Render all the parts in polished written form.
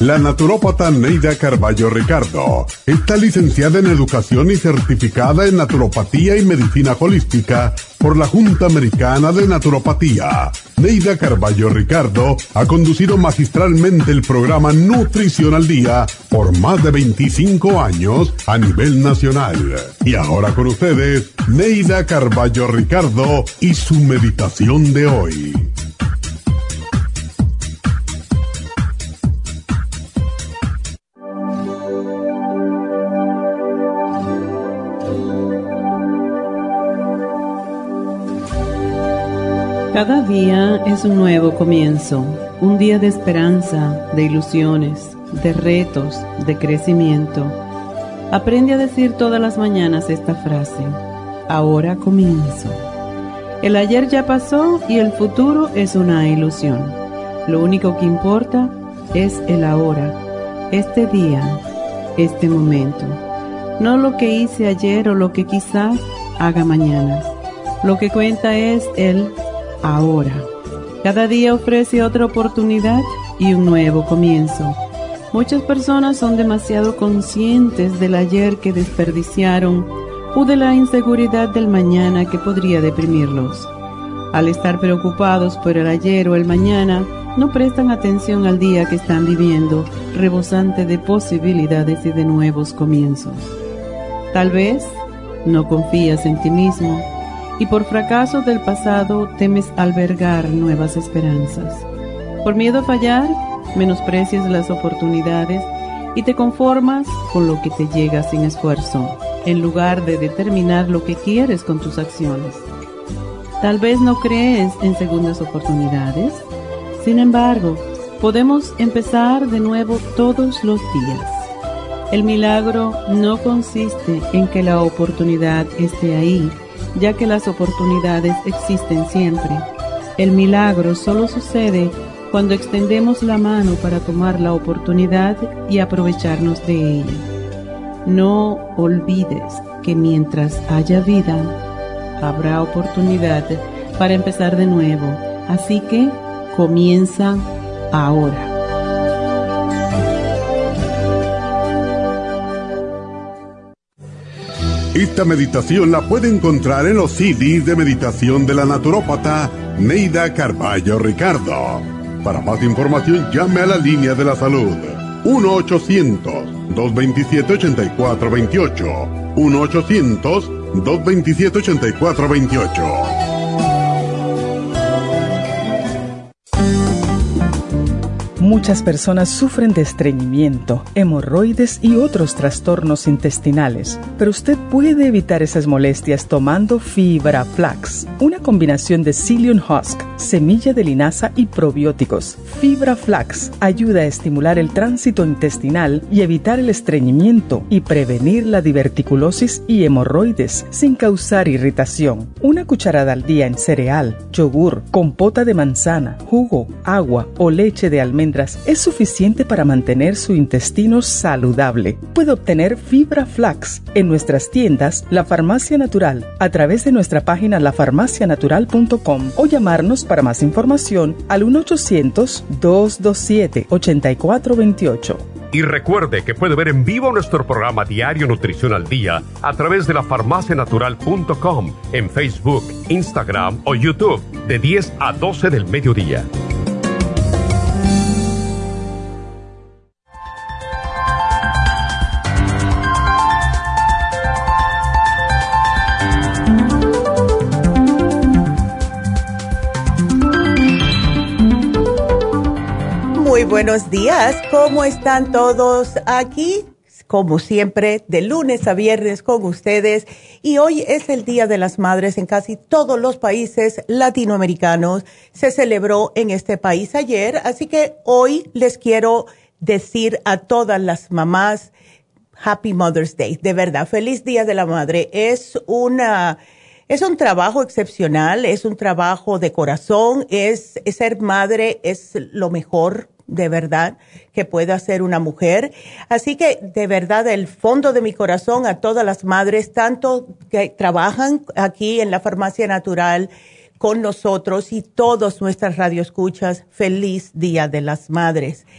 La naturópata Neida Carballo Ricardo está licenciada en Educación y certificada en Naturopatía y Medicina Holística por la Junta Americana de Naturopatía. Neida Carballo Ricardo ha conducido magistralmente el programa Nutrición al Día por más de 25 años a nivel nacional. Y ahora con ustedes, Neida Carballo Ricardo y su meditación de hoy. Cada día es un nuevo comienzo, un día de esperanza, de ilusiones, de retos, de crecimiento. Aprende a decir todas las mañanas esta frase: ahora comienzo. El ayer ya pasó y el futuro es una ilusión. Lo único que importa es el ahora, este día, este momento. No lo que hice ayer o lo que quizás haga mañana. Lo que cuenta es el ahora. Cada día ofrece otra oportunidad y un nuevo comienzo. Muchas personas son demasiado conscientes del ayer que desperdiciaron o de la inseguridad del mañana que podría deprimirlos. Al estar preocupados por el ayer o el mañana, no prestan atención al día que están viviendo, rebosante de posibilidades y de nuevos comienzos. Tal vez no confías en ti mismo, y por fracasos del pasado temes albergar nuevas esperanzas. Por miedo a fallar, menosprecias las oportunidades y te conformas con lo que te llega sin esfuerzo, en lugar de determinar lo que quieres con tus acciones. Tal vez no crees en segundas oportunidades. Sin embargo, podemos empezar de nuevo todos los días. El milagro no consiste en que la oportunidad esté ahí, ya que las oportunidades existen siempre. El milagro solo sucede cuando extendemos la mano para tomar la oportunidad y aprovecharnos de ella. No olvides que mientras haya vida, habrá oportunidad para empezar de nuevo. Así que comienza ahora. Esta meditación la puede encontrar en los CDs de meditación de la naturópata Neida Carballo Ricardo. Para más información, llame a la línea de la salud 1-800-227-8428. 1-800-227-8428. Muchas personas sufren de estreñimiento, hemorroides y otros trastornos intestinales, pero usted puede evitar esas molestias tomando Fibra Flax, una combinación de psyllium husk, semilla de linaza y probióticos. Fibra Flax ayuda a estimular el tránsito intestinal y evitar el estreñimiento y prevenir la diverticulosis y hemorroides sin causar irritación. Una cucharada al día en cereal, yogur, compota de manzana, jugo, agua o leche de almendras es suficiente para mantener su intestino saludable. Puede obtener Fibra Flax en nuestras tiendas La Farmacia Natural, a través de nuestra página lafarmacianatural.com o llamarnos para más información al 1-800-227-8428. Y recuerde que puede ver en vivo nuestro programa Diario Nutrición al Día a través de lafarmacianatural.com, en Facebook, Instagram o YouTube, de 10 a 12 del mediodía. Muy buenos días, ¿cómo están todos? Aquí, como siempre, de lunes a viernes con ustedes. Y hoy es el Día de las Madres en casi todos los países latinoamericanos. Se celebró en este país ayer, así que hoy les quiero decir a todas las mamás, Happy Mother's Day. De verdad, feliz Día de la Madre. Es un trabajo excepcional, es un trabajo de corazón, ser madre es lo mejor, de verdad, que puede hacer una mujer. Así que, de verdad, del fondo de mi corazón, a todas las madres, tanto que trabajan aquí en la Farmacia Natural con nosotros y todos nuestras radioescuchas, feliz Día de las Madres.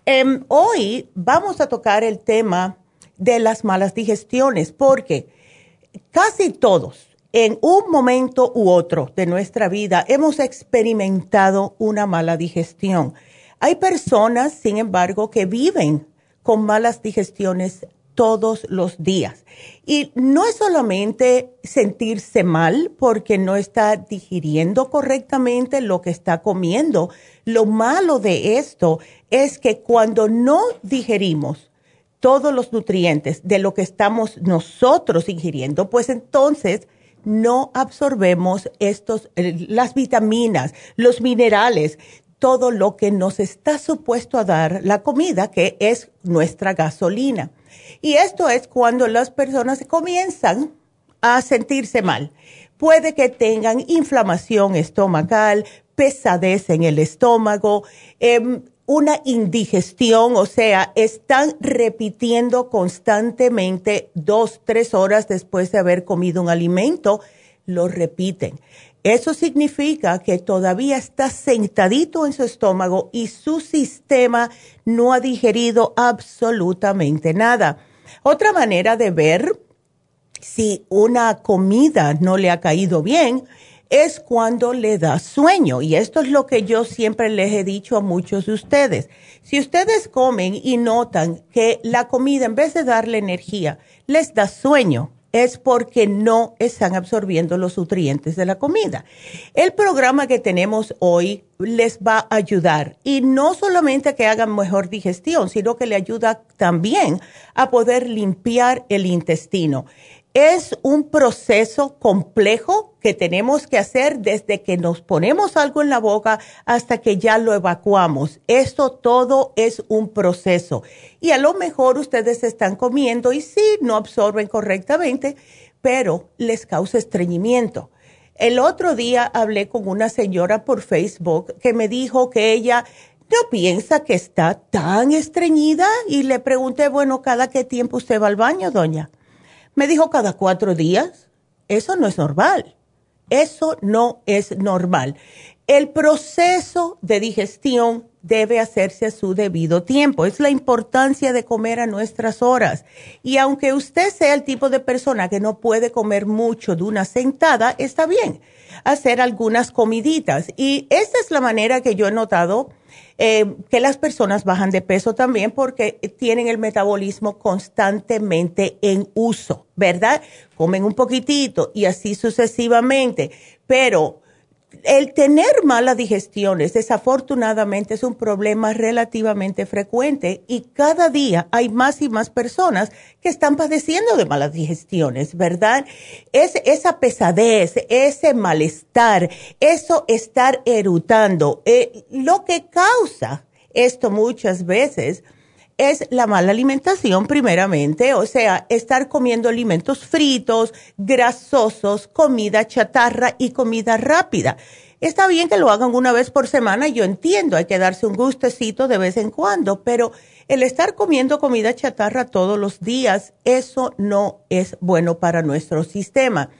Hoy vamos a tocar el tema de las malas digestiones, porque casi todos, en un momento u otro de nuestra vida, hemos experimentado una mala digestión. Hay personas, sin embargo, que viven con malas digestiones todos los días. Y no es solamente sentirse mal porque no está digiriendo correctamente lo que está comiendo. Lo malo de esto es que cuando no digerimos todos los nutrientes de lo que estamos nosotros ingiriendo, pues entonces no absorbemos las vitaminas, los minerales, todo lo que nos está supuesto a dar la comida, que es nuestra gasolina. Y esto es cuando las personas comienzan a sentirse mal. Puede que tengan inflamación estomacal, pesadez en el estómago, una indigestión, o sea, están repitiendo constantemente 2-3 horas después de haber comido un alimento, lo repiten. Eso significa que todavía está sentadito en su estómago y su sistema no ha digerido absolutamente nada. Otra manera de ver si una comida no le ha caído bien es cuando le da sueño. Y esto es lo que yo siempre les he dicho a muchos de ustedes. Si ustedes comen y notan que la comida, en vez de darle energía, les da sueño, es porque no están absorbiendo los nutrientes de la comida. El programa que tenemos hoy les va a ayudar, y no solamente a que hagan mejor digestión, sino que le ayuda también a poder limpiar el intestino. Es un proceso complejo que tenemos que hacer desde que nos ponemos algo en la boca hasta que ya lo evacuamos. Esto todo es un proceso. Y a lo mejor ustedes están comiendo y sí, no absorben correctamente, pero les causa estreñimiento. El otro día hablé con una señora por Facebook que me dijo que ella no piensa que está tan estreñida, y le pregunté, bueno, ¿cada qué tiempo usted va al baño, doña? Me dijo cada 4 días. Eso no es normal. Eso no es normal. El proceso de digestión debe hacerse a su debido tiempo. Es la importancia de comer a nuestras horas. Y aunque usted sea el tipo de persona que no puede comer mucho de una sentada, está bien hacer algunas comiditas. Y esta es la manera que yo he notado que las personas bajan de peso también, porque tienen el metabolismo constantemente en uso, ¿verdad? Comen un poquitito y así sucesivamente. Pero el tener malas digestiones, desafortunadamente, es un problema relativamente frecuente, y cada día hay más y más personas que están padeciendo de malas digestiones, ¿verdad? Es esa pesadez, ese malestar, eso estar eructando. Lo que causa esto muchas veces es la mala alimentación primeramente, o sea, estar comiendo alimentos fritos, grasosos, comida chatarra y comida rápida. Está bien que lo hagan una vez por semana, yo entiendo, hay que darse un gustecito de vez en cuando, pero el estar comiendo comida chatarra todos los días, eso no es bueno para nuestro sistema.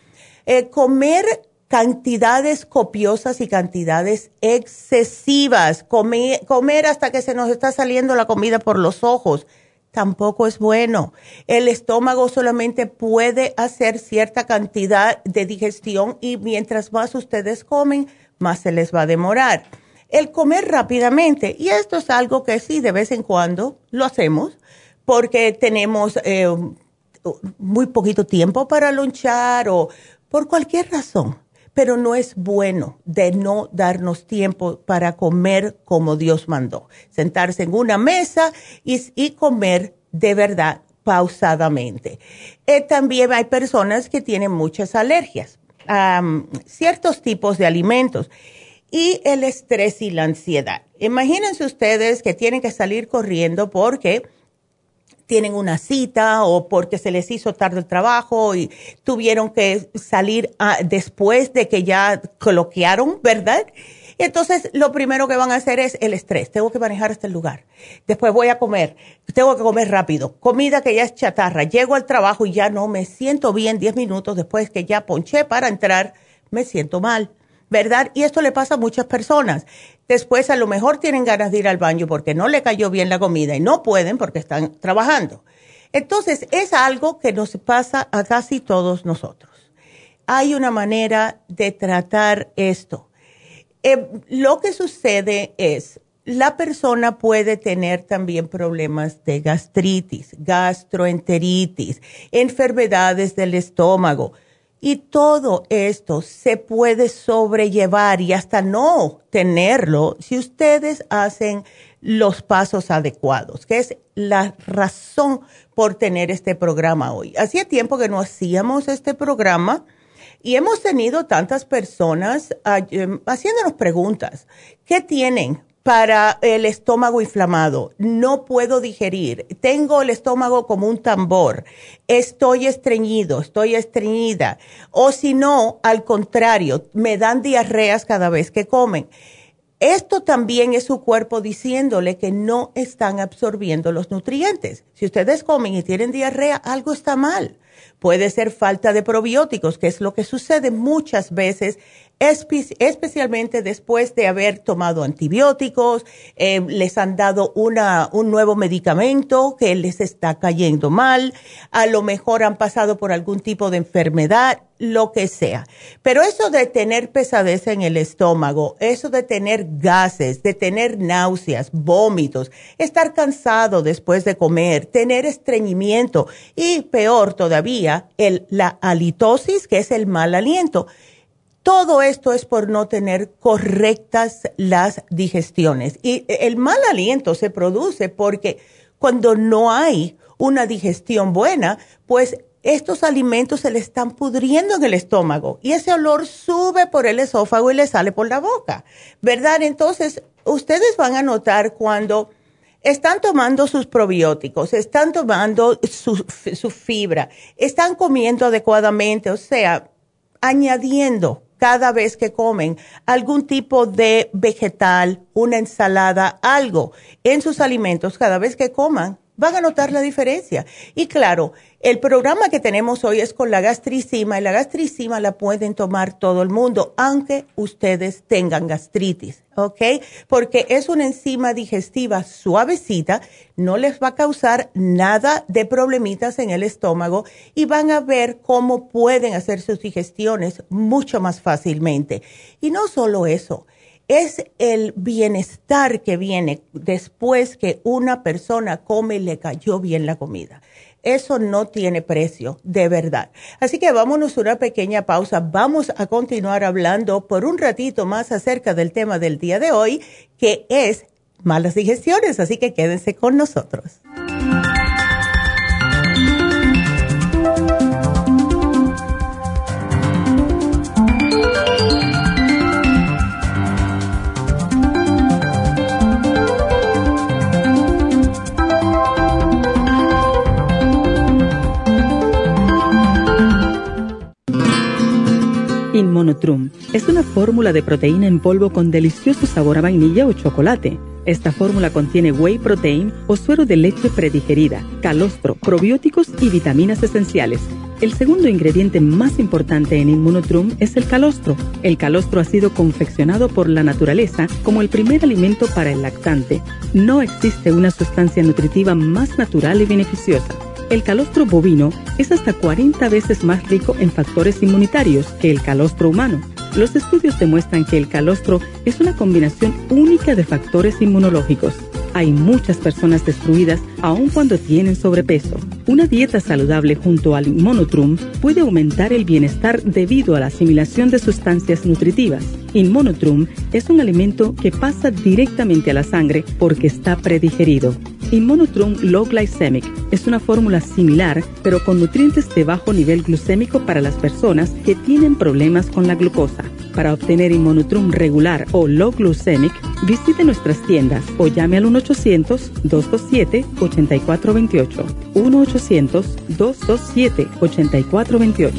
Comer cantidades copiosas y cantidades excesivas, comer hasta que se nos está saliendo la comida por los ojos, tampoco es bueno. El estómago solamente puede hacer cierta cantidad de digestión, y mientras más ustedes comen, más se les va a demorar. El comer rápidamente, y esto es algo que sí, de vez en cuando lo hacemos, porque tenemos muy poquito tiempo para lunchar o por cualquier razón. Pero no es bueno de no darnos tiempo para comer como Dios mandó. Sentarse en una mesa y comer de verdad pausadamente. También hay personas que tienen muchas alergias a ciertos tipos de alimentos. Y el estrés y la ansiedad. Imagínense ustedes que tienen que salir corriendo porque tienen una cita o porque se les hizo tarde el trabajo y tuvieron que salir después de que ya cloquearon, ¿verdad? Y entonces lo primero que van a hacer es el estrés. Tengo que manejar hasta el lugar. Después voy a comer. Tengo que comer rápido. Comida que ya es chatarra. Llego al trabajo y ya no me siento bien. 10 minutos después que ya ponché para entrar, me siento mal. ¿verdad? Y esto le pasa a muchas personas. Después a lo mejor tienen ganas de ir al baño porque no le cayó bien la comida y no pueden porque están trabajando. Entonces, es algo que nos pasa a casi todos nosotros. Hay una manera de tratar esto. Lo que sucede es, la persona puede tener también problemas de gastritis, gastroenteritis, enfermedades del estómago. Y todo esto se puede sobrellevar y hasta no tenerlo si ustedes hacen los pasos adecuados, que es la razón por tener este programa hoy. Hacía tiempo que no hacíamos este programa y hemos tenido tantas personas haciéndonos preguntas. ¿Qué tienen para el estómago inflamado? No puedo digerir. Tengo el estómago como un tambor. Estoy estreñido, estoy estreñida. O si no, al contrario, me dan diarreas cada vez que comen. Esto también es su cuerpo diciéndole que no están absorbiendo los nutrientes. Si ustedes comen y tienen diarrea, algo está mal. Puede ser falta de probióticos, que es lo que sucede muchas veces, especialmente después de haber tomado antibióticos, les han dado un nuevo medicamento que les está cayendo mal, a lo mejor han pasado por algún tipo de enfermedad, lo que sea. Pero eso de tener pesadez en el estómago, eso de tener gases, de tener náuseas, vómitos, estar cansado después de comer, tener estreñimiento y peor todavía, la halitosis, que es el mal aliento. Todo esto es por no tener correctas las digestiones. Y el mal aliento se produce porque cuando no hay una digestión buena, pues estos alimentos se le están pudriendo en el estómago y ese olor sube por el esófago y le sale por la boca, ¿verdad? Entonces, ustedes van a notar cuando están tomando sus probióticos, están tomando su fibra, están comiendo adecuadamente, o sea, añadiendo cada vez que comen algún tipo de vegetal, una ensalada, algo en sus alimentos, cada vez que coman, van a notar la diferencia. Y claro, el programa que tenemos hoy es con la gastricima, y la gastricima la pueden tomar todo el mundo, aunque ustedes tengan gastritis, ¿ok? Porque es una enzima digestiva suavecita, no les va a causar nada de problemitas en el estómago y van a ver cómo pueden hacer sus digestiones mucho más fácilmente. Y no solo eso, es el bienestar que viene después que una persona come y le cayó bien la comida. Eso no tiene precio, de verdad. Así que vámonos a una pequeña pausa. Vamos a continuar hablando por un ratito más acerca del tema del día de hoy, que es malas digestiones. Así que quédense con nosotros. Inmunotrum es una fórmula de proteína en polvo con delicioso sabor a vainilla o chocolate. Esta fórmula contiene whey protein o suero de leche predigerida, calostro, probióticos y vitaminas esenciales. El segundo ingrediente más importante en Inmunotrum es el calostro. El calostro ha sido confeccionado por la naturaleza como el primer alimento para el lactante. No existe una sustancia nutritiva más natural y beneficiosa. El calostro bovino es hasta 40 veces más rico en factores inmunitarios que el calostro humano. Los estudios demuestran que el calostro es una combinación única de factores inmunológicos. Hay muchas personas destruidas aun cuando tienen sobrepeso. Una dieta saludable junto al Inmunotrum puede aumentar el bienestar debido a la asimilación de sustancias nutritivas. Inmunotrum es un alimento que pasa directamente a la sangre porque está predigerido. Inmunotrum Low Glycemic es una fórmula similar, pero con nutrientes de bajo nivel glucémico para las personas que tienen problemas con la glucosa. Para obtener Inmunotrum regular o Low Glycemic, visite nuestras tiendas o llame al 1-800-227-8428. 1-800-227-8428.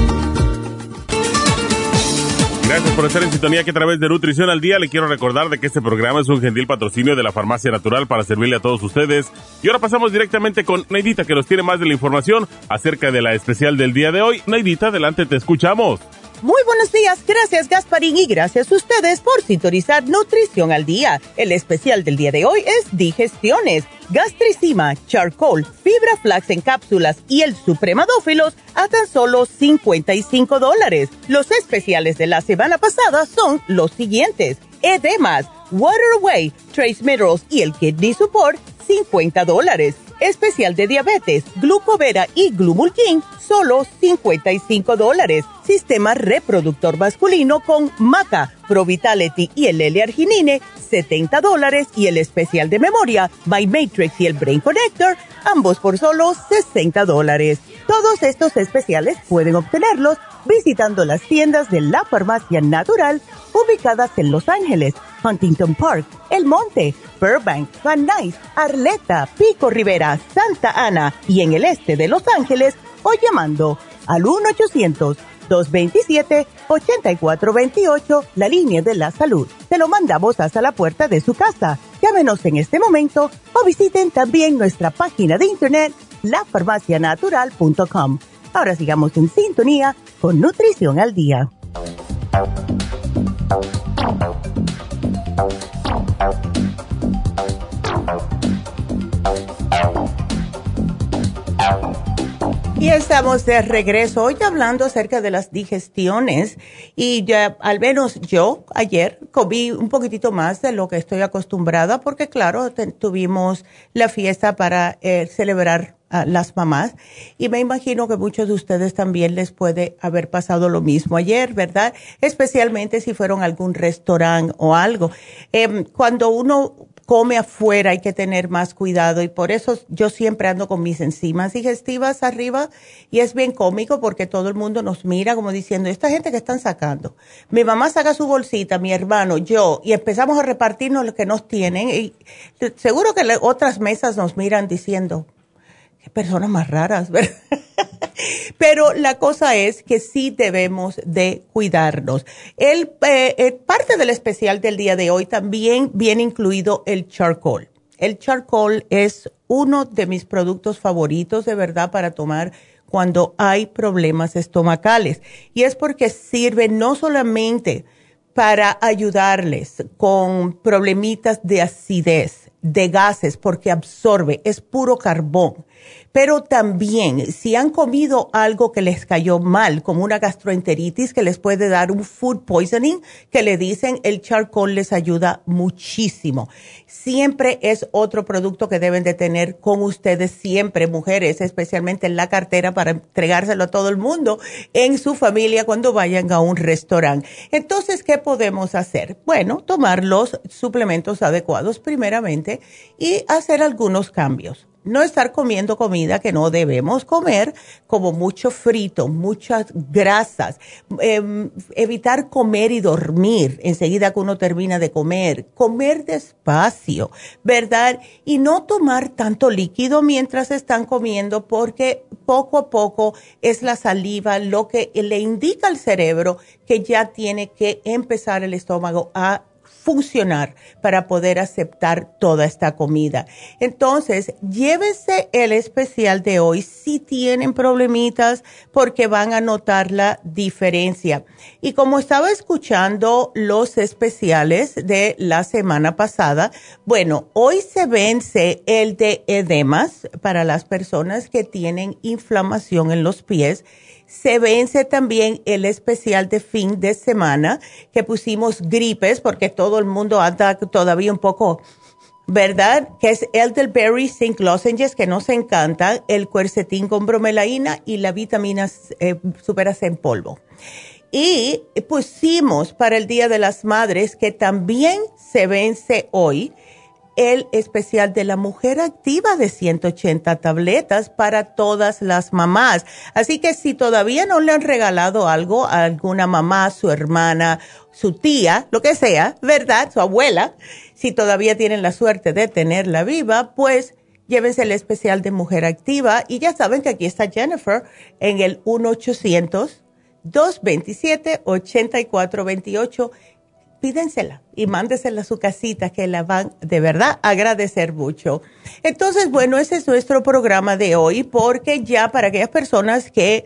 Gracias por estar en sintonía, que a través de Nutrición al Día le quiero recordar de que este programa es un gentil patrocinio de la Farmacia Natural para servirle a todos ustedes. Y ahora pasamos directamente con Neidita, que nos tiene más de la información acerca de la especial del día de hoy. Neidita, adelante, te escuchamos. Muy buenos días, gracias Gasparín y gracias a ustedes por sintonizar Nutrición al Día. El especial del día de hoy es Digestiones, Gastricima, Charcoal, Fibra Flax en cápsulas y el Supremadófilos a tan solo $55. Los especiales de la semana pasada son los siguientes: Edemas, Water Away, Trace Minerals y el Kidney Support, $50. Especial de diabetes, Glucovera y Glumulgin, solo $55. Sistema reproductor masculino con Maca, Pro Vitality y el L-Arginine, $70. Y el especial de memoria, My Matrix y el Brain Connector, ambos por solo $60. Todos estos especiales pueden obtenerlos visitando las tiendas de la Farmacia Natural ubicadas en Los Ángeles, Huntington Park, El Monte, Burbank, Van Nuys, Arleta, Pico Rivera, Santa Ana y en el este de Los Ángeles, o llamando al 1-800-227-8428, la línea de la salud. Se lo mandamos hasta la puerta de su casa. Llámenos en este momento o visiten también nuestra página de internet, lafarmacianatural.com. Ahora sigamos en sintonía con Nutrición al Día. Y estamos de regreso hoy hablando acerca de las digestiones y ya al menos yo ayer comí un poquitito más de lo que estoy acostumbrada porque claro, tuvimos la fiesta para celebrar a las mamás y me imagino que muchos de ustedes también les puede haber pasado lo mismo ayer, ¿verdad? Especialmente si fueron a algún restaurante o algo. Cuando uno come afuera hay que tener más cuidado y por eso yo siempre ando con mis enzimas digestivas arriba y es bien cómico porque todo el mundo nos mira como diciendo, esta gente que están sacando. Mi mamá saca su bolsita, mi hermano, yo, y empezamos a repartirnos lo que nos tienen y seguro que otras mesas nos miran diciendo, qué personas más raras, ¿verdad? Pero la cosa es que sí debemos de cuidarnos. Parte del especial del día de hoy también viene incluido el charcoal. El charcoal es uno de mis productos favoritos de verdad para tomar cuando hay problemas estomacales. Y es porque sirve no solamente para ayudarles con problemitas de acidez, de gases, porque absorbe, es puro carbón. Pero también, si han comido algo que les cayó mal, como una gastroenteritis que les puede dar un food poisoning, que le dicen el charcoal les ayuda muchísimo. Siempre es otro producto que deben de tener con ustedes siempre, mujeres, especialmente en la cartera para entregárselo a todo el mundo en su familia cuando vayan a un restaurante. Entonces, ¿qué podemos hacer? Bueno, tomar los suplementos adecuados primeramente y hacer algunos cambios. No estar comiendo comida que no debemos comer, como mucho frito, muchas grasas. Evitar comer y dormir enseguida que uno termina de comer. Comer despacio, ¿verdad? Y no tomar tanto líquido mientras están comiendo porque poco a poco es la saliva lo que le indica al cerebro que ya tiene que empezar el estómago a funcionar para poder aceptar toda esta comida. Entonces, llévese el especial de hoy si tienen problemitas porque van a notar la diferencia. Y como estaba escuchando los especiales de la semana pasada, bueno, hoy se vence el de edemas para las personas que tienen inflamación en los pies. Se vence también el especial de fin de semana que pusimos gripes porque todo el mundo anda todavía un poco, ¿verdad? Que es Elderberry Zinc Lozenges que nos encanta, el cuercetín con bromelaína y la vitamina Superase en polvo. Y pusimos para el Día de las Madres que también se vence hoy el especial de la mujer activa de 180 tabletas para todas las mamás. Así que si todavía no le han regalado algo a alguna mamá, su hermana, su tía, lo que sea, ¿verdad? Su abuela, si todavía tienen la suerte de tenerla viva, pues llévense el especial de mujer activa. Y ya saben que aquí está Jennifer en el 1-800-227-8428. Pídensela y mándesela a su casita que la van de verdad a agradecer mucho. Entonces, bueno, ese es nuestro programa de hoy porque ya para aquellas personas que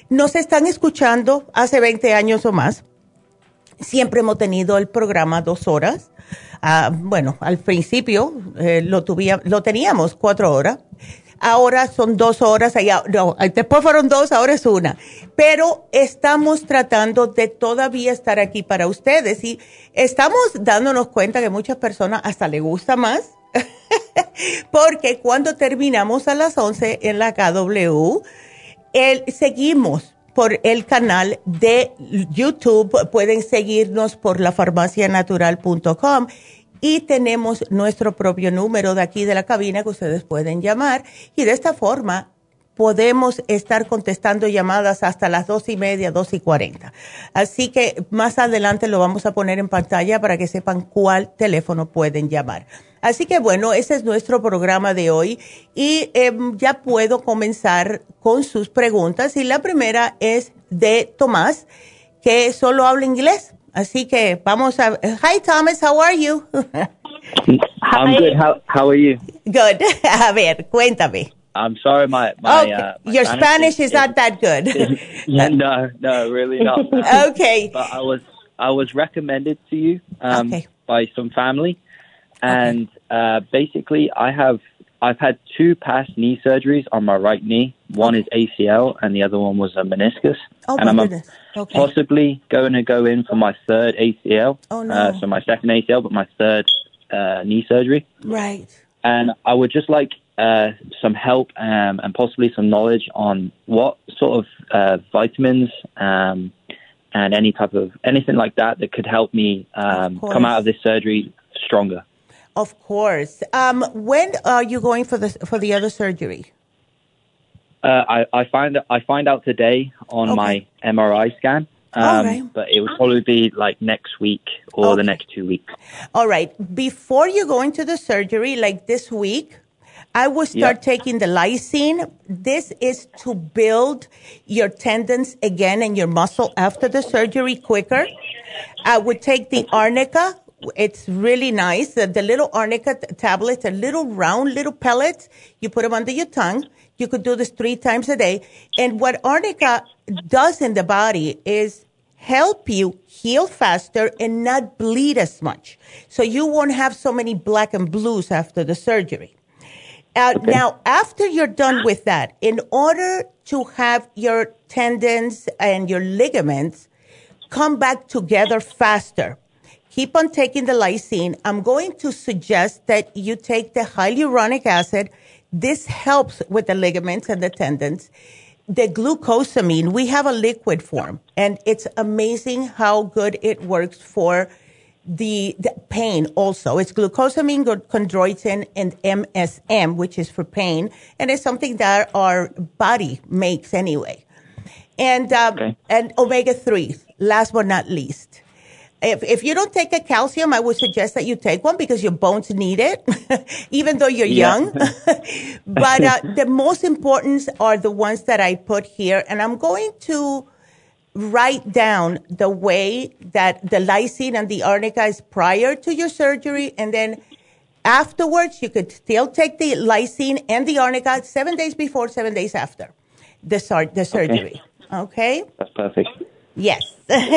nos están escuchando hace 20 años o más. Siempre hemos tenido el programa 2 horas. Bueno, al principio lo teníamos 4 horas. Ahora son 2 horas, después fueron 2, ahora es 1. Pero estamos tratando de todavía estar aquí para ustedes y estamos dándonos cuenta que muchas personas hasta les gusta más, porque cuando terminamos a las 11 en la KW, seguimos por el canal de YouTube, pueden seguirnos por lafarmacianatural.com. Y tenemos nuestro propio número de aquí de la cabina que ustedes pueden llamar. Y de esta forma podemos estar contestando llamadas hasta las 2:30, 2:40. Así que más adelante lo vamos a poner en pantalla para que sepan cuál teléfono pueden llamar. Así que bueno, ese es nuestro programa de hoy. Y ya puedo comenzar con sus preguntas. Y la primera es de Tomás, que solo habla inglés. Así que vamos a... Hi, Thomas, how are you? I'm good. How are you? Good. A ver, cuéntame. I'm sorry, my your Spanish is not that good. No, really not. Okay. But I was recommended to you by some family, and basically I've had 2 past knee surgeries on my right knee. One is ACL, and the other one was a meniscus. Oh, and my goodness. Okay. Possibly going to go in for my 3rd ACL. Oh, no. So my 2nd ACL, but my 3rd knee surgery. Right. And I would just like some help and possibly some knowledge on what sort of vitamins and anything like that could help me come out of this surgery stronger. Of course. When are you going for the other surgery? I find out today on my MRI scan. Right. But it would probably be like next week or the next 2 weeks. All right. Before you go into the surgery, like this week, I would start taking the lysine. This is to build your tendons again and your muscle after the surgery quicker. I would take the arnica. It's really nice. The little arnica tablets, little round little pellets. You put them under your tongue. You could do this 3 times a day. And what arnica does in the body is help you heal faster and not bleed as much. So you won't have so many black and blues after the surgery. Now, after you're done with that, in order to have your tendons and your ligaments come back together faster, keep on taking the lysine. I'm going to suggest that you take the hyaluronic acid. This helps with the ligaments and the tendons. The glucosamine, we have a liquid form, and it's amazing how good it works for the pain also. It's glucosamine, chondroitin, and MSM, which is for pain, and it's something that our body makes anyway. And omega-3, last but not least. If you don't take a calcium, I would suggest that you take one because your bones need it, even though you're young. But the most important are the ones that I put here. And I'm going to write down the way that the lysine and the arnica is prior to your surgery. And then afterwards, you could still take the lysine and the arnica 7 days before, 7 days after the surgery. Okay? That's perfect. Yes.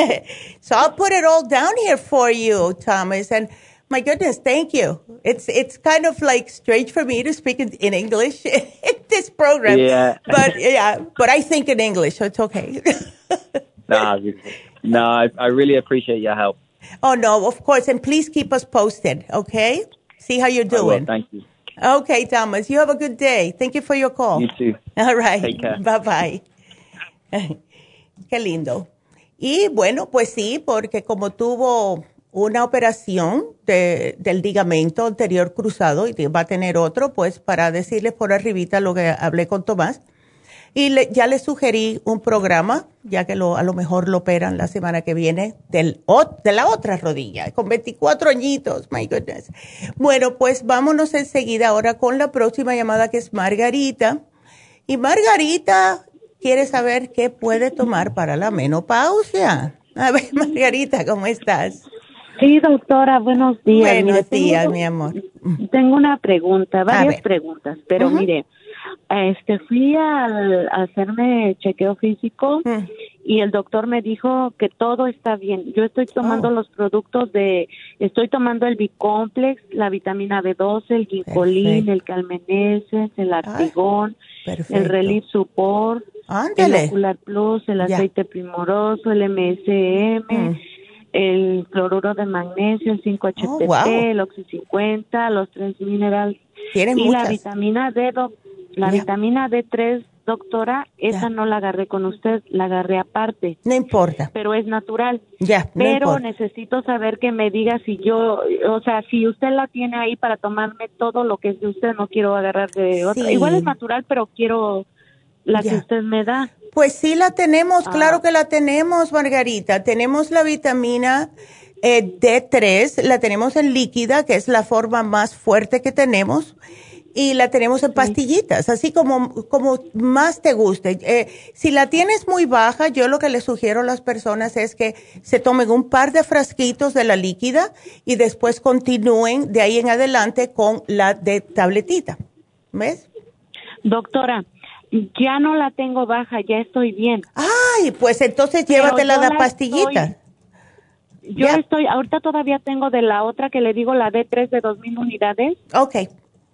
So I'll put it all down here for you, Thomas. And my goodness, thank you. It's kind of like strange for me to speak in English in this program. Yeah. But I think in English, so it's okay. No, I really appreciate your help. Oh, no, of course. And please keep us posted, okay? See how you're doing. I will, thank you. Okay, Thomas, you have a good day. Thank you for your call. You too. All right. Take care. Bye-bye. Qué lindo. Y bueno, pues sí, porque como tuvo una operación del ligamento anterior cruzado y va a tener otro, pues para decirles por arribita lo que hablé con Tomás. Y ya le sugerí un programa, ya que a lo mejor lo operan la semana que viene, de la otra rodilla, con 24 añitos, my goodness. Bueno, pues vámonos enseguida ahora con la próxima llamada, que es Margarita. Y Margarita quiere saber qué puede tomar para la menopausia. A ver, Margarita, ¿cómo estás? Sí, doctora, buenos días. Buenos días, mi amor. Tengo una pregunta, varias preguntas, pero mire, Fui a hacerme chequeo físico y el doctor me dijo que todo está bien. Yo estoy tomando los productos estoy tomando el Bicomplex, la vitamina B12, el Ginkolin, el Calmeneses, el Artigón, el Relief Support, el Ocular Plus, el aceite primoroso, el MSM, el cloruro de magnesio, el 5-HTP, el Oxy 50, los 3 Minerals y la vitamina D, vitamina D3, doctora, esa no la agarré con usted, la agarré aparte. No importa. Pero es natural. Pero necesito saber que me diga si si usted la tiene ahí para tomarme todo lo que es de usted, no quiero agarrar de otra. Igual es natural, pero quiero la que usted me da. Pues sí la tenemos, claro que la tenemos, Margarita. Tenemos la vitamina D3, la tenemos en líquida, que es la forma más fuerte que tenemos, y la tenemos en pastillitas, así como más te guste. Si la tienes muy baja, yo lo que le sugiero a las personas es que se tomen un par de frasquitos de la líquida y después continúen de ahí en adelante con la de tabletita. ¿Ves? Doctora, ya no la tengo baja, ya estoy bien. Ay, pues entonces llévatela de pastillita. Ahorita todavía tengo de la otra que le digo, la D3 de 2,000 unidades. Okay.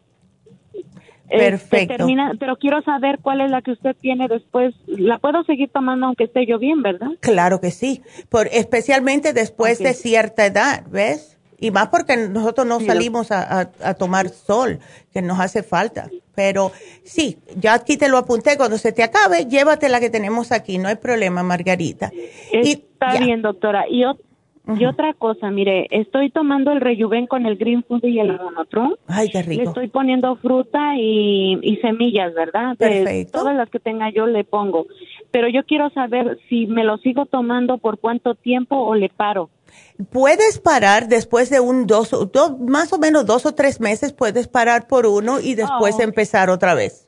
Perfecto. Pero quiero saber cuál es la que usted tiene después. La puedo seguir tomando aunque esté yo bien, ¿verdad? Claro que sí, especialmente después de cierta edad, ¿ves? Y más porque nosotros no salimos a tomar sol, que nos hace falta. Pero sí, ya aquí te lo apunté, cuando se te acabe, llévate la que tenemos aquí, no hay problema, Margarita. Está bien, doctora. Y otra cosa, mire, estoy tomando el Rejuven con el Green Food y el Monotron. Ay, qué rico. Le estoy poniendo fruta y semillas, ¿verdad? Perfecto. Todas las que tenga yo le pongo. Pero yo quiero saber si me lo sigo tomando por cuánto tiempo o le paro. Puedes parar después de más o menos 2 o 3 meses, puedes parar por uno y después empezar otra vez.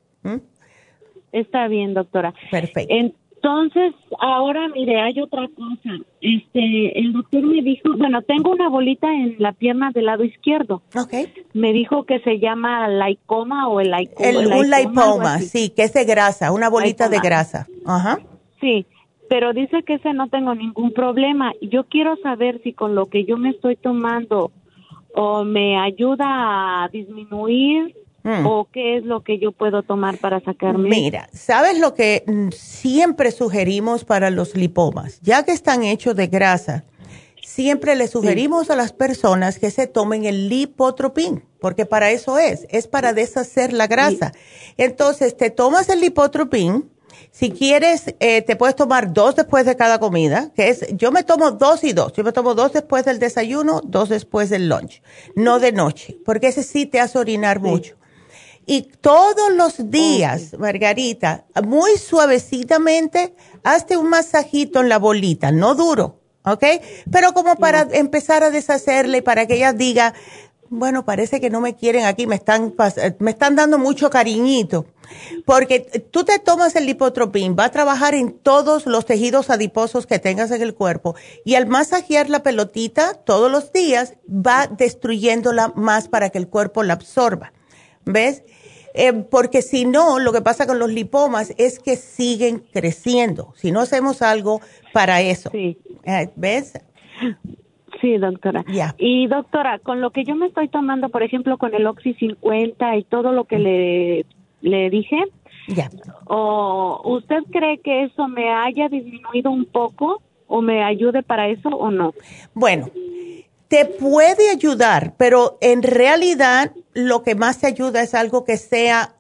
Está bien, doctora. Perfecto. Entonces, ahora mire, hay otra cosa. El doctor me dijo, tengo una bolita en la pierna del lado izquierdo. Okay. Me dijo que se llama lipoma o un lipoma, sí, que es de grasa, una bolita de grasa. Ajá. Sí, pero dice que ese no tengo ningún problema. Yo quiero saber si con lo que yo me estoy tomando o me ayuda a disminuir o qué es lo que yo puedo tomar para sacarme. Mira, ¿sabes lo que siempre sugerimos para los lipomas? Ya que están hechos de grasa, siempre le sugerimos a las personas que se tomen el lipotropín, porque para eso es para deshacer la grasa. Entonces, te tomas el lipotropín. Si quieres, te puedes tomar 2 después de cada comida, yo me tomo 2 y 2. Yo me tomo 2 después del desayuno, 2 después del lunch, no de noche, porque ese sí te hace orinar mucho. Y todos los días, Margarita, muy suavecitamente, hazte un masajito en la bolita, no duro, ¿ok? Pero como para empezar a deshacerle y para que ella diga, bueno, parece que no me quieren aquí, me están dando mucho cariñito. Porque tú te tomas el lipotropín, va a trabajar en todos los tejidos adiposos que tengas en el cuerpo y al masajear la pelotita todos los días va destruyéndola más para que el cuerpo la absorba. ¿Ves? Porque si no, lo que pasa con los lipomas es que siguen creciendo. Si no hacemos algo para eso. Sí. ¿Ves? Sí, doctora. Y doctora, con lo que yo me estoy tomando, por ejemplo, con el Oxy 50 y todo lo que le dije, ¿usted cree que eso me haya disminuido un poco o me ayude para eso o no? Bueno, te puede ayudar, pero en realidad lo que más te ayuda es algo que sea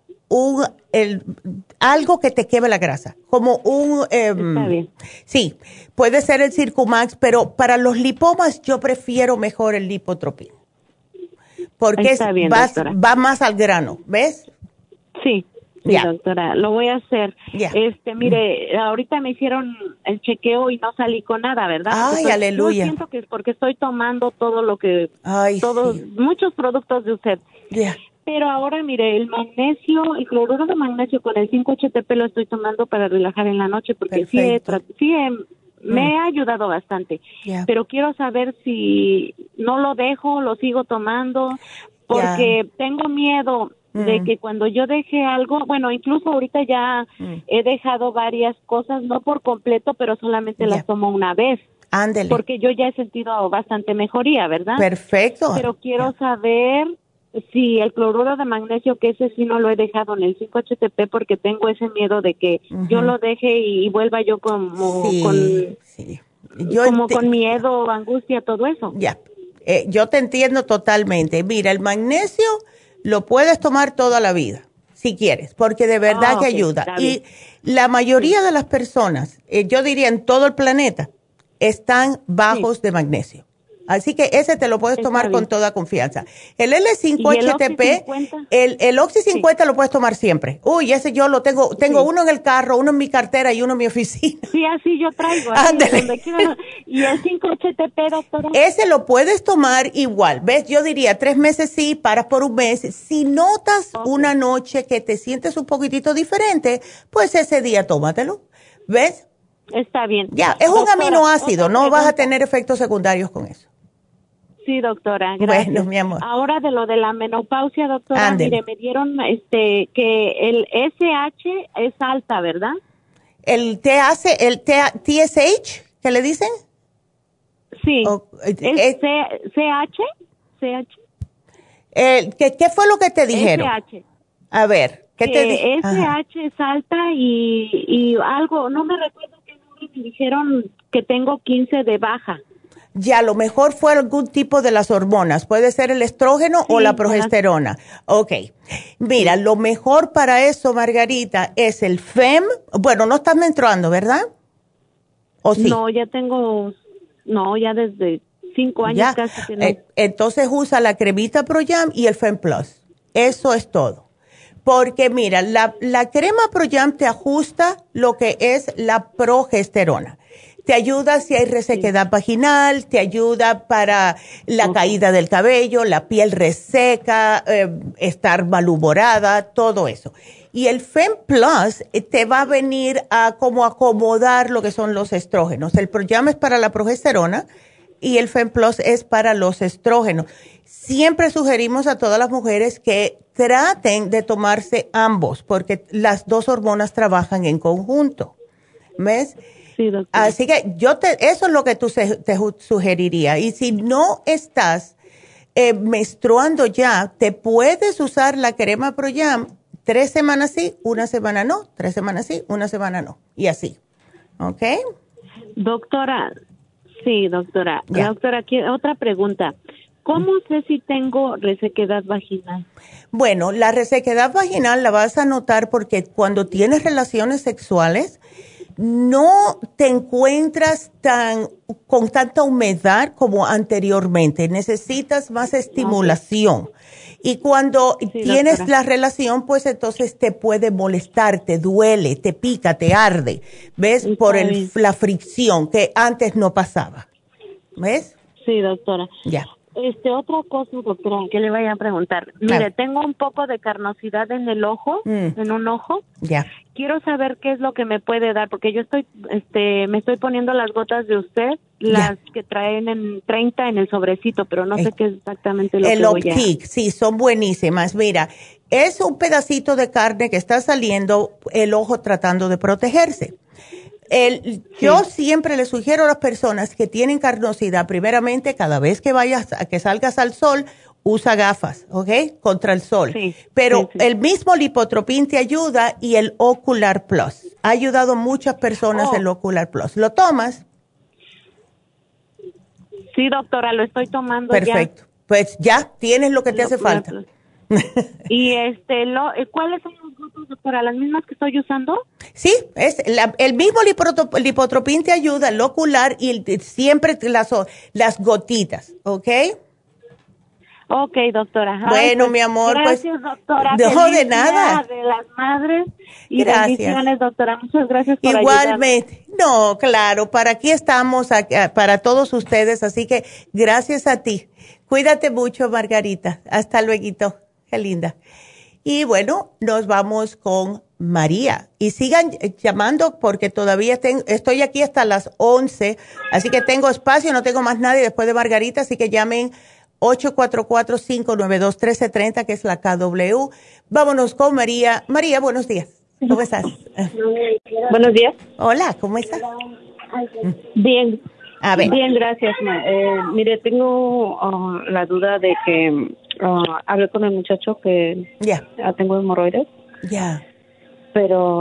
algo que te queme la grasa, como Está bien. Sí, puede ser el Circumax, pero para los lipomas yo prefiero mejor el lipotropín, porque va más al grano, ¿ves? Sí, doctora, lo voy a hacer. Mire, ahorita me hicieron el chequeo y no salí con nada, ¿verdad? Ay, aleluya. Yo siento que es porque estoy tomando todo lo que, muchos productos de usted. Pero ahora, mire, el magnesio, el cloruro de magnesio con el 5-HTP lo estoy tomando para relajar en la noche porque me ha ayudado bastante. Pero quiero saber si no lo dejo, lo sigo tomando, porque tengo miedo de que cuando yo deje algo, bueno, incluso ahorita ya he dejado varias cosas, no por completo, pero solamente las tomo una vez. Ándele. Porque yo ya he sentido bastante mejoría, ¿verdad? Perfecto. Pero quiero saber si el cloruro de magnesio, que ese sí no lo he dejado en el 5-HTP, porque tengo ese miedo de que yo lo deje y vuelva yo como con miedo, angustia, todo eso. Ya, yo te entiendo totalmente. Mira, el magnesio lo puedes tomar toda la vida, si quieres, porque de verdad que ayuda. Y la mayoría de las personas, yo diría en todo el planeta, están bajos de magnesio. Así que ese te lo puedes tomar con toda confianza. El L5-HTP, el Oxy 50 lo puedes tomar siempre. Uy, ese yo lo tengo uno en el carro, uno en mi cartera y uno en mi oficina. Sí, así yo traigo. Y el 5-HTP, doctora. Ese lo puedes tomar igual. ¿Ves? Yo diría 3 meses sí, paras por un mes. Si notas una noche que te sientes un poquitito diferente, pues ese día tómatelo. ¿Ves? Está bien. Ya, es un aminoácido, no vas a tener efectos secundarios con eso. Sí, doctora, gracias. Bueno, mi amor. Ahora de lo de la menopausia, doctora, mire, me dieron que el SH es alta, ¿verdad? El TSH, ¿qué le dicen? Sí. ¿Es CH? ¿Qué fue lo que te dijeron? SH. A ver, ¿qué te dijeron? SH es alta y algo, no me recuerdo qué nombre me dijeron que tengo 15 de baja. Ya, a lo mejor fue algún tipo de las hormonas. Puede ser el estrógeno o la progesterona. Ok. Mira, lo mejor para eso, Margarita, es el FEM. Bueno, no estás menstruando, ¿verdad? ¿O sí? No, ya desde 5 años casi que no. Entonces usa la cremita ProYam y el FEM Plus. Eso es todo. Porque mira, la crema ProYam te ajusta lo que es la progesterona. Te ayuda si hay resequedad vaginal, te ayuda para la caída del cabello, la piel reseca, estar malhumorada, todo eso. Y el FEM Plus te va a venir a como acomodar lo que son los estrógenos. El ProYam es para la progesterona y el FEM Plus es para los estrógenos. Siempre sugerimos a todas las mujeres que traten de tomarse ambos porque las dos hormonas trabajan en conjunto. ¿Ves? Sí, doctora. Así que eso es lo que te sugeriría. Y si no estás menstruando ya, te puedes usar la crema ProYam 3 semanas sí, 1 semana no, 3 semanas sí, 1 semana no. Y así. ¿Ok? Doctora, sí, doctora. Ya. Doctora, otra pregunta. ¿Cómo sé si tengo resequedad vaginal? Bueno, la resequedad vaginal la vas a notar porque cuando tienes relaciones sexuales, no te encuentras con tanta humedad como anteriormente. Necesitas más estimulación. Y cuando tienes la relación, pues entonces te puede molestar, te duele, te pica, te arde. ¿Ves? Por la fricción que antes no pasaba. ¿Ves? Sí, doctora. Ya. Otra cosa, doctora, que le vaya a preguntar. Mire, tengo un poco de carnosidad en el ojo, en un ojo. Ya. Quiero saber qué es lo que me puede dar, porque yo me estoy poniendo las gotas de usted, las que traen en 30 en el sobrecito, pero no sé qué es exactamente lo que voy a... El Optic, sí, son buenísimas. Mira, es un pedacito de carne que está saliendo el ojo tratando de protegerse. Yo siempre le sugiero a las personas que tienen carnosidad, primeramente, cada vez que que salgas al sol, usa gafas, ¿ok? Contra el sol. Sí, pero el mismo Lipotropin te ayuda y el Ocular Plus. Ha ayudado a muchas personas el Ocular Plus. ¿Lo tomas? Sí, doctora, lo estoy tomando. Perfecto. Ya. Pues ya tienes lo que te hace falta. Plus. Y ¿cuáles son los grupos, doctora? ¿Las mismas que estoy usando? Sí, es el mismo Lipotropin te ayuda, el Ocular y siempre las gotitas, ¿ok? Ok, doctora. Bueno, mi amor, gracias, pues. Doctora. No, de nada. De las madres y bendiciones, doctora. Muchas gracias por igualmente. Ayudarme. No, claro, para aquí estamos, para todos ustedes, así que gracias a ti. Cuídate mucho, Margarita. Hasta luego. Qué linda. Y bueno, nos vamos con María. Y sigan llamando porque todavía estoy aquí hasta las 11, así que tengo espacio, no tengo más nadie después de Margarita, así que llamen 844-592-1330, que es la KW. Vámonos con María. María, buenos días. ¿Cómo estás? Buenos días. Hola, ¿cómo estás? Bien. A ver. Bien, gracias. Mire, tengo la duda de que hablé con el muchacho que tengo hemorroides. Ya. Pero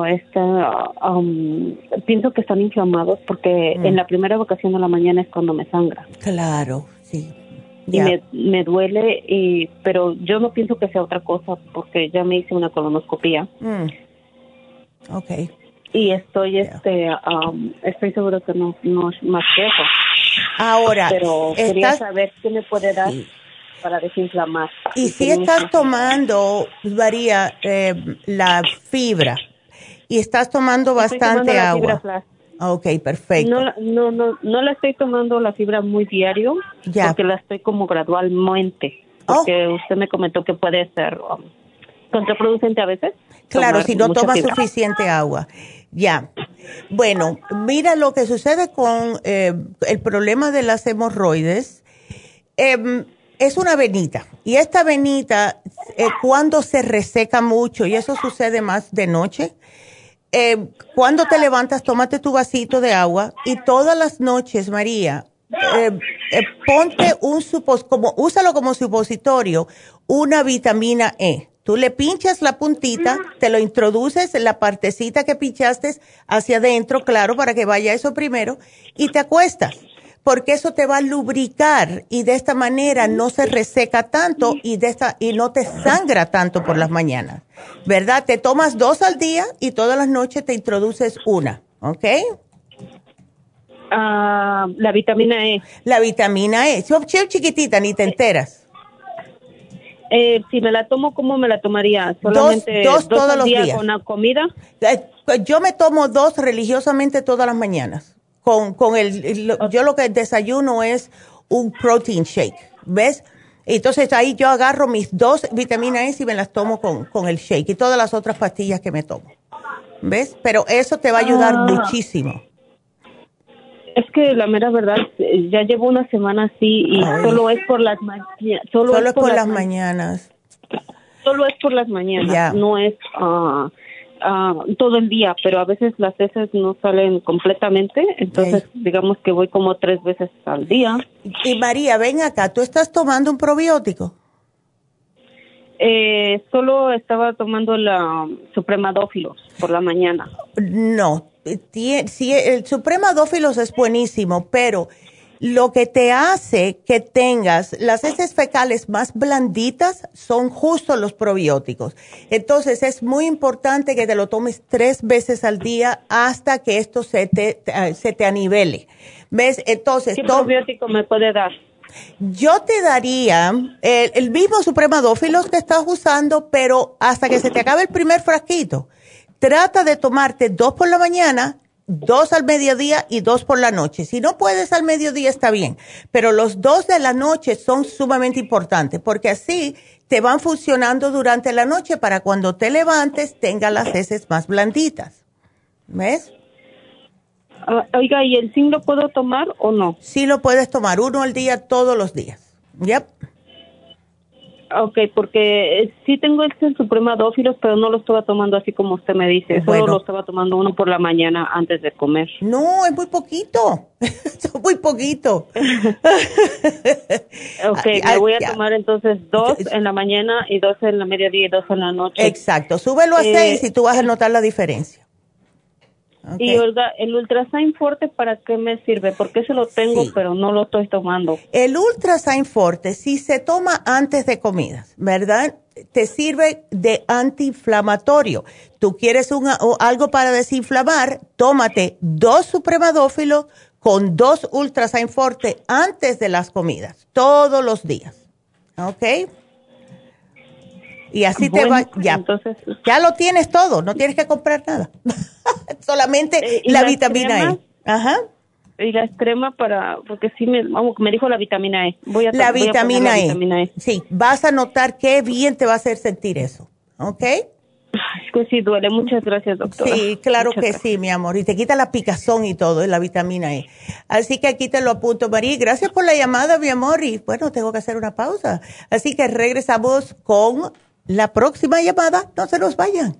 pienso que están inflamados porque en la primera vacación de la mañana es cuando me sangra. Claro, sí. Y me duele, pero yo no pienso que sea otra cosa porque ya me hice una colonoscopia. Okay. Y estoy seguro que no es más que eso. Ahora, pero quería saber qué me puede dar para desinflamar. Y si estás tomando, María, la fibra, y estás tomando bastante agua. Ok, perfecto. No la estoy tomando la fibra muy diario, porque la estoy como gradualmente. Porque usted me comentó que puede ser contraproducente a veces. Claro, si no tomas suficiente agua. Ya. Bueno, mira lo que sucede con el problema de las hemorroides. Es una venita. Y esta venita, cuando se reseca mucho, y eso sucede más de noche, cuando te levantas, tómate tu vasito de agua y todas las noches, María, ponte úsalo como supositorio, una vitamina E. Tú le pinchas la puntita, te lo introduces en la partecita que pinchaste hacia adentro, claro, para que vaya eso primero, y te acuestas, porque eso te va a lubricar y de esta manera no se reseca tanto y no te sangra tanto por las mañanas, ¿verdad? Te tomas 2 al día y todas las noches te introduces una, ¿ok? La vitamina E. La vitamina E, chiquitita, ni te enteras. Si me la tomo, ¿cómo me la tomaría? ¿Solamente dos todos los días con la comida? Yo me tomo 2 religiosamente todas las mañanas. Yo lo que desayuno es un protein shake, ¿ves? Entonces ahí yo agarro mis 2 vitaminas E y me las tomo con el shake y todas las otras pastillas que me tomo, ¿ves? Pero eso te va a ayudar muchísimo. Es que la mera verdad, ya llevo una semana así y solo es por las mañanas. Solo es por las mañanas. Solo es por las mañanas, no es todo el día, pero a veces las heces no salen completamente, entonces digamos que voy como 3 veces al día. Y María, ven acá, ¿tú estás tomando un probiótico? Solo estaba tomando la Supremadófilos por la mañana. No, sí, el Supremadófilos es buenísimo, pero lo que te hace que tengas las heces fecales más blanditas son justo los probióticos. Entonces es muy importante que te lo tomes 3 veces al día hasta que esto se te anivele. ¿Ves? Entonces, ¿qué probiótico me puede dar? Yo te daría el mismo Supremadófilos que estás usando, pero hasta que se te acabe el primer frasquito. Trata de tomarte 2 por la mañana, 2 al mediodía y 2 por la noche. Si no puedes al mediodía está bien, pero los 2 de la noche son sumamente importantes porque así te van funcionando durante la noche para cuando te levantes tengas las heces más blanditas. ¿Ves? Oiga, ¿y el zinc lo puedo tomar o no? Sí lo puedes tomar, 1 al día todos los días. Yep. Ok, porque sí tengo el Supremadófilos, pero no lo estaba tomando así como usted me dice. Solo lo estaba tomando 1 por la mañana antes de comer. No, es muy poquito. Es muy poquito. Ok, me voy a tomar entonces 2 en la mañana y 2 en la mediodía y 2 en la noche. Exacto, súbelo a 6 y tú vas a notar la diferencia. Okay. Y Olga, ¿el Ultrasign Forte para qué me sirve? Porque se lo tengo, pero no lo estoy tomando. El Ultrasign Forte, si se toma antes de comidas, ¿verdad? Te sirve de antiinflamatorio. Tú quieres algo para desinflamar, tómate 2 Supremadófilos con 2 Ultrasign Forte antes de las comidas, todos los días. ¿Ok? Y así te va, entonces, ya lo tienes todo, no tienes que comprar nada. Solamente la vitamina E. Ajá. Y la crema porque sí me dijo la vitamina E. La vitamina E. Sí, vas a notar qué bien te va a hacer sentir eso. ¿Ok? Es que sí duele. Muchas gracias, doctora. Sí, claro Muchas que gracias. sí, mi amor. Y te quita la picazón y todo, la vitamina E. Así que aquí te lo apunto, María. Gracias por la llamada, mi amor. Y bueno, tengo que hacer una pausa. Así que regresamos con la próxima llamada. No se nos vayan.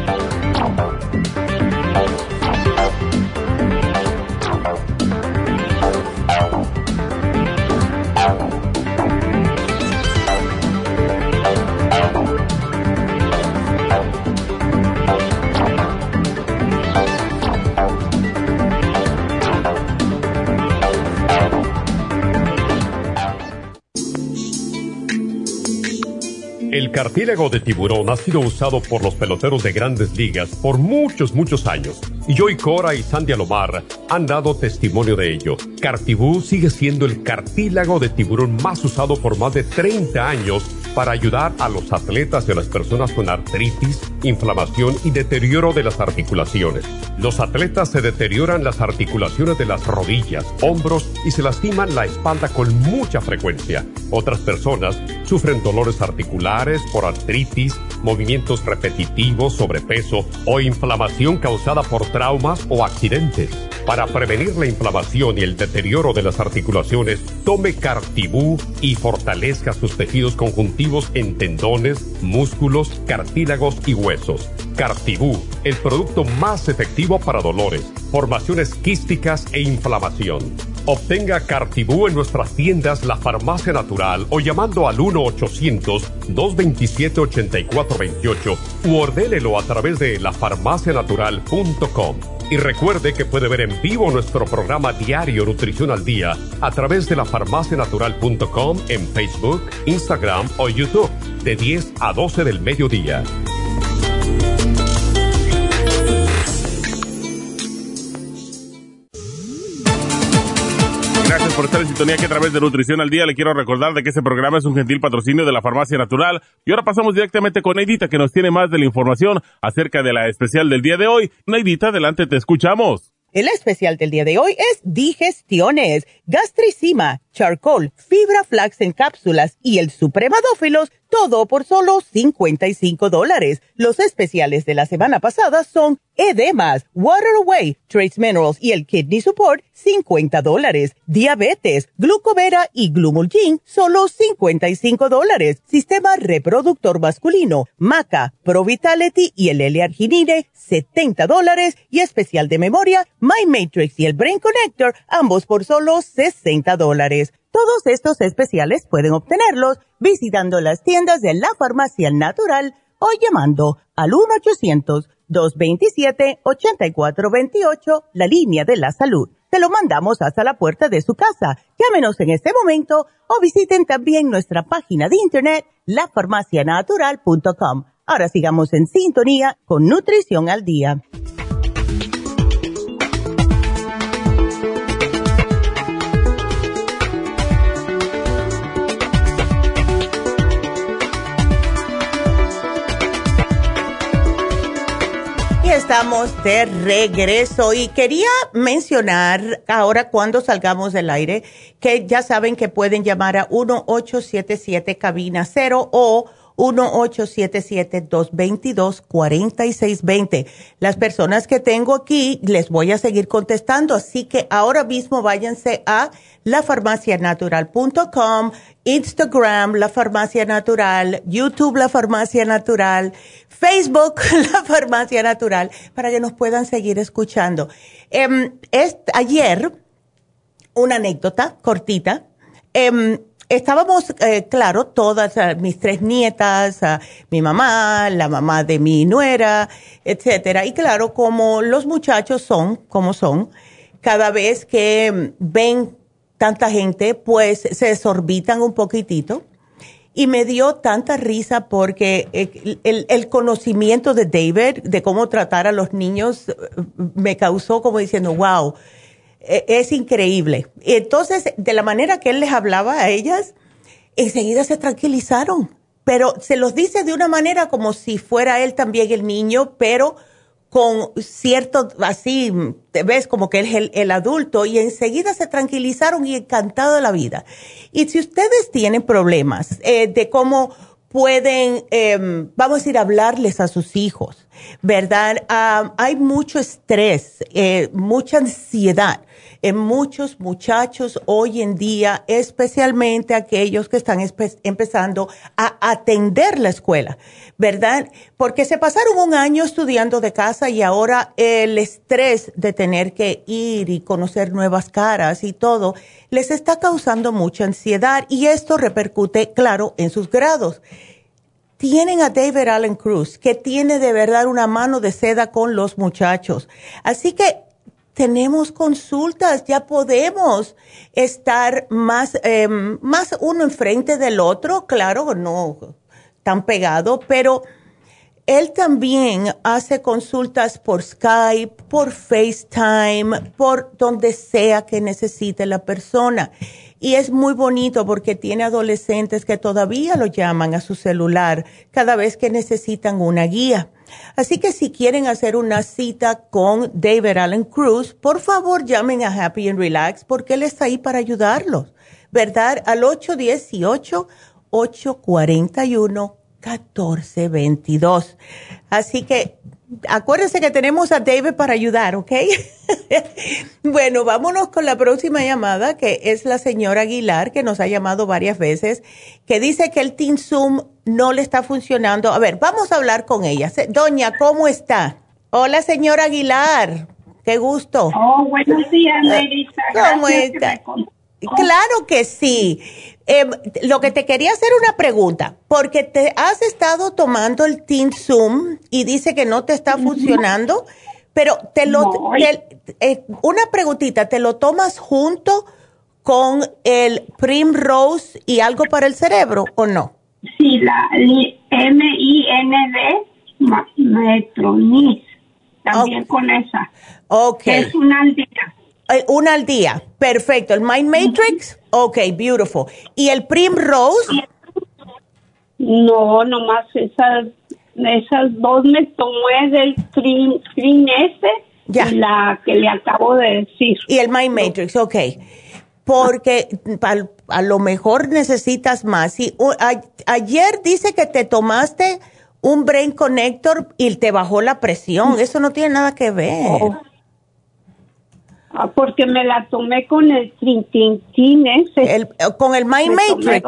El cartílago de tiburón ha sido usado por los peloteros de grandes ligas por muchos años. Y Joy Cora y Sandy Alomar han dado testimonio de ello. Cartibú sigue siendo el cartílago de tiburón más usado por más de 30 años para ayudar a los atletas y a las personas con artritis, inflamación y deterioro de las articulaciones. Los atletas se deterioran las articulaciones de las rodillas, hombros y se lastiman la espalda con mucha frecuencia. Otras personas sufren dolores articulares por artritis, movimientos repetitivos, sobrepeso o inflamación causada por traumas o accidentes. Para prevenir la inflamación y el deterioro de las articulaciones, tome Cartibú y fortalezca sus tejidos conjuntivos en tendones, músculos, cartílagos y huesos. Cartibú, el producto más efectivo para dolores, formaciones quísticas e inflamación. Obtenga Cartibú en nuestras tiendas La Farmacia Natural o llamando al 1-800-227-8428 u ordénelo a través de lafarmacianatural.com. Y recuerde que puede ver en vivo nuestro programa diario Nutrición al Día a través de lafarmacianatural.com en Facebook, Instagram o YouTube de 10 a 12 del mediodía. Gracias por estar en sintonía que a través de Nutrición al Día le quiero recordar de que este programa es un gentil patrocinio de la Farmacia Natural. Y ahora pasamos directamente con Neidita, que nos tiene más de la información acerca de la especial del día de hoy. Neidita, adelante, te escuchamos. El especial del día de hoy es digestiones, gastricima, charcoal, fibra flax en cápsulas y el supremadófilos, todo por solo $55. Los especiales de la semana pasada son edemas, water away, trace minerals y el kidney support, $50. Diabetes, glucovera y glumulgin, solo $55. Sistema reproductor masculino, maca, pro vitality y el L-arginine, $70. Y especial de memoria, My Matrix y el Brain Connector, ambos por solo $60. Todos estos especiales pueden obtenerlos visitando las tiendas de la Farmacia Natural o llamando al 1-800-227-8428, la línea de la salud. Te lo mandamos hasta la puerta de su casa. Llámenos en este momento o visiten también nuestra página de internet, lafarmacianatural.com. Ahora sigamos en sintonía con Nutrición al Día. Estamos de regreso y quería mencionar ahora cuando salgamos del aire que ya saben que pueden llamar a 1-877-CABINA-0 o 1-877-222-4620. Las personas que tengo aquí les voy a seguir contestando, así que ahora mismo váyanse a lafarmacianatural.com, Instagram La Farmacia Natural, YouTube La Farmacia Natural, Facebook La Farmacia Natural, para que nos puedan seguir escuchando. Ayer, una anécdota cortita. Estábamos, claro, todas mis 3 nietas, mi mamá, la mamá de mi nuera, etcétera. Y claro, como los muchachos son como son, cada vez que ven tanta gente, pues se desorbitan un poquitito. Y me dio tanta risa porque el conocimiento de David de cómo tratar a los niños me causó como diciendo, wow, es increíble. Entonces, de la manera que él les hablaba a ellas, enseguida se tranquilizaron. Pero se los dice de una manera como si fuera él también el niño, pero con cierto, así, ves, como que él es el adulto, y enseguida se tranquilizaron y encantados de la vida. Y si ustedes tienen problemas de cómo pueden, vamos a decir, hablarles a sus hijos, ¿verdad? Hay mucho estrés, mucha ansiedad en muchos muchachos hoy en día, especialmente aquellos que están empezando a atender la escuela, ¿verdad? Porque se pasaron un año estudiando de casa y ahora el estrés de tener que ir y conocer nuevas caras y todo les está causando mucha ansiedad y esto repercute, claro, en sus grados. Tienen a David Allen Cruz, que tiene de verdad una mano de seda con los muchachos. Así que tenemos consultas, ya podemos estar más uno enfrente del otro, claro, no tan pegado, pero él también hace consultas por Skype, por FaceTime, por donde sea que necesite la persona. Y es muy bonito porque tiene adolescentes que todavía lo llaman a su celular cada vez que necesitan una guía. Así que si quieren hacer una cita con David Allen Cruz, por favor llamen a Happy and Relax porque él está ahí para ayudarlos, ¿verdad? Al 818-841-1422. Así que acuérdense que tenemos a David para ayudar, ¿ok? Bueno, vámonos con la próxima llamada, que es la señora Aguilar, que nos ha llamado varias veces, que dice que el Teen Zoom no le está funcionando. A ver, vamos a hablar con ella. Doña, ¿cómo está? Hola, señora Aguilar. Qué gusto. Oh, buenos días, Nerissa. ¿Cómo está? Claro que sí. Lo que te quería hacer una pregunta, porque te has estado tomando el Teen Zoom y dice que no te está funcionando, pero una preguntita, ¿te lo tomas junto con el Primrose y algo para el cerebro o no? Sí, la MIND, Metronis, también con esa. Ok. Es una al día. Una al día, perfecto. ¿El Mind Matrix? Ok, beautiful. ¿Y el Primrose? No, nomás esas dos me tomé del Trin S y la que le acabo de decir. Y el Mind Matrix, ok. Porque a lo mejor necesitas más. Y ayer dice que te tomaste un Brain Connector y te bajó la presión. Eso no tiene nada que ver. Oh. Porque me la tomé con el Trintintin ese. ¿Con el Mind Matrix?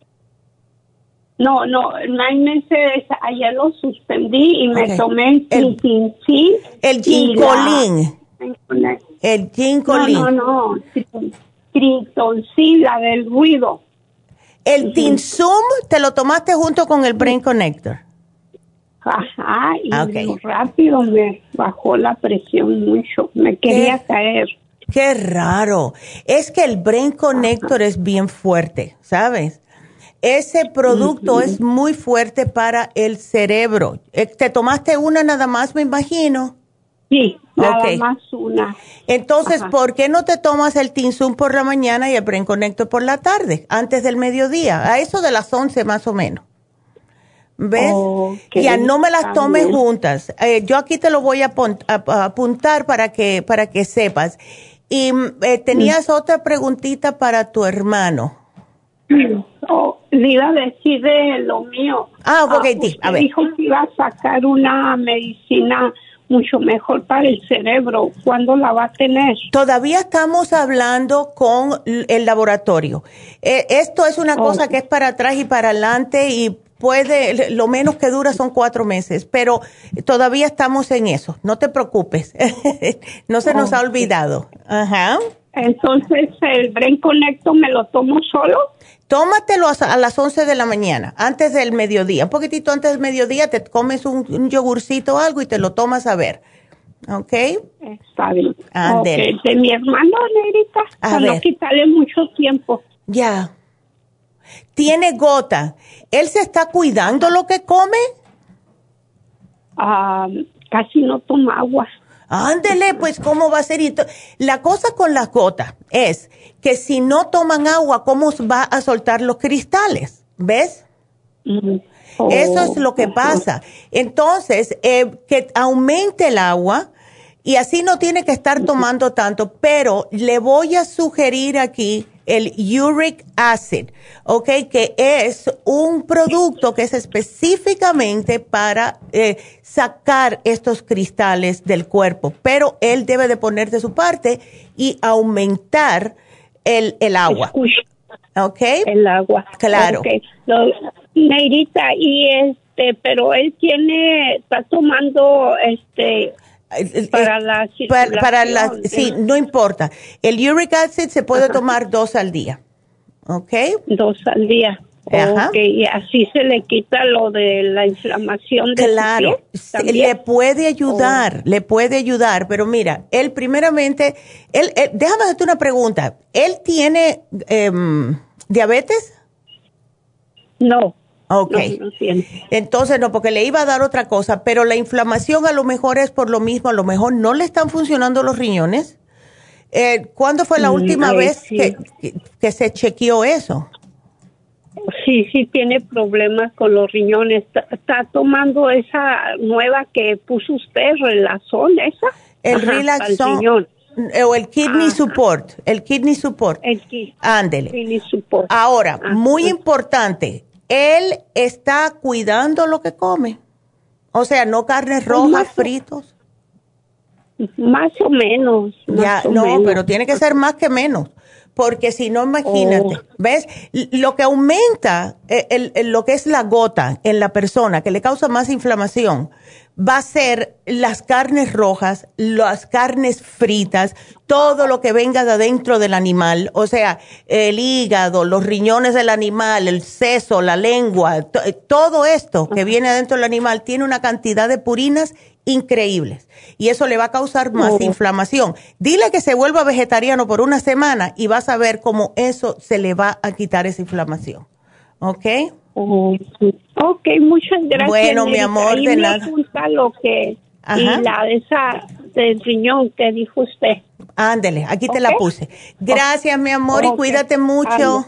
No, el Mind Matrix ayer lo suspendí y me tomé el Trintintin. El Ginkolin. El Ginkolin. No. Trintonsin, la del ruido. El Teen Zoom te lo tomaste junto con el Brain Connector. Ajá, y rápido me bajó la presión mucho, me quería caer. Qué raro, es que el Brain Connector es bien fuerte, ¿sabes? Ese producto es muy fuerte para el cerebro. ¿Te tomaste una nada más, me imagino? Sí, nada más una. Entonces, ¿por qué no te tomas el Teen Zoom por la mañana y el Brain Connector por la tarde, antes del mediodía, a eso de las 11 más o menos? ¿Ves? Ya no me las tomes juntas. Yo aquí te lo voy a apuntar para que sepas. Y tenías otra preguntita para tu hermano. Le iba a decir de lo mío. A ver. Dijo que iba a sacar una medicina mucho mejor para el cerebro. ¿Cuándo la va a tener? Todavía estamos hablando con el laboratorio. Esto es una cosa que es para atrás y para adelante y lo menos que dura son 4 meses, pero todavía estamos en eso. No te preocupes. No se nos ha olvidado. Ajá. Entonces, ¿el Brain Connector me lo tomo solo? Tómatelo a las 11 de la mañana, antes del mediodía. Un poquitito antes del mediodía te comes un yogurcito o algo y te lo tomas a ver. ¿Ok? Está bien. De mi hermano, Negrita, para no quitarle mucho tiempo. Ya. Tiene gota. ¿Él se está cuidando lo que come? Casi no toma agua. Ándele, pues, ¿cómo va a ser? La cosa con las gotas es que si no toman agua, ¿cómo va a soltar los cristales? ¿Ves? Eso es lo que pasa. Entonces, que aumente el agua y así no tiene que estar tomando tanto, pero le voy a sugerir aquí el uric acid, ¿ok? Que es un producto que es específicamente para sacar estos cristales del cuerpo, pero él debe de poner de su parte y aumentar el agua. ¿Ok? El agua. Claro. Okay. Neidita, pero él está tomando para la circulación. Sí, no importa. El uric acid se puede tomar 2 al día. ¿Ok? 2 al día. Ajá. Ok, y así se le quita lo de la inflamación de claro, su piel, le puede ayudar, pero mira, él primeramente, déjame hacerte una pregunta, ¿él tiene diabetes? No. Okay. No tiene. Entonces no, porque le iba a dar otra cosa, pero la inflamación a lo mejor es por lo mismo, a lo mejor no le están funcionando los riñones. ¿Cuándo fue la última vez que se chequeó eso? Sí, tiene problemas con los riñones. Está tomando esa nueva que puso usted, Relaxon, esa. El Relaxon. O el Kidney Support. El Kidney Support. Ándele. Kidney Support. Ahora, muy importante, él está cuidando lo que come. O sea, no carnes rojas, fritos. Más o menos. Pero tiene que ser más que menos. Porque si no, imagínate, ¿ves? Lo que aumenta lo que es la gota en la persona, que le causa más inflamación, va a ser las carnes rojas, las carnes fritas, todo lo que venga de adentro del animal, o sea, el hígado, los riñones del animal, el seso, la lengua, todo esto que viene adentro del animal tiene una cantidad de purinas increíbles y eso le va a causar más inflamación. Dile que se vuelva vegetariano por una semana y vas a ver cómo eso se le va a quitar esa inflamación. ¿Ok? Ok, muchas gracias. Bueno, mi amor, ahí de me nada. apunta lo que y la de esa del riñón que dijo usted. Ándele, aquí te la puse. Gracias, mi amor, y cuídate mucho.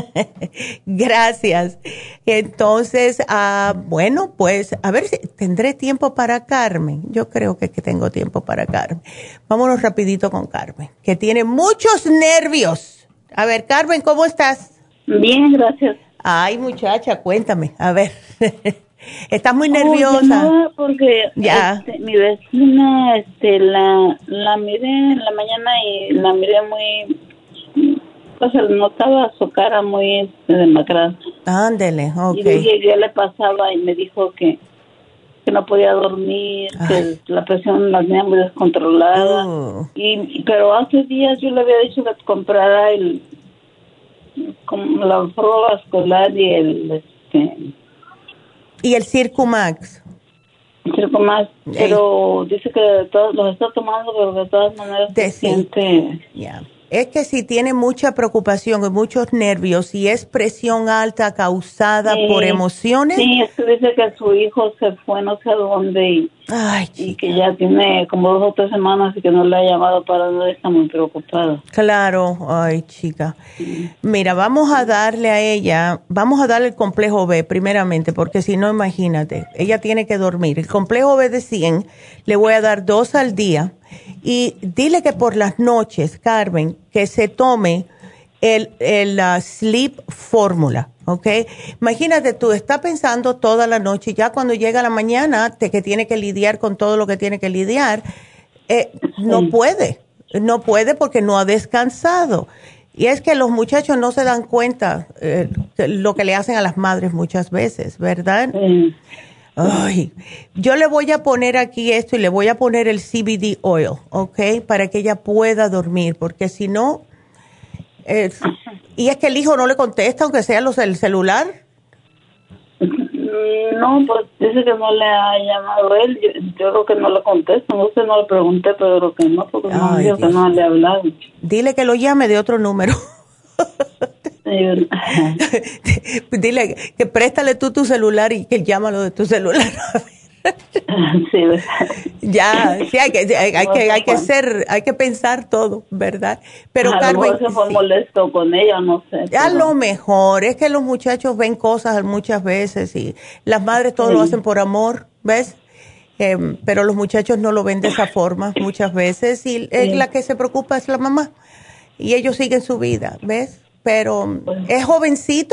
Gracias. Entonces, bueno, pues, a ver si tendré tiempo para Carmen. Yo creo que tengo tiempo para Carmen. Vámonos rapidito con Carmen, que tiene muchos nervios. A ver, Carmen, ¿cómo estás? Bien, gracias. Ay, muchacha, cuéntame, a ver. Estás muy nerviosa. No, porque mi vecina la miré en la mañana y la miré muy, pues se notaba su cara muy demacrada. Ándele, ok. Y dije, ¿qué le pasaba? Y me dijo que no podía dormir, que la presión la tenía muy descontrolada. Pero hace días yo le había dicho que comprara como la prueba escolar y el Circumax. Circumax, pero dice que los está tomando, pero de todas maneras se siente. Es que si tiene mucha preocupación y muchos nervios y es presión alta causada por emociones. Sí, es que dice que su hijo se fue no sé a dónde y que ya tiene como 2 o 3 semanas y que no le ha llamado para nada, está muy preocupada. Claro, ay chica. Mira, vamos a darle el complejo B primeramente, porque si no, imagínate, ella tiene que dormir. El complejo B de 100 le voy a dar 2 al día. Y dile que por las noches, Carmen, que se tome el Sleep Fórmula, ¿ok? Imagínate tú, está pensando toda la noche, ya cuando llega la mañana, que tiene que lidiar con todo lo que tiene que lidiar, no puede porque no ha descansado. Y es que los muchachos no se dan cuenta lo que le hacen a las madres muchas veces, ¿verdad? Ay, yo le voy a poner aquí esto y le voy a poner el CBD oil, ¿ok? Para que ella pueda dormir, porque si no, y es que el hijo no le contesta, aunque sea el celular. No, pues dice que no le ha llamado él, yo creo que no le contesta, no sé, no le pregunté, pero creo que no, porque no dijo que no le ha hablado. Dile que lo llame de otro número. Dile que préstale tú tu celular y que llámalo de tu celular. Sí, hay que pensar todo, ¿verdad? Pero Carmen, a lo mejor se fue molesto con ella, no sé. A lo mejor es que los muchachos ven cosas muchas veces y las madres todo lo hacen por amor, ¿ves? Pero los muchachos no lo ven de esa forma muchas veces y la que se preocupa es la mamá y ellos siguen su vida, ¿ves? pero ¿es jovencito?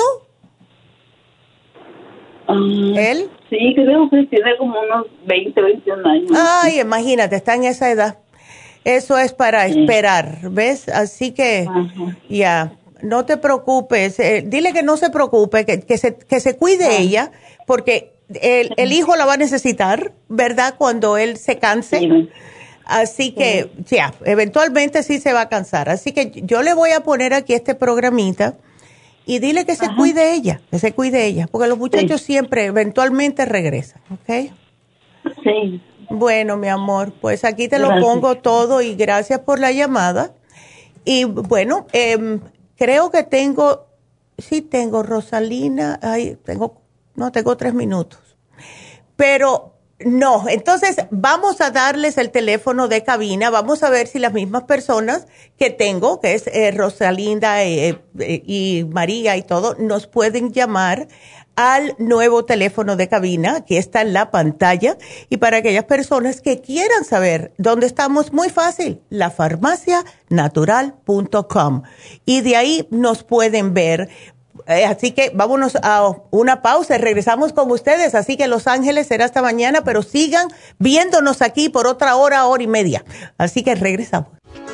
¿Él? Sí, creo que tiene como unos 20, 21 años. Ay, imagínate, está en esa edad. Eso es para esperar, ¿ves? Así que, ya, no te preocupes. Dile que no se preocupe, que se cuide ella, porque el hijo la va a necesitar, ¿verdad? Cuando él se canse. Sí. Así que, ya, eventualmente sí se va a cansar. Así que yo le voy a poner aquí este programita y dile que se cuide ella, porque los muchachos siempre eventualmente regresan, ¿ok? Sí. Bueno, mi amor, pues aquí te lo pongo todo y gracias por la llamada. Y bueno, creo que tengo Rosalina, tengo 3 minutos. Pero no, entonces vamos a darles el teléfono de cabina, vamos a ver si las mismas personas que tengo, que es Rosalinda y María y todo, nos pueden llamar al nuevo teléfono de cabina, aquí está en la pantalla, y para aquellas personas que quieran saber dónde estamos, muy fácil, lafarmacianatural.com, y de ahí nos pueden ver. Así que vámonos a una pausa y regresamos con ustedes. Así que Los Ángeles será hasta mañana, pero sigan viéndonos aquí por otra hora y media. Así que regresamos.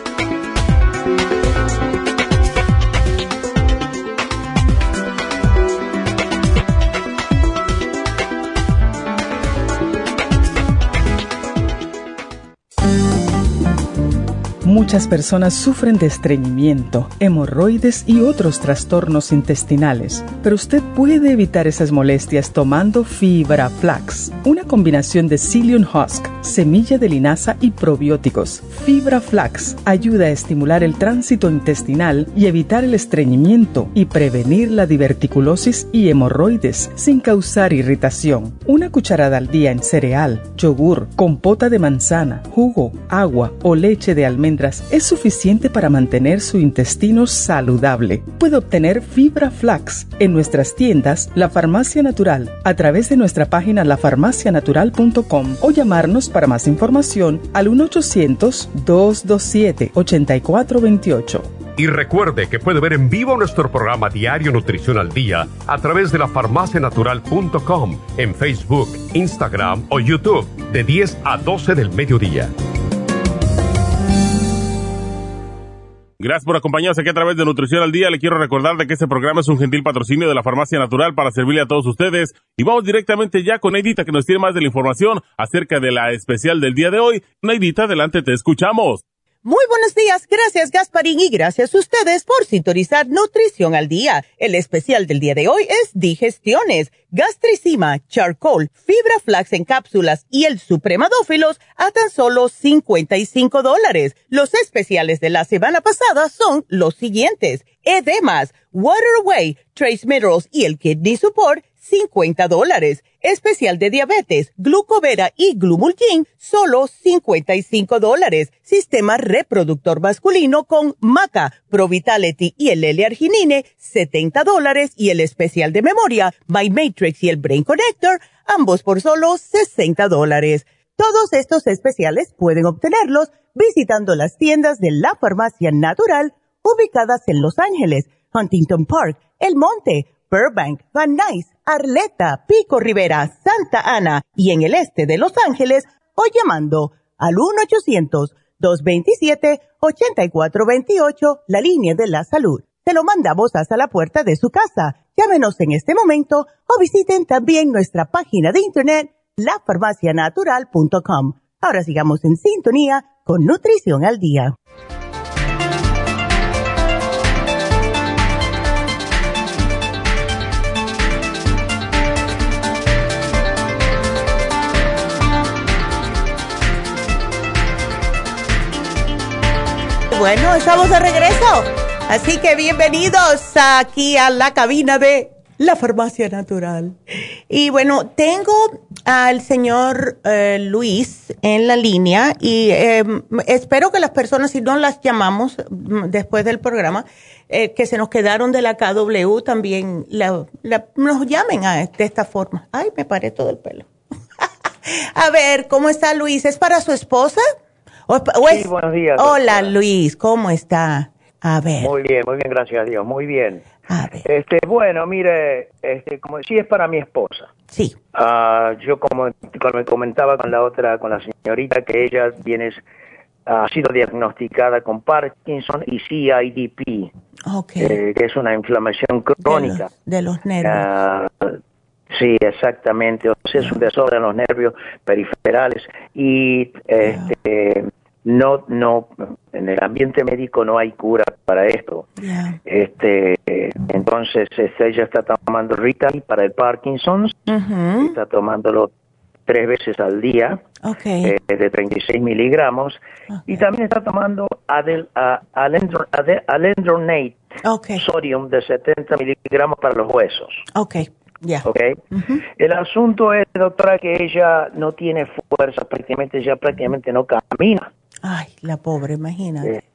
Muchas personas sufren de estreñimiento, hemorroides y otros trastornos intestinales, pero usted puede evitar esas molestias tomando Fibra Flax, una combinación de psyllium husk, semilla de linaza y probióticos. Fibra Flax ayuda a estimular el tránsito intestinal y evitar el estreñimiento y prevenir la diverticulosis y hemorroides sin causar irritación. Una cucharada al día en cereal, yogur, compota de manzana, jugo, agua o leche de almendras es suficiente para mantener su intestino saludable. Puede obtener Fibra Flax en nuestras tiendas La Farmacia Natural a través de nuestra página lafarmacianatural.com o llamarnos para más información al 1-800-227-8428. Y recuerde que puede ver en vivo nuestro programa Diario Nutrición al Día a través de lafarmacianatural.com en Facebook, Instagram o YouTube de 10 a 12 del mediodía. Gracias por acompañarnos aquí a través de Nutrición al Día. Le quiero recordar de que este programa es un gentil patrocinio de la Farmacia Natural para servirle a todos ustedes. Y vamos directamente ya con Neidita, que nos tiene más de la información acerca de la especial del día de hoy. Neidita, adelante, te escuchamos. Muy buenos días, gracias Gasparín y gracias a ustedes por sintonizar Nutrición al Día. El especial del día de hoy es Digestiones, Gastricima, Charcoal, Fibra Flax en cápsulas y el Supremadófilos a tan solo $55. Los especiales de la semana pasada son los siguientes: Edemas, Water Away, Trace Minerals y el Kidney Support, $50. Especial de diabetes, Glucovera y Glumulgin, solo $55. Sistema reproductor masculino con Maca, Pro Vitality y el L-Arginine, $70. Y el especial de memoria, My Matrix y el Brain Connector, ambos por solo $60. Todos estos especiales pueden obtenerlos visitando las tiendas de la Farmacia Natural ubicadas en Los Ángeles, Huntington Park, El Monte, Burbank, Van Nuys, Arleta, Pico Rivera, Santa Ana y en el este de Los Ángeles, o llamando al 1-800-227-8428, la línea de la salud. Se lo mandamos hasta la puerta de su casa. Llámenos en este momento o visiten también nuestra página de internet, lafarmacianatural.com. Ahora sigamos en sintonía con Nutrición al Día. Bueno, estamos de regreso, así que bienvenidos aquí a la cabina de la Farmacia Natural. Y bueno, tengo al señor Luis en la línea y espero que las personas, si no las llamamos después del programa, que se nos quedaron de la KW también nos llamen de esta forma. Ay, me paré todo el pelo. A ver, ¿cómo está Luis? ¿Es para su esposa? Sí, buenos días. Hola, Luis, ¿cómo está? A ver. Muy bien, gracias a Dios, muy bien. A ver. Bueno, mire, como decía, es para mi esposa. Sí. Yo como me comentaba con la señorita, que ella ha sido diagnosticada con Parkinson y CIDP, que es una inflamación crónica. De los nervios. Sí, exactamente. O sea, es un desorden en los nervios periferales y no, en el ambiente médico no hay cura para esto. Entonces ella está tomando Ritalin para el Parkinson, está tomándolo 3 veces al día, de 36 miligramos, y también está tomando alendronate, sodium de 70 miligramos para los huesos. El asunto es, doctora, que ella no tiene fuerza, prácticamente no camina. Ay, la pobre, imagínate.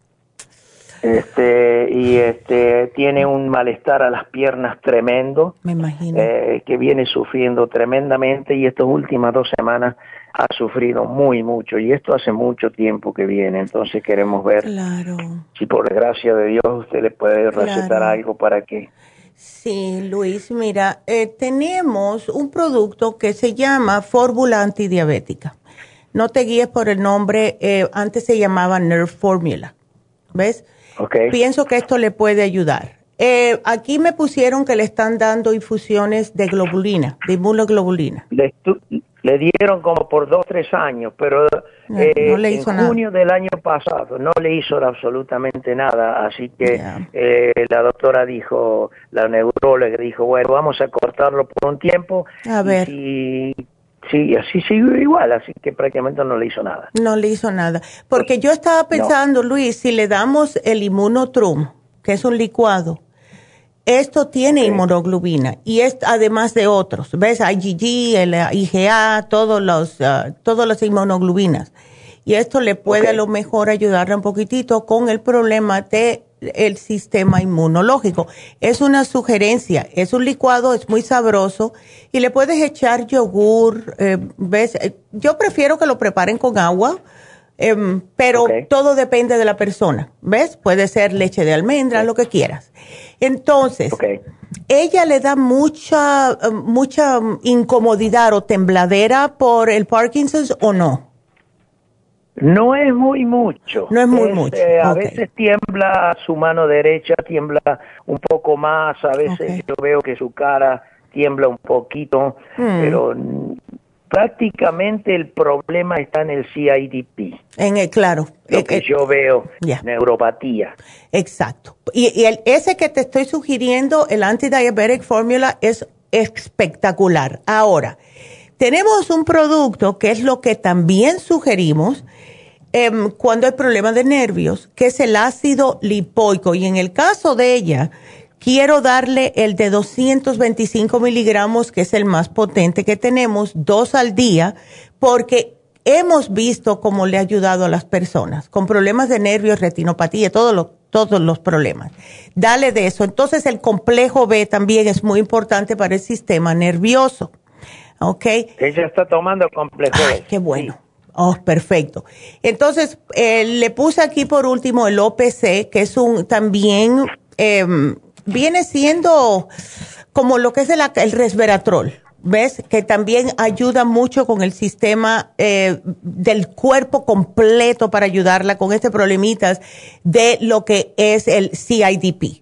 Tiene un malestar a las piernas tremendo. Me imagino. Que viene sufriendo tremendamente, y estas últimas 2 semanas ha sufrido muy mucho, y esto hace mucho tiempo que viene. Entonces queremos ver si por gracia de Dios usted le puede recetar algo para que... Sí, Luis, mira, tenemos un producto que se llama fórmula antidiabética. No te guíes por el nombre, antes se llamaba Nerve Formula, ¿ves? Pienso que esto le puede ayudar. Aquí me pusieron que le están dando infusiones de globulina, de inmunoglobulina. Le dieron como por 2 o 3 años, pero no le hizo en junio del año pasado no le hizo absolutamente nada, así que la doctora dijo, la neuróloga dijo, bueno, vamos a cortarlo por un tiempo. A ver. Sí, así siguió igual, así que prácticamente no le hizo nada. No le hizo nada, porque yo estaba pensando, Luis, si le damos el Immunotrum, que es un licuado, esto tiene inmunoglobina y es además de otros, ¿ves? IgG, el IgA, todas las inmunoglobinas. Y esto le puede a lo mejor ayudarle un poquitito con el problema de el sistema inmunológico. Es una sugerencia, es un licuado, es muy sabroso y le puedes echar yogur, ¿ves? Yo prefiero que lo preparen con agua, pero todo depende de la persona, ¿ves? Puede ser leche de almendra, lo que quieras. Entonces, ella le da mucha incomodidad o tembladera por el Parkinson's, ¿o no? No es muy mucho. No es muy mucho. A veces tiembla su mano derecha, tiembla un poco más, a veces yo veo que su cara tiembla un poquito, pero prácticamente el problema está en el CIDP. Claro. Lo que yo veo, neuropatía. Exacto. Y ese que te estoy sugiriendo, el Antidiabetic Formula, es espectacular. Ahora, tenemos un producto que es lo que también sugerimos cuando hay problemas de nervios, que es el ácido lipoico. Y en el caso de ella, quiero darle el de 225 miligramos, que es el más potente que tenemos, 2 al día, porque hemos visto cómo le ha ayudado a las personas con problemas de nervios, retinopatía, todos los problemas. Dale de eso. Entonces, el complejo B también es muy importante para el sistema nervioso. Ella está tomando complejo B. Ay, qué bueno. Sí. Oh, perfecto. Entonces, le puse aquí por último el OPC, que es también viene siendo como lo que es el resveratrol, ¿ves? Que también ayuda mucho con el sistema del cuerpo completo para ayudarla con este problemitas de lo que es el CIDP.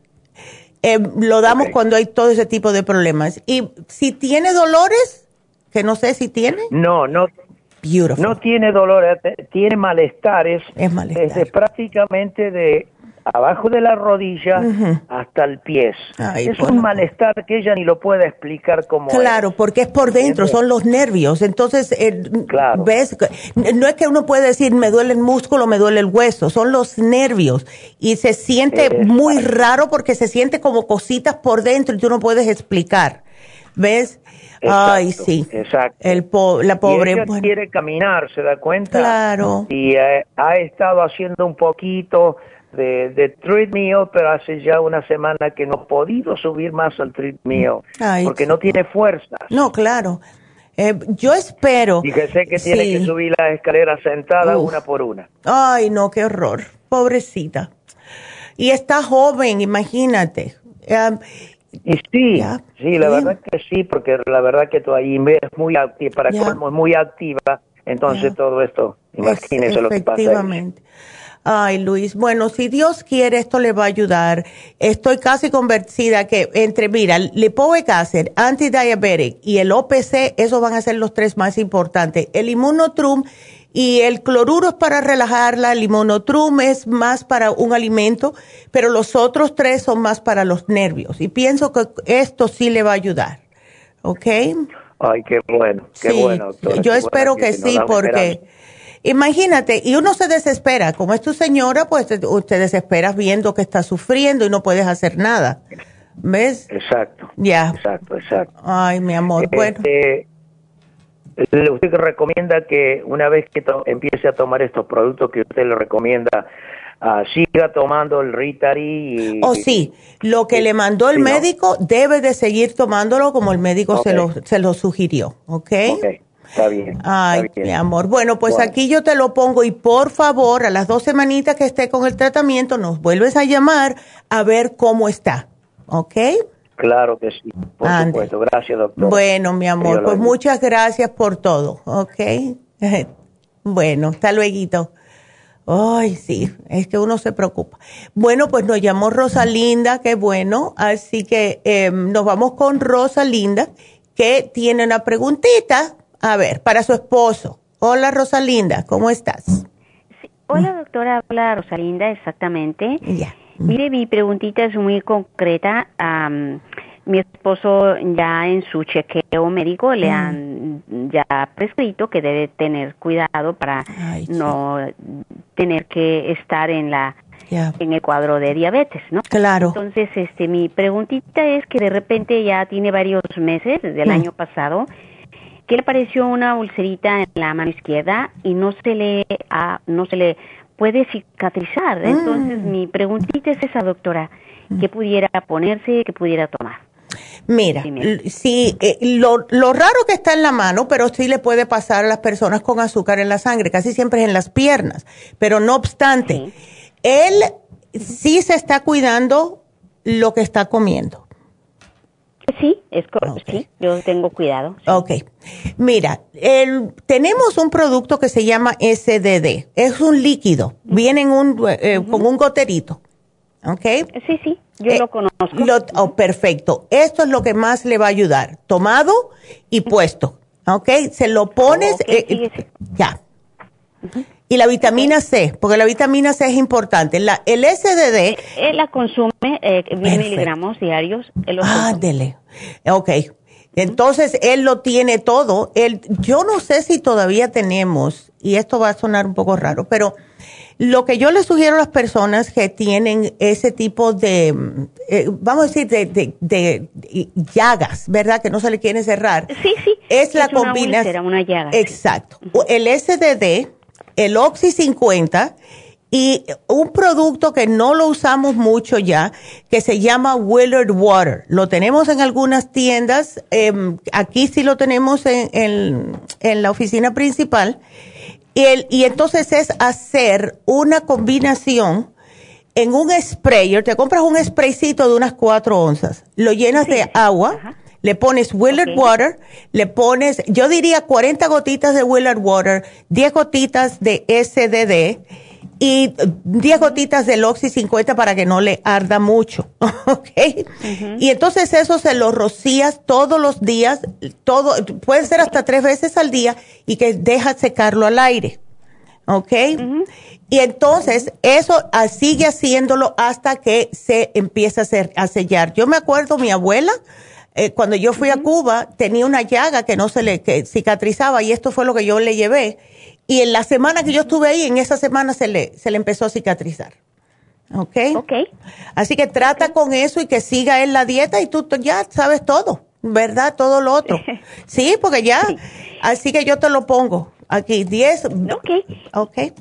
Lo damos cuando hay todo ese tipo de problemas. Y si tiene dolores, que no sé si tiene. No. Beautiful. No tiene dolores, tiene malestares. Es malestar. Desde prácticamente de abajo de la rodilla hasta el pie. Es un malestar que ella ni lo puede explicar cómo Claro, porque es por dentro, son los nervios. Entonces, ¿ves? No es que uno puede decir, me duele el músculo, me duele el hueso, son los nervios. Y se siente muy raro porque se siente como cositas por dentro y tú no puedes explicar. ¿Ves? Exacto, ay, sí. Exacto. La pobre. Y ella quiere caminar, ¿se da cuenta? Claro. Y ha estado haciendo un poquito de treadmill, pero hace ya una semana que no ha podido subir más al treadmill porque no tiene fuerzas. No, claro. Yo espero. Fíjese que tiene que subir las escaleras sentada una por una. Ay, no, qué horror. Pobrecita. Y está joven, imagínate. Y sí, la verdad que sí, porque la verdad que ahí es muy activa, para colmo es muy activa, entonces todo esto, imagínese lo que pasa. Efectivamente. Ay, Luis, bueno, si Dios quiere, esto le va a ayudar. Estoy casi convencida que mira, Lipoic Acid, Antidiabetic y el OPC, esos van a ser los 3 más importantes. El Immunotrum y el cloruro es para relajarla, el Immunotrum es más para un alimento, pero los otros 3 son más para los nervios. Y pienso que esto sí le va a ayudar, ¿ok? Ay, qué bueno, doctora. Yo espero que sí, porque imagínate, y uno se desespera, como es tu señora, pues te desesperas viendo que está sufriendo y no puedes hacer nada, ¿ves? Exacto. Ya. Exacto. Ay, mi amor, bueno. Usted recomienda que una vez que empiece a tomar estos productos que usted le recomienda, siga tomando el Ritari. Sí, lo que le mandó el médico debe de seguir tomándolo como el médico se lo sugirió, ¿ok? Está bien. Ay, está bien. Mi amor. Bueno, pues aquí yo te lo pongo y por favor, a las 2 semanitas que esté con el tratamiento, nos vuelves a llamar a ver cómo está, ¿ok? Claro que sí, por supuesto. Gracias, doctor. Bueno, mi amor, pues muchas gracias por todo, ¿ok? Bueno, hasta luego. Ay, sí, es que uno se preocupa. Bueno, pues nos llamó Rosalinda, qué bueno. Así que nos vamos con Rosalinda, que tiene una preguntita, a ver, para su esposo. Hola, Rosalinda, ¿cómo estás? Sí. Hola, doctora, habla Rosalinda, exactamente. Mire, mi preguntita es muy concreta. Mi esposo ya en su chequeo médico le han ya prescrito que debe tener cuidado para no tener que estar en el cuadro de diabetes, ¿no? Claro. Entonces, mi preguntita es que de repente ya tiene varios meses, desde el año pasado, que le apareció una ulcerita en la mano izquierda y no se le puede cicatrizar. Entonces, mi preguntita es esa, doctora, ¿qué pudiera ponerse, qué pudiera tomar? Mira, sí, lo raro que está en la mano, pero sí le puede pasar a las personas con azúcar en la sangre, casi siempre es en las piernas, pero no obstante, él sí se está cuidando lo que está comiendo. Sí, es correcto, sí, yo tengo cuidado. Sí. Ok, mira, tenemos un producto que se llama SDD, es un líquido, viene con un goterito, ¿ok? Sí, yo lo conozco. Perfecto, esto es lo que más le va a ayudar, tomado y puesto, ¿ok? Se lo pones, ya. Y la vitamina C, porque la vitamina C es importante. El SDD... Él la consume 1000 miligramos diarios. Dele. Ok. Entonces, él lo tiene todo. Yo no sé si todavía tenemos, y esto va a sonar un poco raro, pero lo que yo le sugiero a las personas que tienen ese tipo de, vamos a decir, de llagas, ¿verdad? Que no se le quieren cerrar. Sí. Es la combinación. Una llaga. Exacto. El SDD, el Oxy 50 y un producto que no lo usamos mucho ya, que se llama Willard Water. Lo tenemos en algunas tiendas, aquí sí lo tenemos en la oficina principal. Y entonces es hacer una combinación en un sprayer. Te compras un spraycito de unas 4 onzas, lo llenas de agua, le pones Willard Water, le pones, yo diría 40 gotitas de Willard Water, 10 gotitas de SDD y 10 gotitas del Oxy 50 para que no le arda mucho, ¿ok? Y entonces eso se lo rocías todos los días, puede ser hasta 3 veces al día y que dejas secarlo al aire, ¿ok? Y entonces eso sigue haciéndolo hasta que se empieza a sellar. Yo me acuerdo, mi abuela, cuando yo fui a Cuba, tenía una llaga que no que cicatrizaba y esto fue lo que yo le llevé. Y en la semana que yo estuve ahí, en esa semana se le empezó a cicatrizar. ¿Ok? Así que trata con eso y que siga en la dieta y tú ya sabes todo, ¿verdad? Todo lo otro. Sí, porque ya, así que yo te lo pongo aquí, 10. Ok.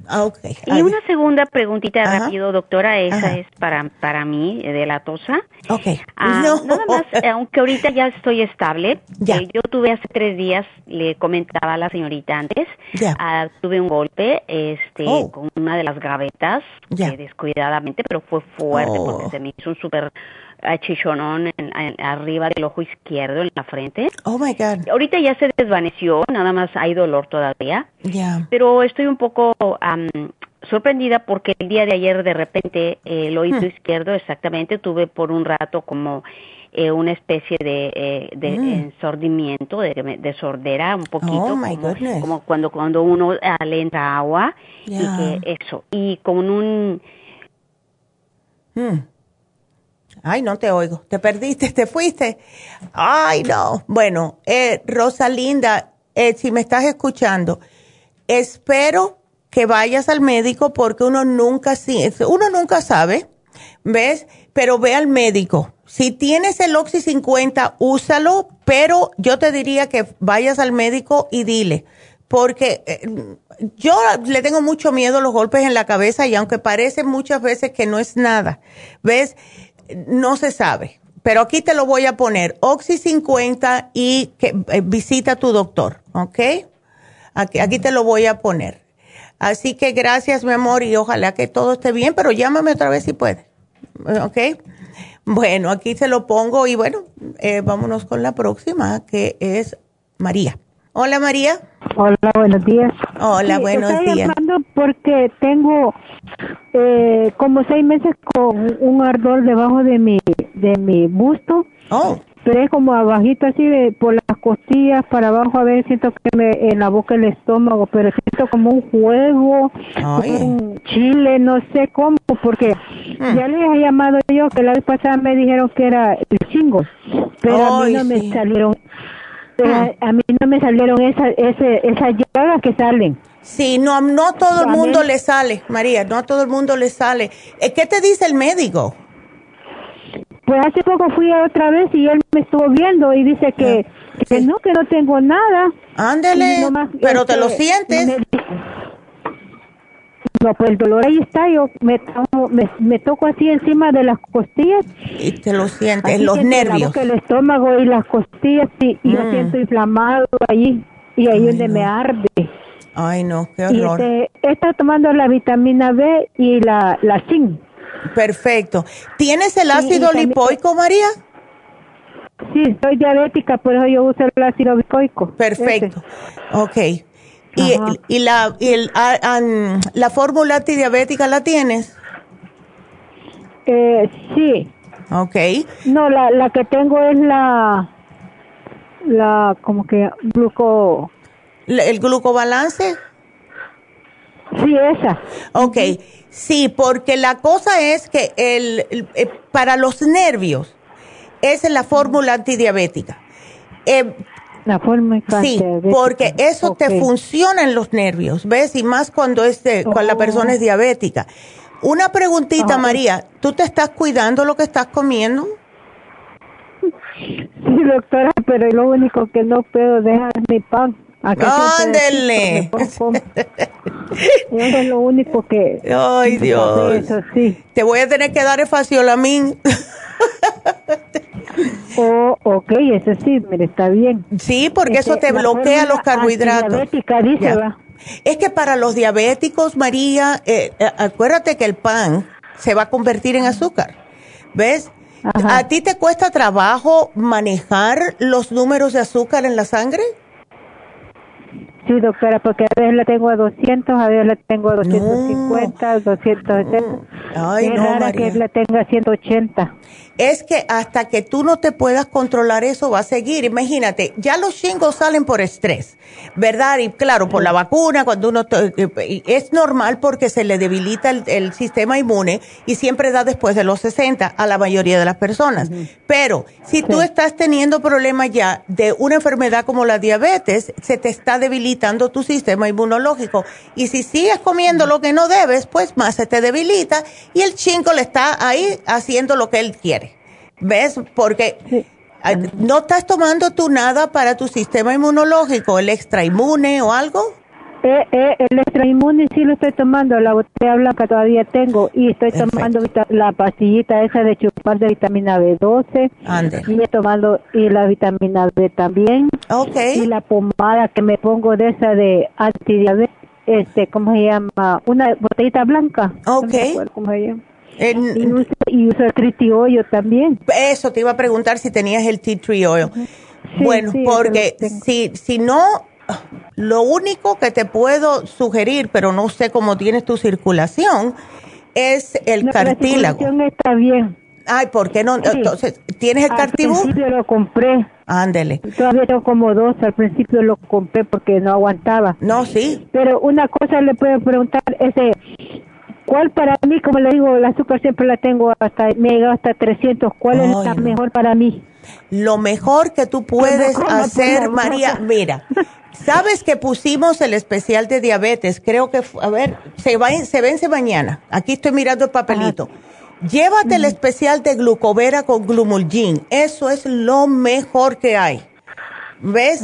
Okay. Y una segunda preguntita rápido, doctora, esa es para mí, de la tosa. Okay. Nada más, aunque ahorita ya estoy estable, yo tuve hace 3 días, le comentaba a la señorita antes, tuve un golpe con una de las gavetas, descuidadamente, pero fue fuerte porque se me hizo un súper chichonón arriba del ojo izquierdo, en la frente. Oh my God. Ahorita ya se desvaneció, nada más hay dolor todavía. Pero estoy un poco sorprendida porque el día de ayer de repente el oído izquierdo exactamente tuve por un rato como una especie de ensordimiento, de sordera un poquito, como cuando uno le entra agua y con un Ay, no te oigo. Te perdiste, te fuiste. Ay, no. Bueno, Rosalinda, si me estás escuchando, espero que vayas al médico porque uno nunca sabe, ¿ves? Pero ve al médico. Si tienes el Oxy 50, úsalo, pero yo te diría que vayas al médico y dile, porque yo le tengo mucho miedo a los golpes en la cabeza y aunque parece muchas veces que no es nada, ¿ves? No se sabe, pero aquí te lo voy a poner, Oxy 50 y que visita a tu doctor, ¿ok? Aquí te lo voy a poner. Así que gracias, mi amor, y ojalá que todo esté bien, pero llámame otra vez si puedes, ¿ok? Bueno, aquí se lo pongo y bueno, vámonos con la próxima, que es María. Hola, María. Hola, buenos días. Hola, buenos días. Estoy llamando porque tengo como 6 meses con un ardor debajo de mi busto. Pero es como abajito así por las costillas para abajo, a ver, siento que en la boca el estómago, pero siento como un juego, un chile, no sé cómo, porque ya les he llamado yo, que la vez pasada me dijeron que era el chingo, pero a mí no me salieron. A mí no me salieron esas llagas que salen. Sí, no todo el mundo le sale, María, no a todo el mundo le sale. ¿Qué te dice el médico? Pues hace poco fui otra vez y él me estuvo viendo y dice que no tengo nada. Ándele, pero te lo sientes. No, pues el dolor ahí está, yo me toco así encima de las costillas. Y te lo sientes, en los nervios. El estómago y las costillas, y yo siento inflamado ahí, y ahí donde me arde. Ay, no, qué horror. Y está tomando la vitamina B y la zinc. Perfecto. ¿Tienes el ácido lipoico, María? Sí, soy diabética, por eso yo uso el ácido lipoico. Perfecto. Okay. ¿Y la fórmula antidiabética la tienes? Sí. Okay. No, la que tengo es la como que ¿el glucobalance? Sí, esa. Okay. Sí, porque la cosa es que para los nervios es la fórmula antidiabética. La fórmula antidiabética. Sí, porque eso te funciona en los nervios, ¿ves? Y más cuando la persona es diabética. Una preguntita, María, ¿tú te estás cuidando lo que estás comiendo? Sí, doctora, pero lo único que no puedo dejar es mi pan. ¡Ándele! Eso es lo único que... ¡Ay, Dios! Eso sí. Te voy a tener que dar el Faciolamin. Ok, eso sí, mire, está bien. Sí, porque eso te bloquea los carbohidratos. Dice, va. Es que para los diabéticos, María, acuérdate que el pan se va a convertir en azúcar. ¿Ves? Ajá. ¿A ti te cuesta trabajo manejar los números de azúcar en la sangre? Sí, doctora, porque a veces la tengo a 200, a veces la tengo a 250, 270. Ay, es rara que la tenga a 180. Es que hasta que tú no te puedas controlar eso va a seguir. Imagínate, ya los shingles salen por estrés, ¿verdad? Y claro, por la vacuna, cuando uno... es normal porque se le debilita el sistema inmune y siempre da después de los 60 a la mayoría de las personas. Pero si tú estás teniendo problemas ya de una enfermedad como la diabetes, se te está debilitando tu sistema inmunológico. Y si sigues comiendo lo que no debes, pues más se te debilita y el shingle está ahí haciendo lo que él quiere. ¿Ves? Porque ¿no estás tomando tú nada para tu sistema inmunológico, el extra inmune o algo? El extra inmune sí lo estoy tomando, la botella blanca todavía tengo y estoy tomando la pastillita esa de chupar de vitamina B12. Y estoy tomando y la vitamina B también. Okay. Y la pomada que me pongo de esa de antidiabetes, ¿cómo se llama? Una botellita blanca. Okay. No ¿cómo se llama? Y uso el tea tree oil también. Eso te iba a preguntar si tenías el tea tree oil. Sí, bueno, sí, porque si no, lo único que te puedo sugerir, pero no sé cómo tienes tu circulación, es el cartílago. La circulación está bien. Ay, ¿por qué no? Sí. Entonces, ¿tienes el cartibú? Al principio lo compré. Ándele. Todavía tengo como 2. Al principio lo compré porque no aguantaba. No, sí. Pero una cosa le puedo preguntar, ¿cuál para mí? Como le digo, el azúcar siempre la tengo me llegado hasta 300. ¿Cuál es la mejor para mí? Lo mejor que tú puedes hacer, María, mira, sabes que pusimos el especial de diabetes, creo que, a ver, se vence mañana. Aquí estoy mirando el papelito. Llévate el especial de glucovera con glumulgin, eso es lo mejor que hay. ¿Ves?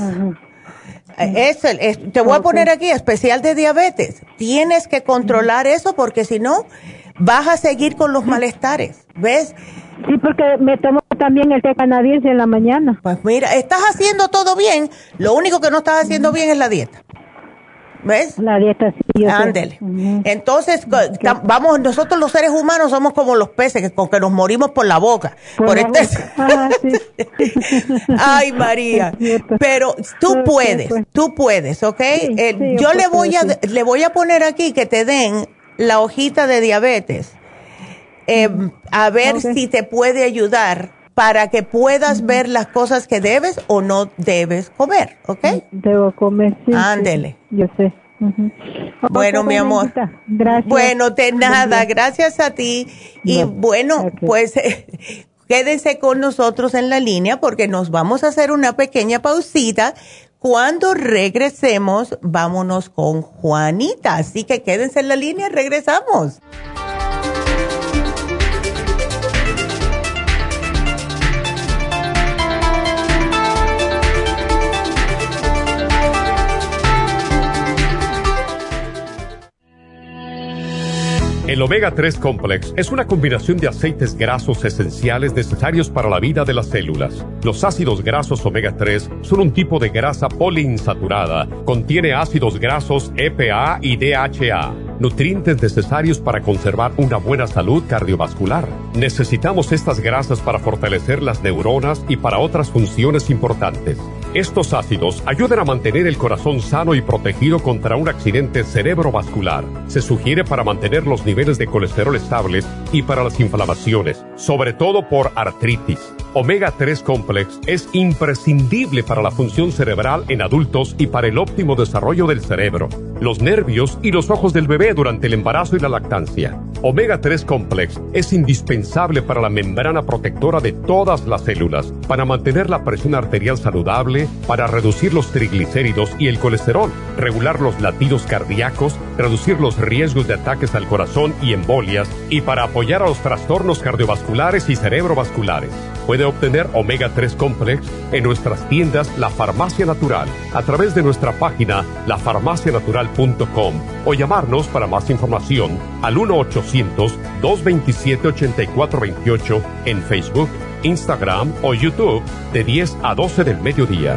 Te voy a poner aquí, especial de diabetes. Tienes que controlar eso porque si no, vas a seguir con los malestares. ¿Ves? Sí, porque me tomo también el té canadiense en la mañana. Pues mira, estás haciendo todo bien. Lo único que no estás haciendo bien es la dieta. ¿Ves? La dieta, sí. Ándele. Entonces, vamos, nosotros los seres humanos somos como los peces, con que nos morimos por la boca. Sí. Ay, María. Pero tú puedes, ¿ok? Sí, yo le voy a poner aquí que te den la hojita de diabetes. A ver si te puede ayudar para que puedas ver las cosas que debes o no debes comer, ¿ok? Debo comer, sí. Ándele. Sí, yo sé. Bueno, mi amor. Gracias. Bueno, de nada, gracias a ti. Y bueno, pues quédense con nosotros en la línea porque nos vamos a hacer una pequeña pausita. Cuando regresemos, vámonos con Juanita. Así que quédense en la línea, regresamos. El Omega 3 Complex es una combinación de aceites grasos esenciales necesarios para la vida de las células. Los ácidos grasos Omega 3 son un tipo de grasa poliinsaturada. Contiene ácidos grasos EPA y DHA, nutrientes necesarios para conservar una buena salud cardiovascular. Necesitamos estas grasas para fortalecer las neuronas y para otras funciones importantes. Estos ácidos ayudan a mantener el corazón sano y protegido contra un accidente cerebrovascular. Se sugiere para mantener los niveles de colesterol estables y para las inflamaciones, sobre todo por artritis. Omega 3 Complex es imprescindible para la función cerebral en adultos y para el óptimo desarrollo del cerebro, los nervios y los ojos del bebé durante el embarazo y la lactancia. Omega 3 Complex es indispensable para la membrana protectora de todas las células, para mantener la presión arterial saludable, para reducir los triglicéridos y el colesterol, regular los latidos cardíacos, reducir los riesgos de ataques al corazón y embolias, y para apoyar a los trastornos cardiovasculares y cerebrovasculares. Puede obtener Omega 3 Complex en nuestras tiendas La Farmacia Natural, a través de nuestra página lafarmacianatural.com o llamarnos para más información al 1-800-227-8428 en Facebook, Instagram o YouTube de 10 a 12 del mediodía.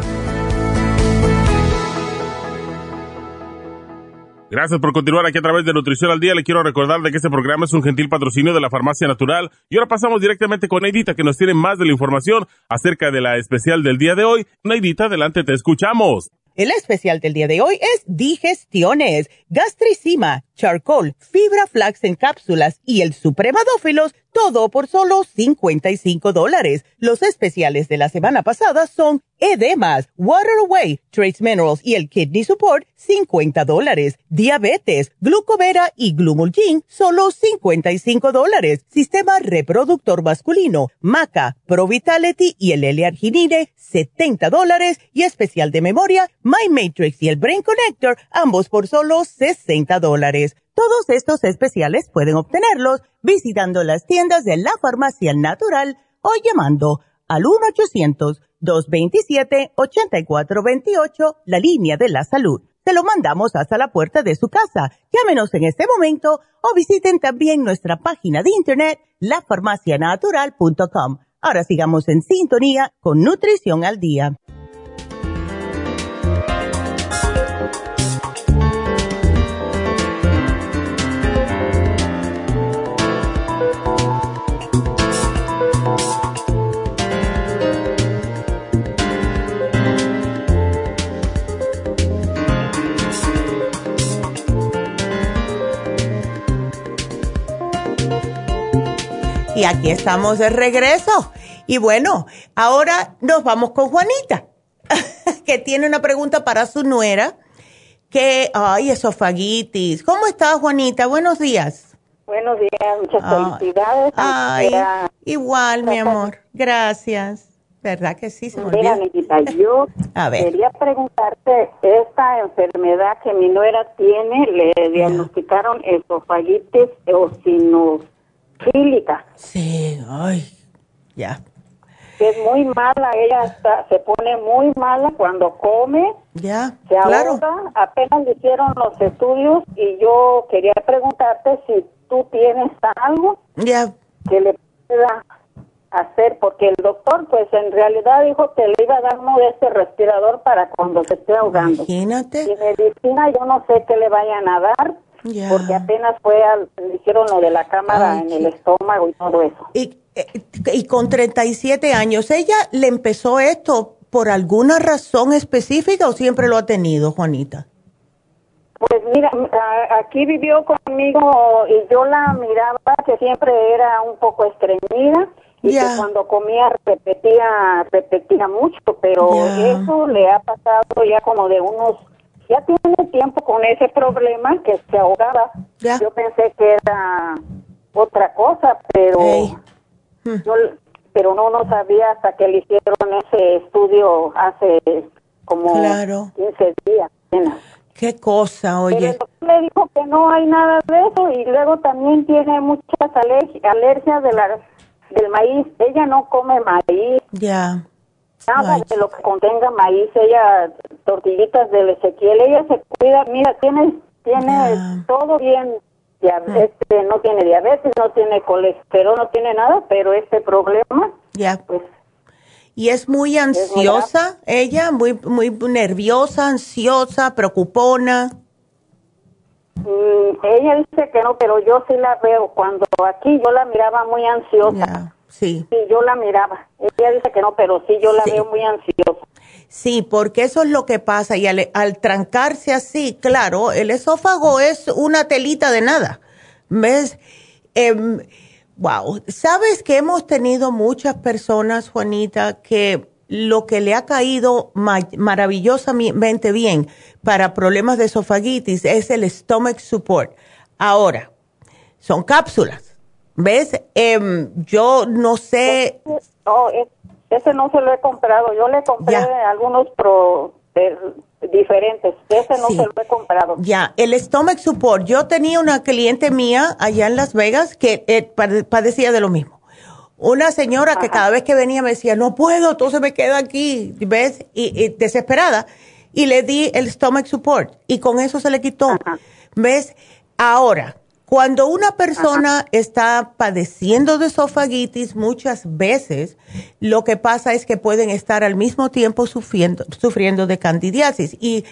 Gracias por continuar aquí a través de Nutrición al Día. Le quiero recordar de que este programa es un gentil patrocinio de la Farmacia Natural. Y ahora pasamos directamente con Neidita, que nos tiene más de la información acerca de la especial del día de hoy. Neidita, adelante, te escuchamos. El especial del día de hoy es digestiones, gastricima, charcoal, fibra flax en cápsulas y el supremadófilos, todo por solo $55. Los especiales de la semana pasada son edemas, water away, trace minerals y el kidney support, $50. Diabetes, glucovera y glumulgin, solo $55. Sistema reproductor masculino, maca, pro vitality y el L-arginine, $70. Y especial de memoria, My Matrix y el Brain Connector, ambos por solo $60. Todos estos especiales pueden obtenerlos visitando las tiendas de la Farmacia Natural o llamando al 1-800-227-8428, la línea de la salud. se lo mandamos hasta la puerta de su casa. Llámenos en este momento o visiten también nuestra página de internet, lafarmacianatural.com. Ahora sigamos en sintonía con Nutrición al Día. Y aquí estamos de regreso. Y bueno, ahora nos vamos con Juanita, que tiene una pregunta para su nuera, esofagitis. ¿Cómo estás, Juanita? Buenos días. Buenos días, muchas felicidades. Igual, mi amor. Gracias. ¿Verdad que sí? Se me olvidó. Mira, Neidita, yo quería preguntarte, esta enfermedad que mi nuera tiene, le diagnosticaron esofagitis eosinofílica. Sí, ya. Es muy mala, ella se pone muy mala cuando come. Ya, se ahoga. Apenas le hicieron los estudios y yo quería preguntarte si tú tienes algo que le pueda hacer, porque el doctor pues en realidad dijo que le iba a dar uno de este respirador para cuando se esté ahogando. Imagínate. Y medicina yo no sé qué le vayan a dar, porque apenas le hicieron lo de la cámara en el estómago y todo eso. Y con 37 años, ¿ella le empezó esto por alguna razón específica o siempre lo ha tenido, Juanita? Pues mira, aquí vivió conmigo y yo la miraba que siempre era un poco estreñida y que cuando comía repetía mucho, pero eso le ha pasado ya como de ya tiene tiempo con ese problema que se ahogaba. Yo pensé que era otra cosa, pero no sabía hasta que le hicieron ese estudio hace como 15 días. Qué cosa, oye. Pero el doctor le dijo que no hay nada de eso y luego también tiene muchas alergias del maíz. Ella no come maíz. Nada de lo que contenga maíz. Ella, tortillitas del Ezequiel, ella se cuida. Mira, tiene todo bien. No tiene diabetes, no tiene colesterol, no tiene nada, pero este problema, pues... Y es muy ansiosa, ella, muy nerviosa, ansiosa, preocupona. Ella dice que no, pero yo sí la veo. Cuando aquí yo la miraba muy ansiosa. Sí, yo la miraba. Ella dice que no, pero sí yo la veo muy ansiosa. Sí, porque eso es lo que pasa. Y al trancarse así, claro, el esófago es una telita de nada. ¿Ves? Wow. ¿Sabes que hemos tenido muchas personas, Juanita, que lo que le ha caído maravillosamente bien para problemas de esofagitis es el stomach support? Ahora, son cápsulas. ¿Ves? Yo no sé... Ese no se lo he comprado. Yo le compré algunos diferentes. Ese no se lo he comprado. El stomach support. Yo tenía una cliente mía allá en Las Vegas que padecía de lo mismo. Una señora que cada vez que venía me decía, no puedo, todo se me queda aquí, ¿ves? Y desesperada. Y le di el stomach support. Y con eso se le quitó. ¿Ves? Ahora, cuando una persona está padeciendo de esofagitis, muchas veces lo que pasa es que pueden estar al mismo tiempo sufriendo de candidiasis. Y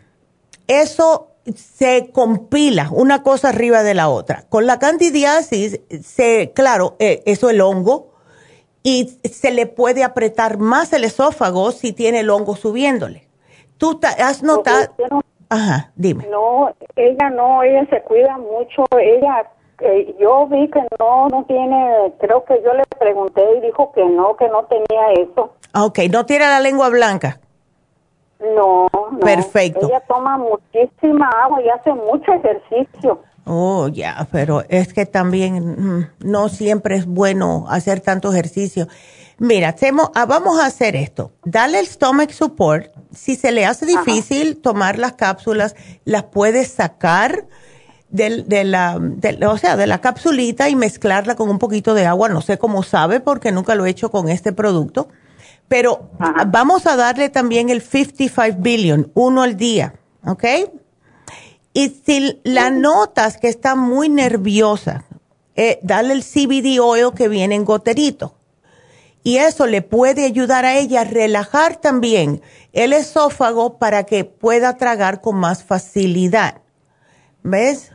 eso se compila una cosa arriba de la otra. Con la candidiasis, eso es el hongo, y se le puede apretar más el esófago si tiene el hongo subiéndole. ¿Tú has notado? Ajá, dime. No, ella se cuida mucho. Ella, yo vi que no tiene, creo que yo le pregunté y dijo que no tenía eso. Ok, ¿no tiene la lengua blanca? No. Perfecto. Ella toma muchísima agua y hace mucho ejercicio. Oh, pero es que también no siempre es bueno hacer tanto ejercicio. Mira, vamos a hacer esto. Dale el stomach support. Si se le hace difícil tomar las cápsulas, las puedes sacar de la capsulita y mezclarla con un poquito de agua. No sé cómo sabe porque nunca lo he hecho con este producto. Pero vamos a darle también el 55 billion, 1 al día. ¿ok? Y si la notas que está muy nerviosa, dale el CBD oil que viene en goterito. Y eso le puede ayudar a ella a relajar también el esófago para que pueda tragar con más facilidad. ¿Ves?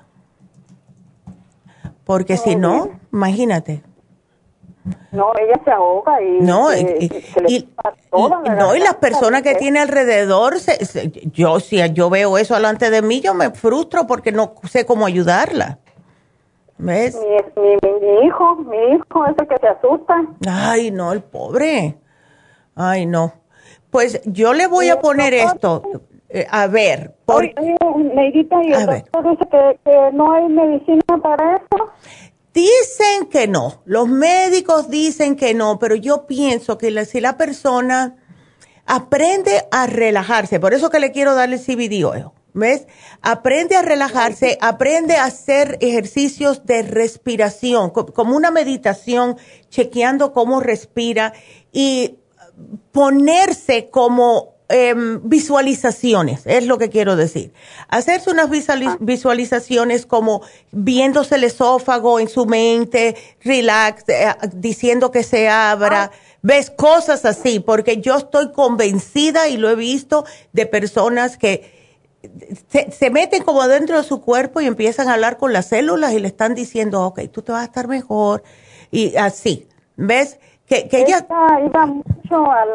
Porque si no, imagínate. No, ella se ahoga y y las personas que tiene alrededor, si yo veo eso delante de mí, yo me frustro porque no sé cómo ayudarla. ¿Ves? Mi hijo es el que se asusta. Ay, no, el pobre. Ay, no. Pues yo le voy a poner esto. A ver. Neidita, ¿y el doctor dice que no hay medicina para eso? Dicen que no. Los médicos dicen que no, pero yo pienso que si la persona aprende a relajarse, por eso que le quiero dar el CBD oil, ¿ves? Aprende a relajarse, aprende a hacer ejercicios de respiración, como una meditación, chequeando cómo respira y ponerse como visualizaciones, es lo que quiero decir. Hacerse unas visualizaciones como viéndose el esófago en su mente, relax, diciendo que se abra, ves, cosas así, porque yo estoy convencida y lo he visto de personas que se meten como dentro de su cuerpo y empiezan a hablar con las células y le están diciendo, ok, tú te vas a estar mejor, y así, ¿ves? Que ella iba mucho a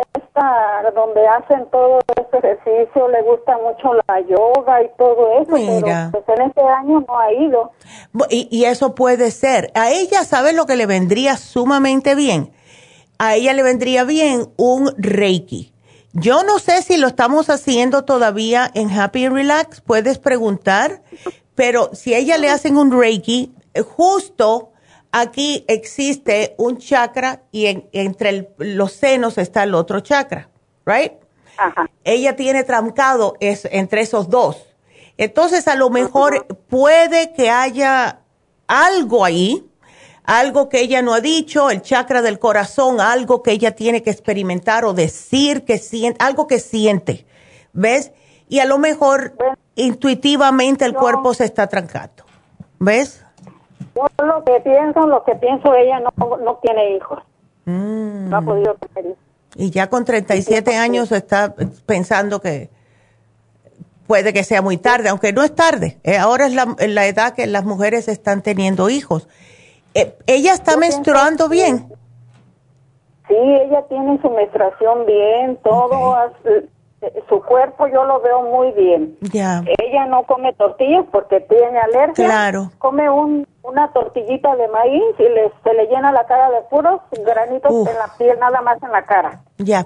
donde hacen todo este ejercicio, le gusta mucho la yoga y todo eso, mira, pero pues en este año no ha ido. Y eso puede ser. A ella, ¿sabes lo que le vendría sumamente bien? A ella le vendría bien un Reiki. Yo no sé si lo estamos haciendo todavía en Happy and Relax, puedes preguntar, pero si a ella le hacen un Reiki, justo aquí existe un chakra y entre los senos está el otro chakra, right? Ajá. Ella tiene trancado entre esos dos. Entonces, a lo mejor puede que haya algo ahí, algo que ella no ha dicho, el chakra del corazón, algo que ella tiene que experimentar o decir que siente, algo que siente, ¿ves? Y a lo mejor intuitivamente el cuerpo se está trancando, ¿ves? Yo lo que pienso, ella no tiene hijos. No ha podido tener hijos. Y ya con 37 años está pensando que puede que sea muy tarde, aunque no es tarde. Ahora es la edad que las mujeres están teniendo hijos. ¿Ella está menstruando bien? Sí, ella tiene su menstruación bien, todo. Okay. Su cuerpo yo lo veo muy bien. Ya. Ella no come tortillas porque tiene alergia. Claro. Come una tortillita de maíz y se le llena la cara de puros granitos en la piel, nada más en la cara. Ya.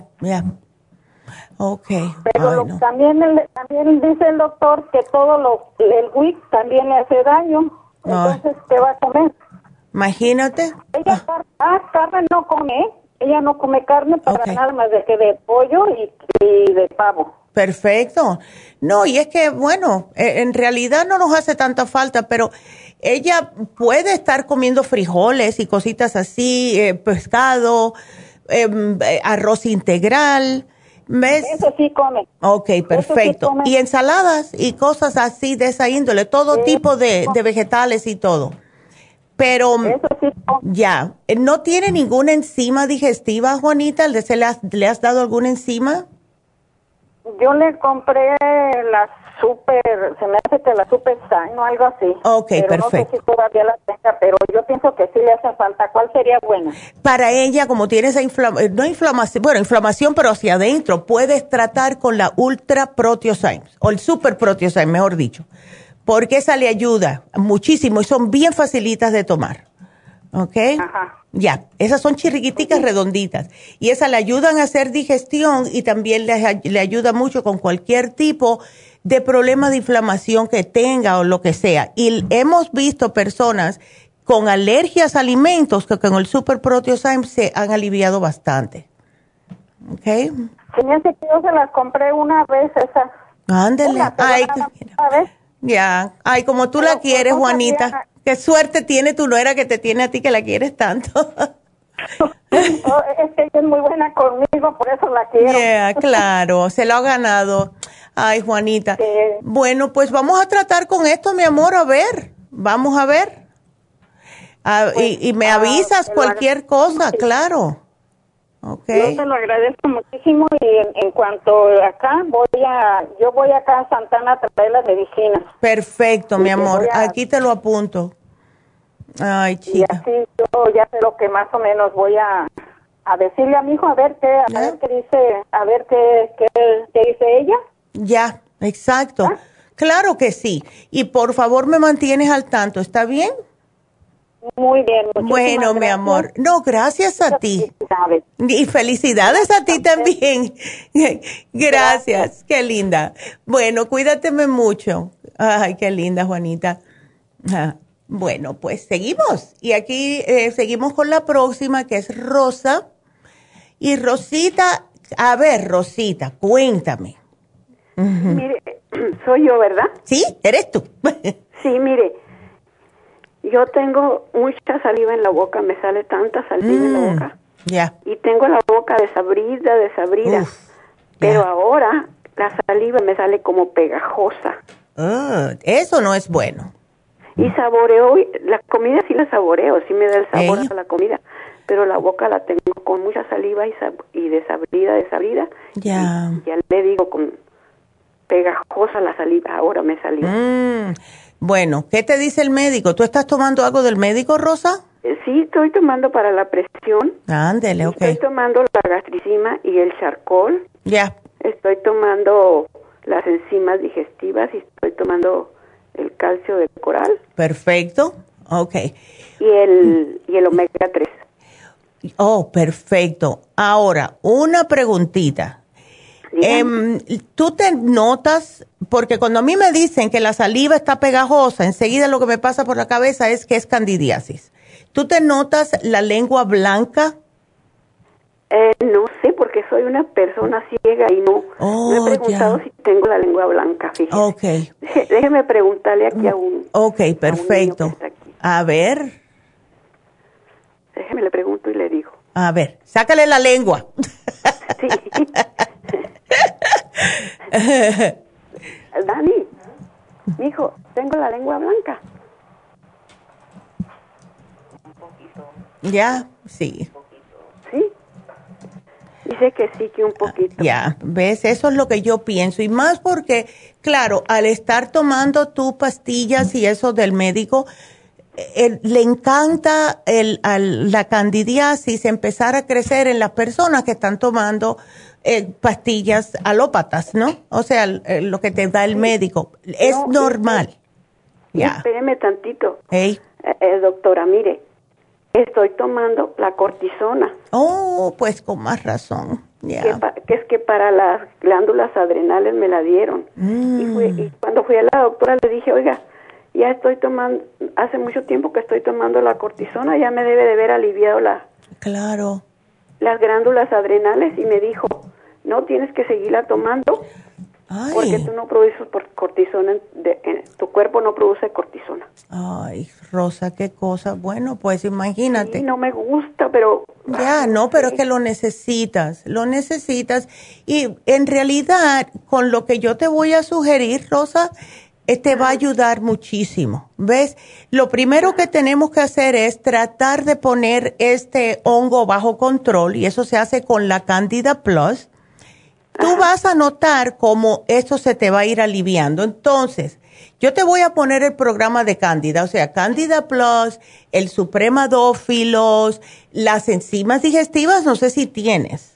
Okay. Pero también dice el doctor que el WIC también le hace daño. Entonces, ¿qué va a comer? Imagínate. Ella carne no come. Ella no come carne para nada más de que de pollo y de pavo. Perfecto. No, y es que, bueno, en realidad no nos hace tanta falta, pero ella puede estar comiendo frijoles y cositas así, pescado, arroz integral, ¿ves? Eso sí come. Ok, perfecto. Sí come. Y ensaladas y cosas así de esa índole, todo tipo de vegetales y todo. Pero sí, ya, ¿no tiene ninguna enzima digestiva, Juanita? ¿Le has dado alguna enzima? Yo le compré la se me hace que la Super Sign o algo así. Ok, pero perfecto. No sé si todavía la tenga, pero yo pienso que sí le hace falta. ¿Cuál sería buena? Para ella, como tiene esa inflamación, pero hacia adentro, puedes tratar con la Ultra Proteosymes, o el Super Proteosymes, mejor dicho. Porque esa le ayuda muchísimo y son bien facilitas de tomar. ¿Ok? Ajá. Ya, esas son chirriquiticas redonditas. Y esas le ayudan a hacer digestión y también le ayuda mucho con cualquier tipo de problema de inflamación que tenga o lo que sea. Y hemos visto personas con alergias a alimentos que con el Super Proteosymes se han aliviado bastante. ¿Ok? Se me hace que yo se las compré una vez esas. Ándele. Ya, ay, como tú la quieres, Juanita. Qué suerte tiene tu nuera que te tiene a ti que la quieres tanto. Es que ella es muy buena conmigo, por eso la quiero. Claro, se lo ha ganado. Ay, Juanita. Bueno, pues vamos a tratar con esto, mi amor, a ver. Vamos a ver. Y me avisas cualquier cosa, claro. Okay. Yo te lo agradezco muchísimo y en cuanto acá yo voy acá a Santana a traer las medicinas. Perfecto, mi amor. Aquí te lo apunto. Ay, chica. Y así yo ya sé lo que más o menos voy a decirle a mi hijo a ver qué dice, a ver qué dice ella. Ya, exacto. Claro que sí. Y por favor me mantienes al tanto, ¿está bien? Muy bien. Bueno, mi amor. No, gracias a ti. Y felicidades a ti también. Gracias. Qué linda. Bueno, cuídateme mucho. Ay, qué linda, Juanita. Bueno, pues seguimos. Y aquí seguimos con la próxima, que es Rosa. Y Rosita, a ver, Rosita, cuéntame. Mire, soy yo, ¿verdad? Sí, eres tú. Sí, mire. Yo tengo mucha saliva en la boca, me sale tanta saliva en la boca. Ya. Y tengo la boca desabrida. Pero ahora la saliva me sale como pegajosa. Eso no es bueno. Y saboreo, la comida sí la saboreo, sí me da el sabor a la comida. Pero la boca la tengo con mucha saliva y desabrida. Ya. Y ya le digo, con pegajosa la saliva, ahora me salió. Bueno, ¿qué te dice el médico? ¿Tú estás tomando algo del médico, Rosa? Sí, estoy tomando para la presión. Ándele, ok. Estoy tomando la gastricima y el charcol. Ya. Estoy tomando las enzimas digestivas y estoy tomando el calcio de coral. Perfecto, ok. Y el omega 3. Oh, perfecto. Ahora, una preguntita. ¿Tú te notas? Porque cuando a mí me dicen que la saliva está pegajosa, enseguida lo que me pasa por la cabeza es que es candidiasis. ¿Tú te notas la lengua blanca? No sé, porque soy una persona ciega y no he preguntado si tengo la lengua blanca, fíjese. Ok. Déjeme preguntarle aquí a un... Ok, perfecto. A ver. Déjeme le pregunto y le digo. A ver, sácale la lengua. Sí. Dani, mijo, tengo la lengua blanca. Un poquito. Ya, sí. ¿Sí? Dice que sí, que un poquito. Ya, ves, eso es lo que yo pienso. Y más porque, claro, al estar tomando tus pastillas y eso del médico, le encanta la candidiasis empezar a crecer en las personas que están tomando pastillas alópatas, ¿no? O sea, lo que te da el médico. Es normal. Ya. Espéreme tantito. Hey. Doctora, mire, estoy tomando la cortisona. Oh, pues con más razón. Yeah. Que es que para las glándulas adrenales me la dieron. Y cuando fui a la doctora le dije, oiga, ya estoy tomando, hace mucho tiempo que estoy tomando la cortisona, ya me debe de haber aliviado Claro. las glándulas adrenales, y me dijo, no, tienes que seguirla tomando. Ay. Porque tú no produces cortisona, tu cuerpo no produce cortisona. Ay, Rosa, qué cosa. Bueno, pues imagínate. Sí, no me gusta, pero... Ya, no, pero es que lo necesitas. Y en realidad, con lo que yo te voy a sugerir, Rosa, te va a ayudar muchísimo. ¿Ves? Lo primero que tenemos que hacer es tratar de poner este hongo bajo control, y eso se hace con la Candida Plus. Tú vas a notar cómo esto se te va a ir aliviando. Entonces, yo te voy a poner el programa de Candida, o sea, Candida Plus, el Supremadófilos, las enzimas digestivas, no sé si tienes.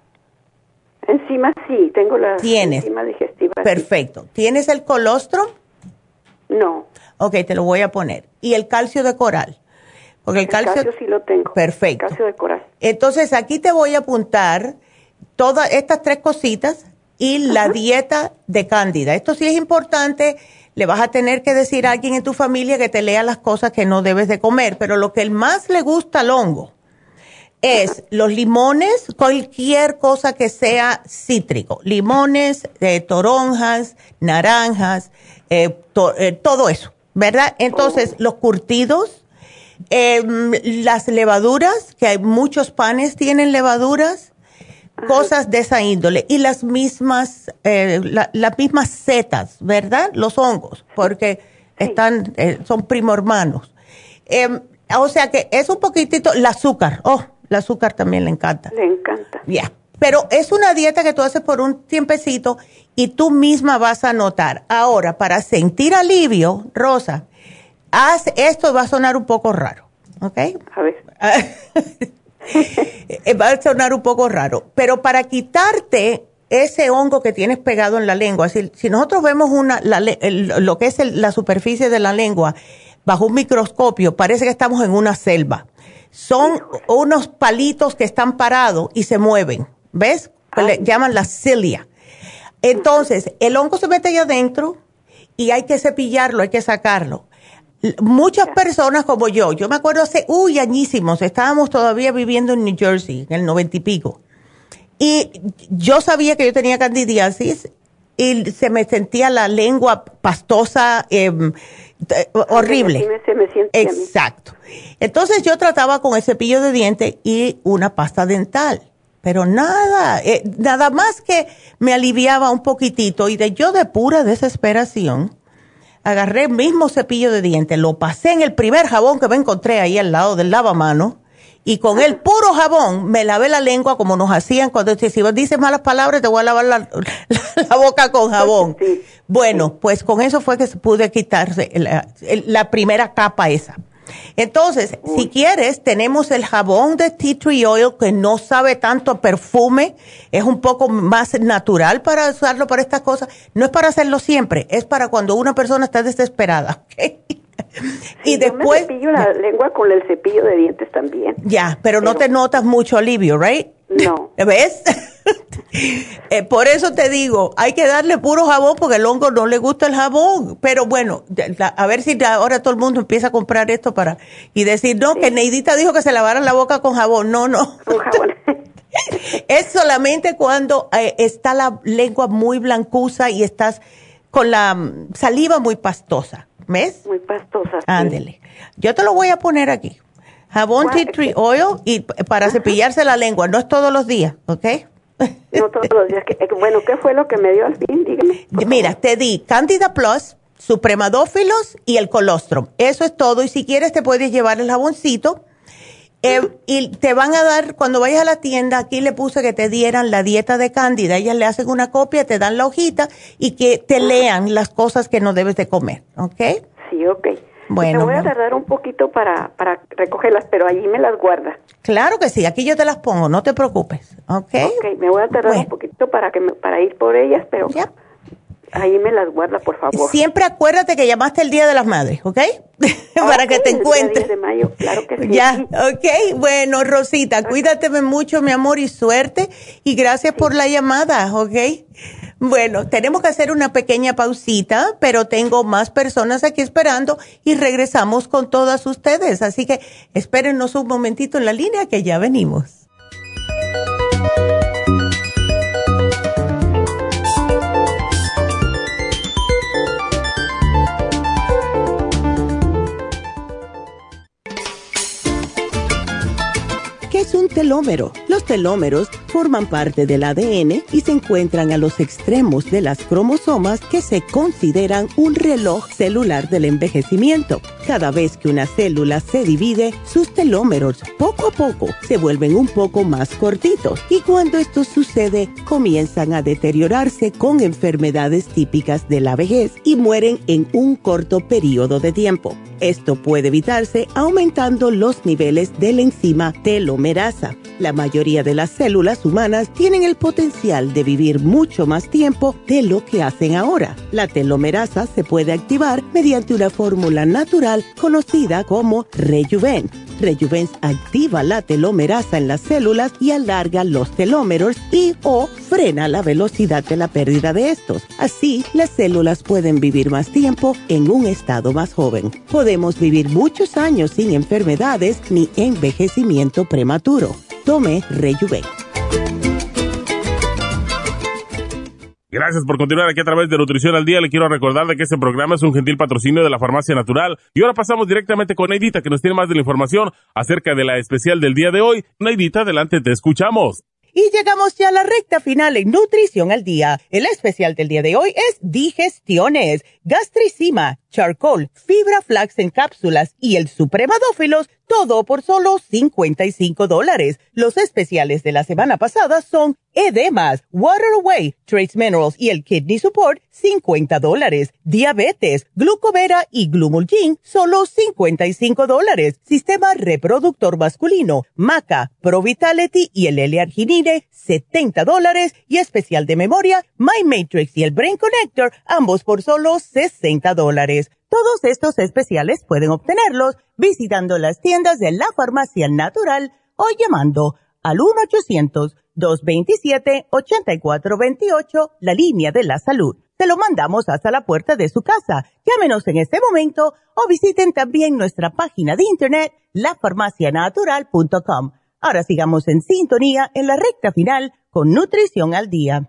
Enzimas sí, tengo las enzimas digestivas. Perfecto. Sí. ¿Tienes el colostrum? No. Ok, te lo voy a poner. ¿Y el calcio de coral? Porque el calcio sí lo tengo. Perfecto. Calcio de coral. Entonces, aquí te voy a apuntar todas estas 3 cositas y la dieta de Cándida. Esto sí es importante. Le vas a tener que decir a alguien en tu familia que te lea las cosas que no debes de comer, pero lo que más le gusta al hongo es los limones, cualquier cosa que sea cítrico, limones, toronjas, naranjas, todo eso, ¿verdad? Entonces, los curtidos, Las levaduras, que hay muchos panes tienen levaduras, cosas de esa índole. Y las mismas, las mismas setas, ¿verdad? Los hongos, porque están, son primo hermanos. O sea que es un poquitito, el azúcar. El azúcar también le encanta. Le encanta. Ya. Pero es una dieta que tú haces por un tiempecito y tú misma vas a notar. Ahora, para sentir alivio, Rosa, haz esto, va a sonar un poco raro, ¿ok? A ver. Va a sonar un poco raro, pero para quitarte ese hongo que tienes pegado en la lengua, si nosotros vemos lo que es la superficie de la lengua bajo un microscopio, parece que estamos en una selva. Son unos palitos que están parados y se mueven, ¿ves? Le llaman la cilia. Entonces, el hongo se mete allá adentro y hay que cepillarlo, hay que sacarlo. Muchas personas como yo me acuerdo hace, añísimos, estábamos todavía viviendo en New Jersey, en el 90 y pico. Y yo sabía que yo tenía candidiasis y se me sentía la lengua pastosa, horrible. Se me siente exacto. Entonces yo trataba con el cepillo de dientes y una pasta dental. Pero nada más que me aliviaba un poquitito y yo de pura desesperación agarré el mismo cepillo de dientes, lo pasé en el primer jabón que me encontré ahí al lado del lavamano y con el puro jabón me lavé la lengua como nos hacían cuando si vos dices malas palabras te voy a lavar la boca con jabón. Sí. Bueno, pues con eso fue que se pude quitarse la primera capa esa. Entonces, si quieres, tenemos el jabón de Tea Tree Oil que no sabe tanto a perfume, es un poco más natural para usarlo para estas cosas. No es para hacerlo siempre, es para cuando una persona está desesperada. ¿Okay? Y después, yo me cepillo la lengua con el cepillo de dientes también. Ya, pero no te notas mucho alivio, ¿right? No. ¿Ves? Por eso te digo, hay que darle puro jabón porque el hongo no le gusta el jabón. Pero bueno, a ver si ahora todo el mundo empieza a comprar esto y decir, no, que Neidita dijo que se lavaran la boca con jabón. No. Con jabón. Es solamente cuando está la lengua muy blancuza y estás con la saliva muy pastosa. ¿Ves? Muy pastosa. Ándele. Yo te lo voy a poner aquí. Jabón Tea Tree Oil y para cepillarse la lengua. No es todos los días, ¿ok? No todos los días. Bueno, ¿qué fue lo que me dio al fin? Dígame. Mira, te di Candida Plus, Supremadófilos y el Colostrum. Eso es todo. Y si quieres te puedes llevar el jaboncito. Y te van a dar, cuando vayas a la tienda, aquí le puse que te dieran la dieta de Cándida. Ellas le hacen una copia, te dan la hojita y que te lean las cosas que no debes de comer, ¿ok? Sí, ok. Bueno, me voy a tardar un poquito para recogerlas, pero allí me las guarda. Claro que sí, aquí yo te las pongo, no te preocupes, ¿ok? Ok, me voy a tardar un poquito para ir por ellas, pero ahí me las guarda, por favor. Siempre acuérdate que llamaste el Día de las Madres, ¿ok? Para que te encuentres. El 10 de mayo, claro que sí. Ya, ok. Bueno, Rosita, cuídate mucho, mi amor, y suerte. Y gracias por la llamada, ¿ok? Bueno, tenemos que hacer una pequeña pausita, pero tengo más personas aquí esperando y regresamos con todas ustedes. Así que espérennos un momentito en la línea que ya venimos. ¿Qué es un telómero? Los telómeros forman parte del ADN y se encuentran a los extremos de las cromosomas que se consideran un reloj celular del envejecimiento. Cada vez que una célula se divide, sus telómeros poco a poco se vuelven un poco más cortitos y cuando esto sucede, comienzan a deteriorarse con enfermedades típicas de la vejez y mueren en un corto periodo de tiempo. Esto puede evitarse aumentando los niveles de la enzima telomerasa. La mayoría de las células humanas tienen el potencial de vivir mucho más tiempo de lo que hacen ahora. La telomerasa se puede activar mediante una fórmula natural conocida como Rejuven. Rejuven activa la telomerasa en las células y alarga los telómeros o frena la velocidad de la pérdida de estos. Así, las células pueden vivir más tiempo en un estado más joven. Podemos vivir muchos años sin enfermedades ni envejecimiento prematuro. Tome Rejuven. Gracias por continuar aquí a través de Nutrición al Día. Le quiero recordar de que este programa es un gentil patrocinio de la Farmacia Natural. Y ahora pasamos directamente con Neidita, que nos tiene más de la información acerca de la especial del día de hoy. Neidita, adelante, te escuchamos. Y llegamos ya a la recta final en Nutrición al Día. El especial del día de hoy es digestiones, gastricima, charcoal, fibra flax en cápsulas y el supremadófilos, todo por solo $55. Los especiales de la semana pasada son edemas, water away, trace minerals y el kidney support, $50. Diabetes, glucovera y glumulgin, solo $55. Sistema reproductor masculino, maca, pro vitality y el L-arginine, $70. Y especial de memoria, My Matrix y el Brain Connector, ambos por solo $60. Todos estos especiales pueden obtenerlos visitando las tiendas de la Farmacia Natural o llamando al 1-800-227-8428, la línea de la salud. Se lo mandamos hasta la puerta de su casa. Llámenos en este momento o visiten también nuestra página de internet, lafarmacianatural.com. Ahora sigamos en sintonía en la recta final con Nutrición al Día.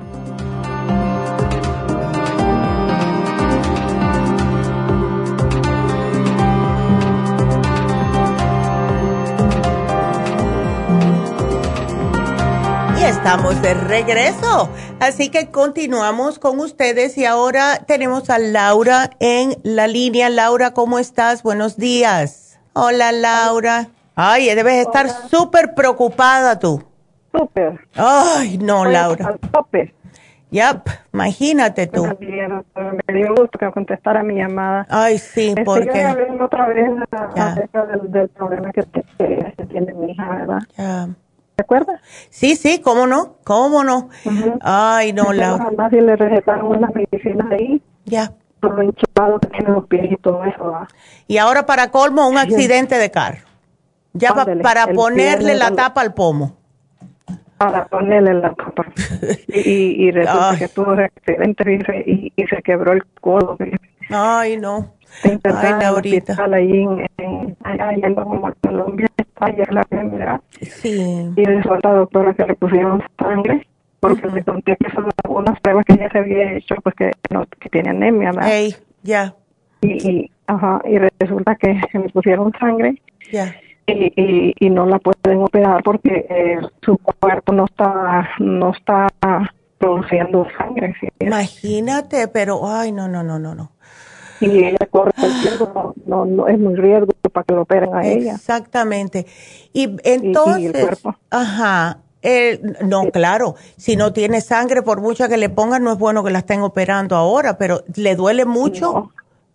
Estamos de regreso, así que continuamos con ustedes y ahora tenemos a Laura en la línea. Laura, ¿cómo estás? Buenos días. Hola, Laura. Ay, debes estar súper preocupada tú. Súper. Ay, no, Laura. Al tope. Yep, imagínate tú. Me dio gusto que contestara mi llamada. Ay, sí, porque... Yo hablé otra vez acerca del problema que tiene mi hija, ¿verdad? Ya. ¿Te acuerdas? Sí, ¿cómo no? ¿Cómo no? Ay, no, Laura. Además, si le recetaron unas medicinas ahí. Ya. Por lo hinchado que tiene los pies y todo eso, ¿verdad? Y ahora para colmo, un accidente de carro. Ya para ponerle la tapa al pomo. Para ponerle la tapa. y resulta que tuvo un accidente y se quebró el codo. Ay, no. Ay, Laurita. Ahí en Colombia está allá la enfermedad. Sí. Y resulta, doctora, que le pusieron sangre porque le conté que son unas pruebas que ya se había hecho, pues que tiene anemia, ¿verdad? Ya. Y resulta que me pusieron sangre. Ya. Y no la pueden operar porque su cuerpo no está produciendo sangre. ¿Sí? Imagínate, pero ay, no. Y ella corre el riesgo, no es muy riesgo para que lo operen a ella. Exactamente. Y entonces, y el cuerpo. No, claro, si no tiene sangre, por mucha que le pongan, no es bueno que la estén operando ahora, pero ¿le duele mucho?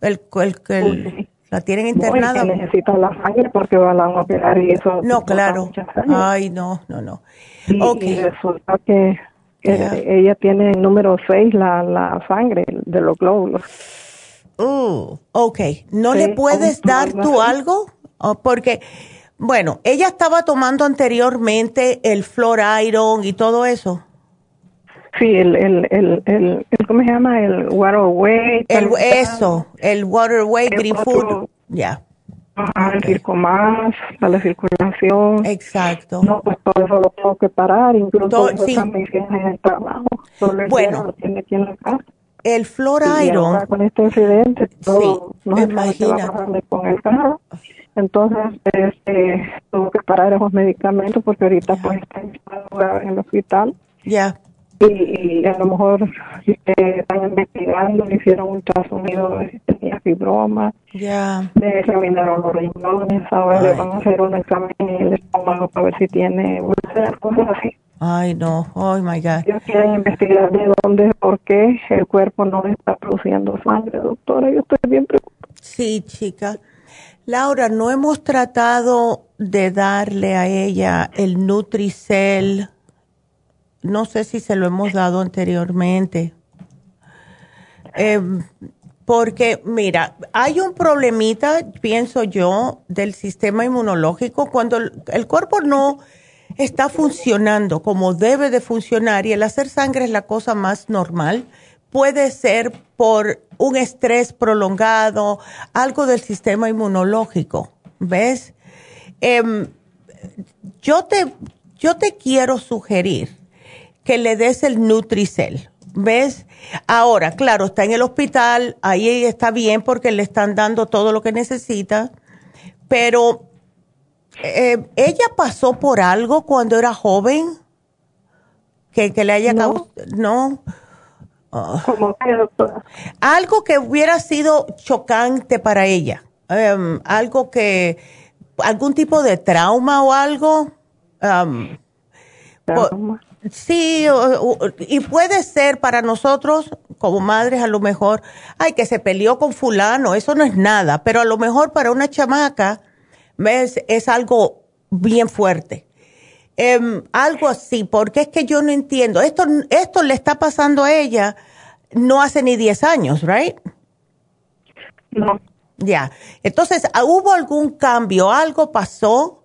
La tienen internada. No, necesita la sangre porque van a operar y eso. No, claro. Ay, no. Y resulta que ella tiene el número 6, la sangre de los glóbulos. Okay. ¿No le puedes dar tú algo? Porque, bueno, ella estaba tomando anteriormente el Flor Iron y todo eso. Sí, el ¿cómo se llama? El Waterway. El Waterway Green Food. Ya. El Circomás, para la circulación. Exacto. No, pues todo eso lo tengo que parar, incluso también en el trabajo. Bueno. Lo tiene aquí en la casa. El Flor Iron. Con este incidente, todo, no se sabe qué va a pasarle con el carro. Entonces, tuvo que parar esos medicamentos porque ahorita pues está en el hospital. Ya. Y a lo mejor están investigando, le hicieron un ultrasonido, tenía fibroma. Ya. Le examinaron los riñones, ahora le van a hacer un examen en el estómago para ver si tiene úlceras, cosas así. Ay, no. Oh, my God. Ellos quieren investigar de dónde, por qué el cuerpo no está produciendo sangre, doctora. Yo estoy bien preocupada. Sí, chica. Laura, no hemos tratado de darle a ella el Nutricel. No sé si se lo hemos dado anteriormente. Porque, mira, hay un problemita, pienso yo, del sistema inmunológico cuando el cuerpo no está funcionando como debe de funcionar y el hacer sangre es la cosa más normal. Puede ser por un estrés prolongado, algo del sistema inmunológico, ¿ves? Yo te quiero sugerir que le des el Nutricel, ¿Ves? Ahora, claro, está en el hospital, ahí está bien porque le están dando todo lo que necesita, pero ¿ella pasó por algo cuando era joven? Que le haya causado... No. ¿Cómo que, doctora? Algo que hubiera sido chocante para ella. Algún tipo de trauma o algo. Sí, y puede ser para nosotros como madres a lo mejor, ay, que se peleó con fulano, eso no es nada, pero a lo mejor para una chamaca, ¿ves? Es algo bien fuerte. Algo así, porque es que yo no entiendo. Esto le está pasando a ella no hace ni 10 años, ¿right? No. Ya. Entonces, ¿hubo algún cambio? ¿Algo pasó?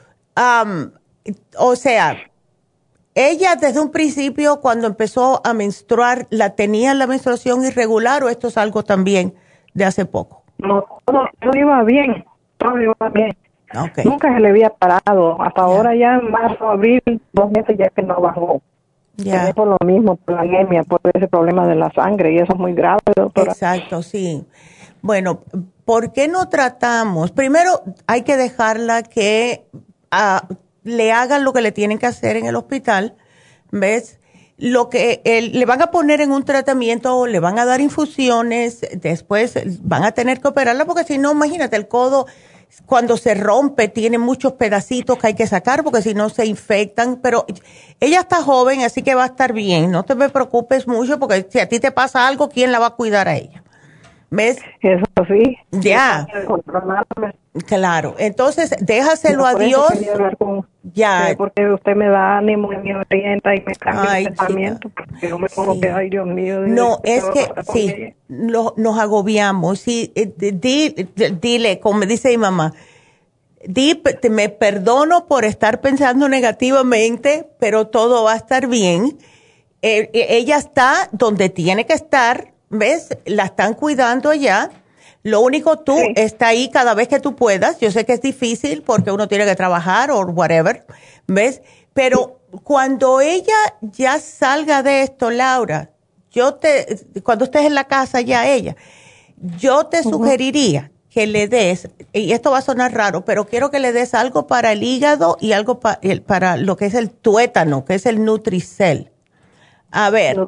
O sea, ella desde un principio, cuando empezó a menstruar, ¿tenía la menstruación irregular o esto es algo también de hace poco? No, todo iba bien, todo iba bien. Okay. Nunca se le había parado. Hasta ahora ya en marzo, abril, 2 meses ya que no bajó. Ya. Por lo mismo, por la anemia, por ese problema de la sangre, y eso es muy grave, doctora. Exacto, sí. Bueno, ¿por qué no tratamos? Primero hay que dejarla que le hagan lo que le tienen que hacer en el hospital, ¿ves? Lo que le van a poner en un tratamiento, le van a dar infusiones, después van a tener que operarla porque si no, imagínate, el codo cuando se rompe tiene muchos pedacitos que hay que sacar porque si no se infectan, pero ella está joven, así que va a estar bien, no te me preocupes mucho porque si a ti te pasa algo, ¿quién la va a cuidar a ella? ¿Ves? Eso sí. Ya. Claro. Entonces, déjaselo a Dios. Ya. Porque usted me da ánimo y me orienta y me cambia el pensamiento. Porque yo me pongo que, ay, Dios mío. No, es que sí, nos agobiamos. Sí, dile, como me dice mi mamá, me perdono por estar pensando negativamente, pero todo va a estar bien. Ella está donde tiene que estar. ¿Ves? La están cuidando allá. Lo único, tú está ahí cada vez que tú puedas. Yo sé que es difícil porque uno tiene que trabajar o whatever. ¿Ves? Pero cuando ella ya salga de esto, Laura, cuando estés en la casa ya ella, yo te sugeriría que le des, y esto va a sonar raro, pero quiero que le des algo para el hígado y algo para lo que es el tuétano, que es el Nutricel. A ver.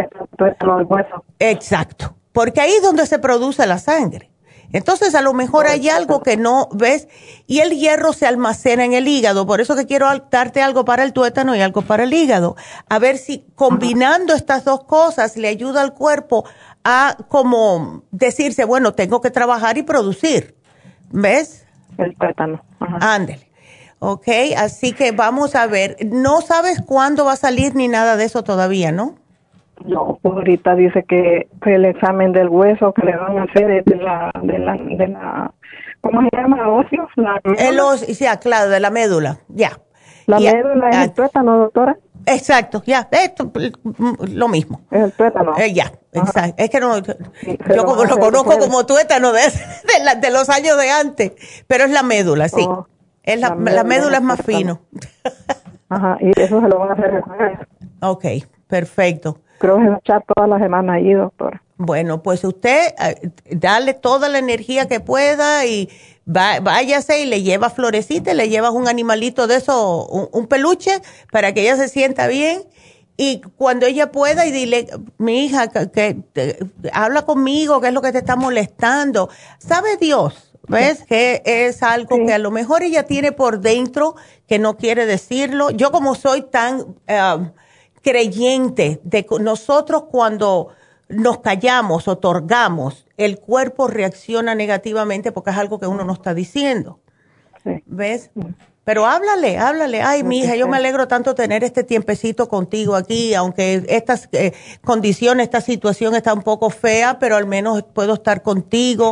Exacto. Porque ahí es donde se produce la sangre. Entonces, a lo mejor hay algo que no ves y el hierro se almacena en el hígado. Por eso que quiero darte algo para el tuétano y algo para el hígado. A ver si combinando estas dos cosas le ayuda al cuerpo a como decirse, bueno, tengo que trabajar y producir. ¿Ves? El tuétano. Ándele. Ok, así que vamos a ver. No sabes cuándo va a salir ni nada de eso todavía, ¿no? No, pues ahorita dice que el examen del hueso que le van a hacer es de la ¿cómo se llama? ¿Óseo? Sí, claro, de la médula, ya. La médula es el tuétano, doctora. Exacto, ya, lo mismo. Es el tuétano. Ya, exacto. Es que no, yo como lo conozco como tuétano de los años de antes, pero es la médula, sí. La médula es más fino. Ajá, y eso se lo van a hacer. Ok, perfecto. Creo que se va a echar toda la semana ahí, doctora. Bueno, pues usted dale toda la energía que pueda y váyase y le lleva florecita, le llevas un animalito de eso, un peluche, para que ella se sienta bien. Y cuando ella pueda, y dile, mi hija, que habla conmigo, qué es lo que te está molestando. ¿Sabe Dios? ¿Ves? Que es algo que a lo mejor ella tiene por dentro que no quiere decirlo. Yo como soy tan creyente de que nosotros cuando nos callamos, otorgamos, el cuerpo reacciona negativamente porque es algo que uno no está diciendo. ¿Ves? Pero háblale. Ay, mi hija, yo me alegro tanto tener este tiempecito contigo aquí, aunque estas condiciones, esta situación está un poco fea, pero al menos puedo estar contigo.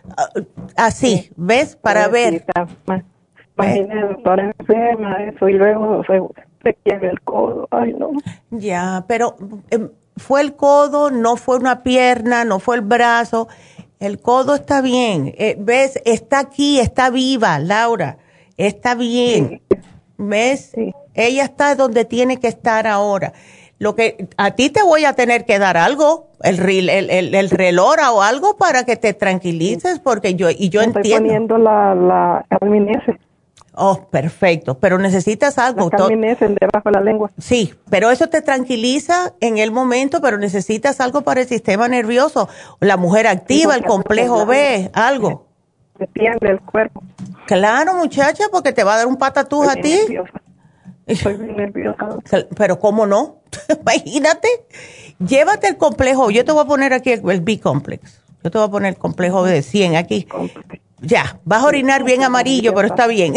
Así, ¿ves? Para ver. Imagínate, doctora enferma, eso, y luego se quiebra el codo. Ay, no. Ya, pero fue el codo, no fue una pierna, no fue el brazo. El codo está bien. ¿Ves? Está aquí, está viva, Laura. Está bien. ¿Ves? Ella está donde tiene que estar ahora. Lo que a ti te voy a tener que dar algo, el Relora o algo para que te tranquilices, porque yo entiendo. Estoy poniendo la Calminese. Oh, perfecto, pero necesitas algo. La Calminese debajo de la lengua. Sí, pero eso te tranquiliza en el momento, pero necesitas algo para el sistema nervioso. La mujer activa, el complejo B, algo. Me tiembla el cuerpo. Claro, muchacha, porque te va a dar un patatús a ti. Estoy muy nerviosa. Pero ¿cómo no? Imagínate. Llévate el complejo. Yo te voy a poner aquí el B-complex. Yo te voy a poner el complejo de 100 aquí. Ya, vas a orinar bien amarillo, pero está bien.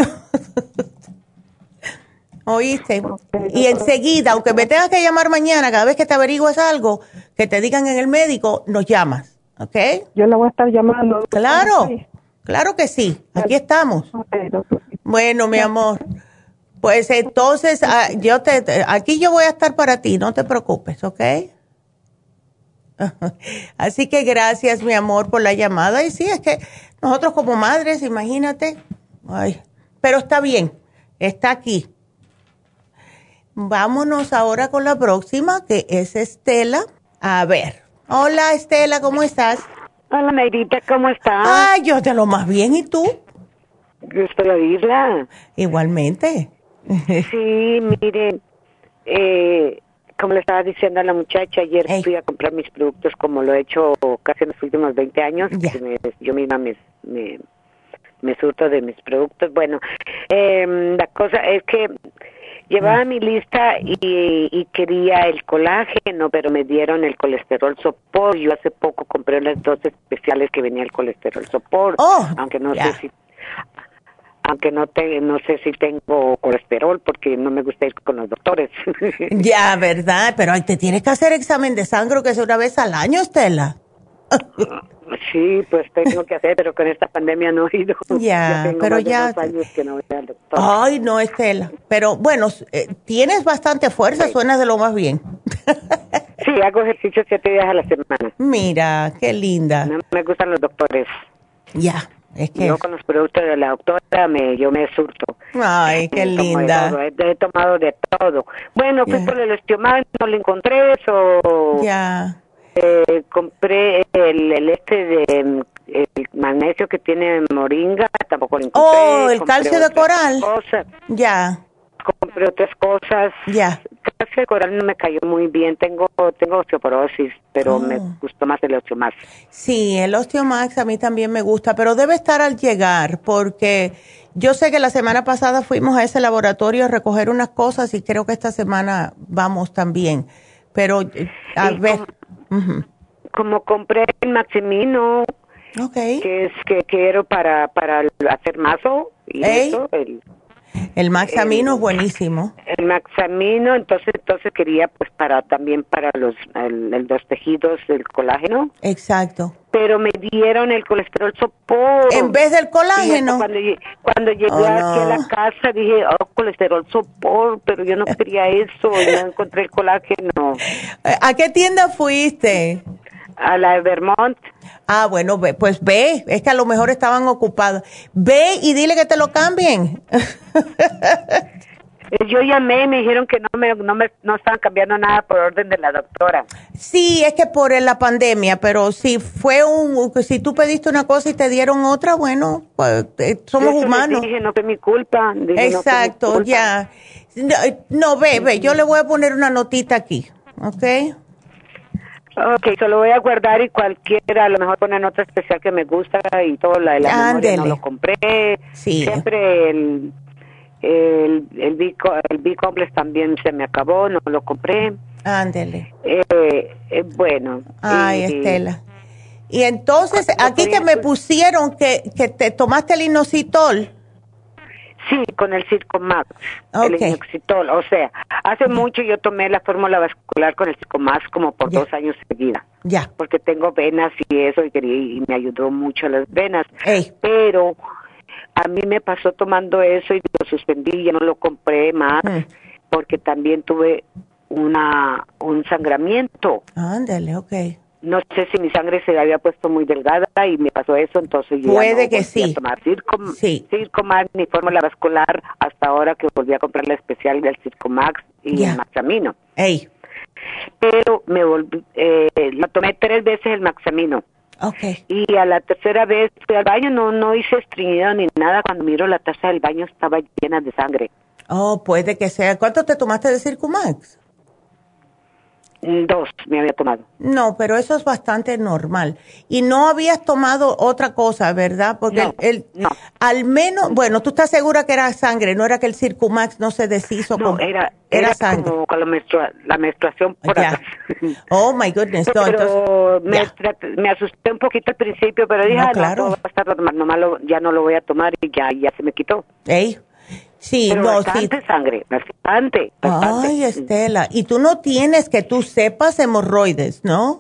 ¿Oíste? Y enseguida, aunque me tengas que llamar mañana, cada vez que te averigües algo, que te digan en el médico, nos llamas. ¿Ok? Yo la voy a estar llamando. Claro, claro que sí. Aquí estamos. Bueno, mi amor. Pues entonces, aquí yo voy a estar para ti, no te preocupes, ¿ok? Así que gracias, mi amor, por la llamada. Y sí, es que nosotros como madres, imagínate. Ay, pero está bien, está aquí. Vámonos ahora con la próxima, que es Estela. A ver. Hola, Estela, ¿cómo estás? Hola, Neidita, ¿cómo estás? Ay, yo de lo más bien, ¿y tú? Yo estoy a oírla. Igualmente. Sí, mire, como le estaba diciendo a la muchacha, ayer fui a comprar mis productos como lo he hecho casi en los últimos 20 años. Yo misma me surto de mis productos. Bueno, la cosa es que llevaba mi lista y quería el colágeno, pero me dieron el colesterol sopor. Yo hace poco compré las 2 especiales que venía el colesterol sopor, aunque no sé si... Aunque no sé si tengo colesterol porque no me gusta ir con los doctores. Ya, ¿verdad? Pero te tienes que hacer examen de sangre que es una vez al año, Estela. Sí, pues tengo que hacer, pero con esta pandemia no he ido. Ya, tengo pero más de ya... 2 años que no voy al doctor. Ay, no, Estela. Pero bueno, tienes bastante fuerza, suenas de lo más bien. Sí, hago ejercicio 7 días a la semana. Mira, qué linda. No me gustan los doctores. Ya. Es que yo con los productos de la doctora yo me surto. Ay, qué linda. He tomado de todo. Bueno, fui por el Osteomax, no lo encontré eso. Ya. Compré el de el magnesio que tiene moringa, tampoco lo encontré. Oh, el calcio de coral. Ya. Compré otras cosas. Ya. El calcio de coral no me cayó muy bien. Tengo osteoporosis, pero me gustó más el Osteomax. Sí, el Osteomax a mí también me gusta, pero debe estar al llegar, porque yo sé que la semana pasada fuimos a ese laboratorio a recoger unas cosas y creo que esta semana vamos también. Pero, a ver. Como compré el Maximino, que es que quiero para hacer mazo y eso, el Maxamino es buenísimo. El Maxamino, entonces quería pues también para los tejidos del colágeno. Exacto. Pero me dieron el colesterol sopor. En vez del colágeno. Cuando llegué aquí a la casa dije, colesterol sopor, pero yo no quería eso, no encontré el colágeno. ¿A qué tienda fuiste? A la de Vermont. Ah, bueno, pues ve, es que a lo mejor estaban ocupados. Ve y dile que te lo cambien. Yo llamé y me dijeron que no estaban cambiando nada por orden de la doctora. Sí, es que por la pandemia, pero si si tú pediste una cosa y te dieron otra, bueno, pues somos humanos. Dije, no fue mi culpa. Exacto, no ya. No, ve, yo le voy a poner una notita aquí, ¿ok? Ok, solo voy a guardar y cualquiera, a lo mejor ponen otra especial que me gusta y todo, la de la memoria no lo compré. Sí. Siempre el B-Complex también se me acabó, no lo compré. Ándele. Bueno. Ay, Estela. Y entonces, aquí que me pusieron que te tomaste el inositol. Sí, con el Circomax, el Inoxitol. O sea, hace mucho yo tomé la fórmula vascular con el Circomax como por 2 años seguida. Ya. Porque tengo venas y eso, y me ayudó mucho las venas. Pero a mí me pasó tomando eso y lo suspendí, ya no lo compré más, porque también tuve un sangramiento. Ándale, okay. No sé si mi sangre se había puesto muy delgada y me pasó eso, entonces yo puede que sí. A tomar Circomax ni fórmula vascular hasta ahora que volví a comprar la especial del Circomax y el Maxamino. pero me volví, lo tomé 3 veces el Maxamino. Okay. Y a la tercera vez fui al baño, no hice estreñido ni nada. Cuando miro la taza del baño estaba llena de sangre. Oh, puede que sea. ¿Cuánto te tomaste de Circumax? 2 me había tomado. No, pero eso es bastante normal. Y no habías tomado otra cosa, ¿verdad? Porque no. Al menos, bueno, tú estás segura que era sangre, no era que el Circumax no se deshizo. No, era sangre. Como con la menstruación por atrás. Oh, my goodness. No, pero me asusté un poquito al principio, pero dije, claro. no, ya no lo voy a tomar y ya se me quitó. ¿Ey? Sí, pero bastante sangre, bastante. Ay, Estela, y tú no tienes, que tú sepas, hemorroides, ¿no?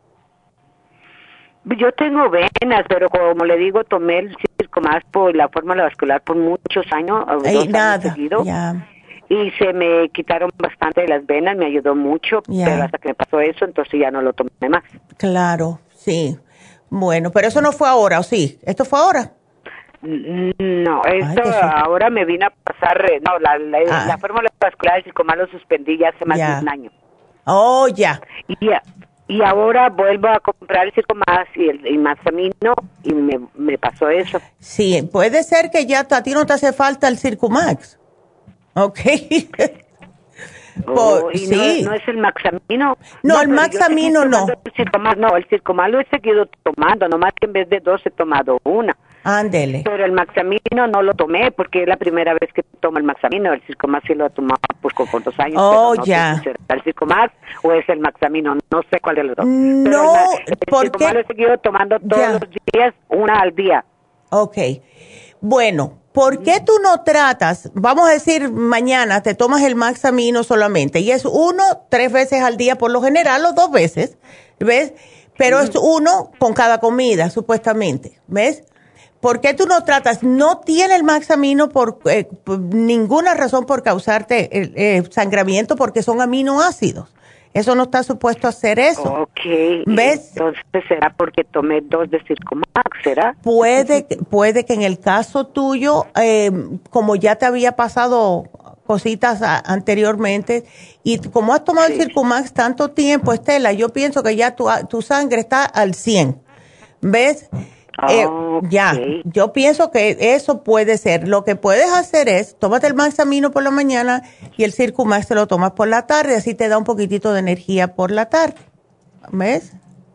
Yo tengo venas, pero como le digo, tomé el Circumax por la fórmula vascular por muchos años, 2 años seguidos, y se me quitaron bastante las venas, me ayudó mucho, pero hasta que me pasó eso, entonces ya no lo tomé más. Claro, sí. Bueno, pero eso no fue ahora, ¿o sí? ¿Esto fue ahora? No, esto ahora me vino a pasar, la fórmula vascular del Circumax lo suspendí ya hace más de un año. Oh, ya. Y ahora vuelvo a comprar el Circumax y el Maxamino y me pasó eso. Sí, puede ser que ya a ti no te hace falta el Circumax. Ok. Sí. No es el Maxamino. No, el Maxamino no. El Circumax lo he seguido tomando, nomás que en vez de 2 he tomado 1. Ándele. Pero el Maxamino no lo tomé porque es la primera vez que tomo el Maxamino. El Circumax sí lo he tomado pues por 2 años. Oh, pero no ya. sé si será el Circumax o es el Maxamino, no sé cuál de los dos. No, porque el Circumax lo he seguido tomando todos los días, 1 al día. Ok. Bueno, ¿por qué tú no tratas, vamos a decir mañana te tomas el Maxamino solamente y es 1 3 veces al día por lo general o 2 veces, ¿ves? Pero es 1 con cada comida supuestamente, ¿ves? ¿Por qué tú no tratas? No tiene el Maxamino por ninguna razón por causarte sangramiento porque son aminoácidos. Eso no está supuesto a hacer eso. Ok. ¿Ves? Entonces, ¿será porque tomé 2 de Circumax, será? Puede que en el caso tuyo, como ya te había pasado cositas anteriormente, y como has tomado el Circumax tanto tiempo, Estela, yo pienso que ya tu sangre está al 100. ¿Ves? Ya, yo pienso que eso puede ser. Lo que puedes hacer es, tómate el Maxamino por la mañana y el Circumax te lo tomas por la tarde, así te da un poquitito de energía por la tarde. ¿ Ves?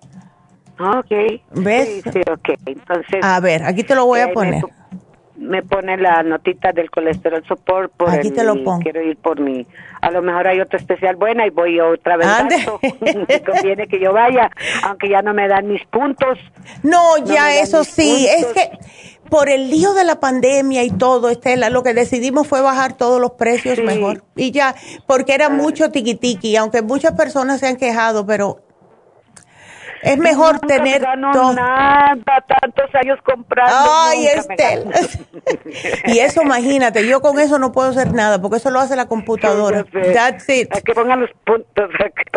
Ok. ¿Ves? Sí, ok. Entonces, a ver, aquí te lo voy a poner. Me pone la notita del colesterol support por aquí te lo pongo. Quiero ir por mi, a lo mejor hay otra especial buena y voy otra vez. Me conviene que yo vaya, aunque ya no me dan mis puntos. No, ya eso sí, es que por el lío de la pandemia y todo, Estela, lo que decidimos fue bajar todos los precios mejor. Y ya, porque era mucho tiquitiqui, aunque muchas personas se han quejado, pero es mejor tener nada, tantos años comprando. Ay, Estela. Y eso, imagínate, yo con eso no puedo hacer nada, porque eso lo hace la computadora. That's it. A que pongan los puntos.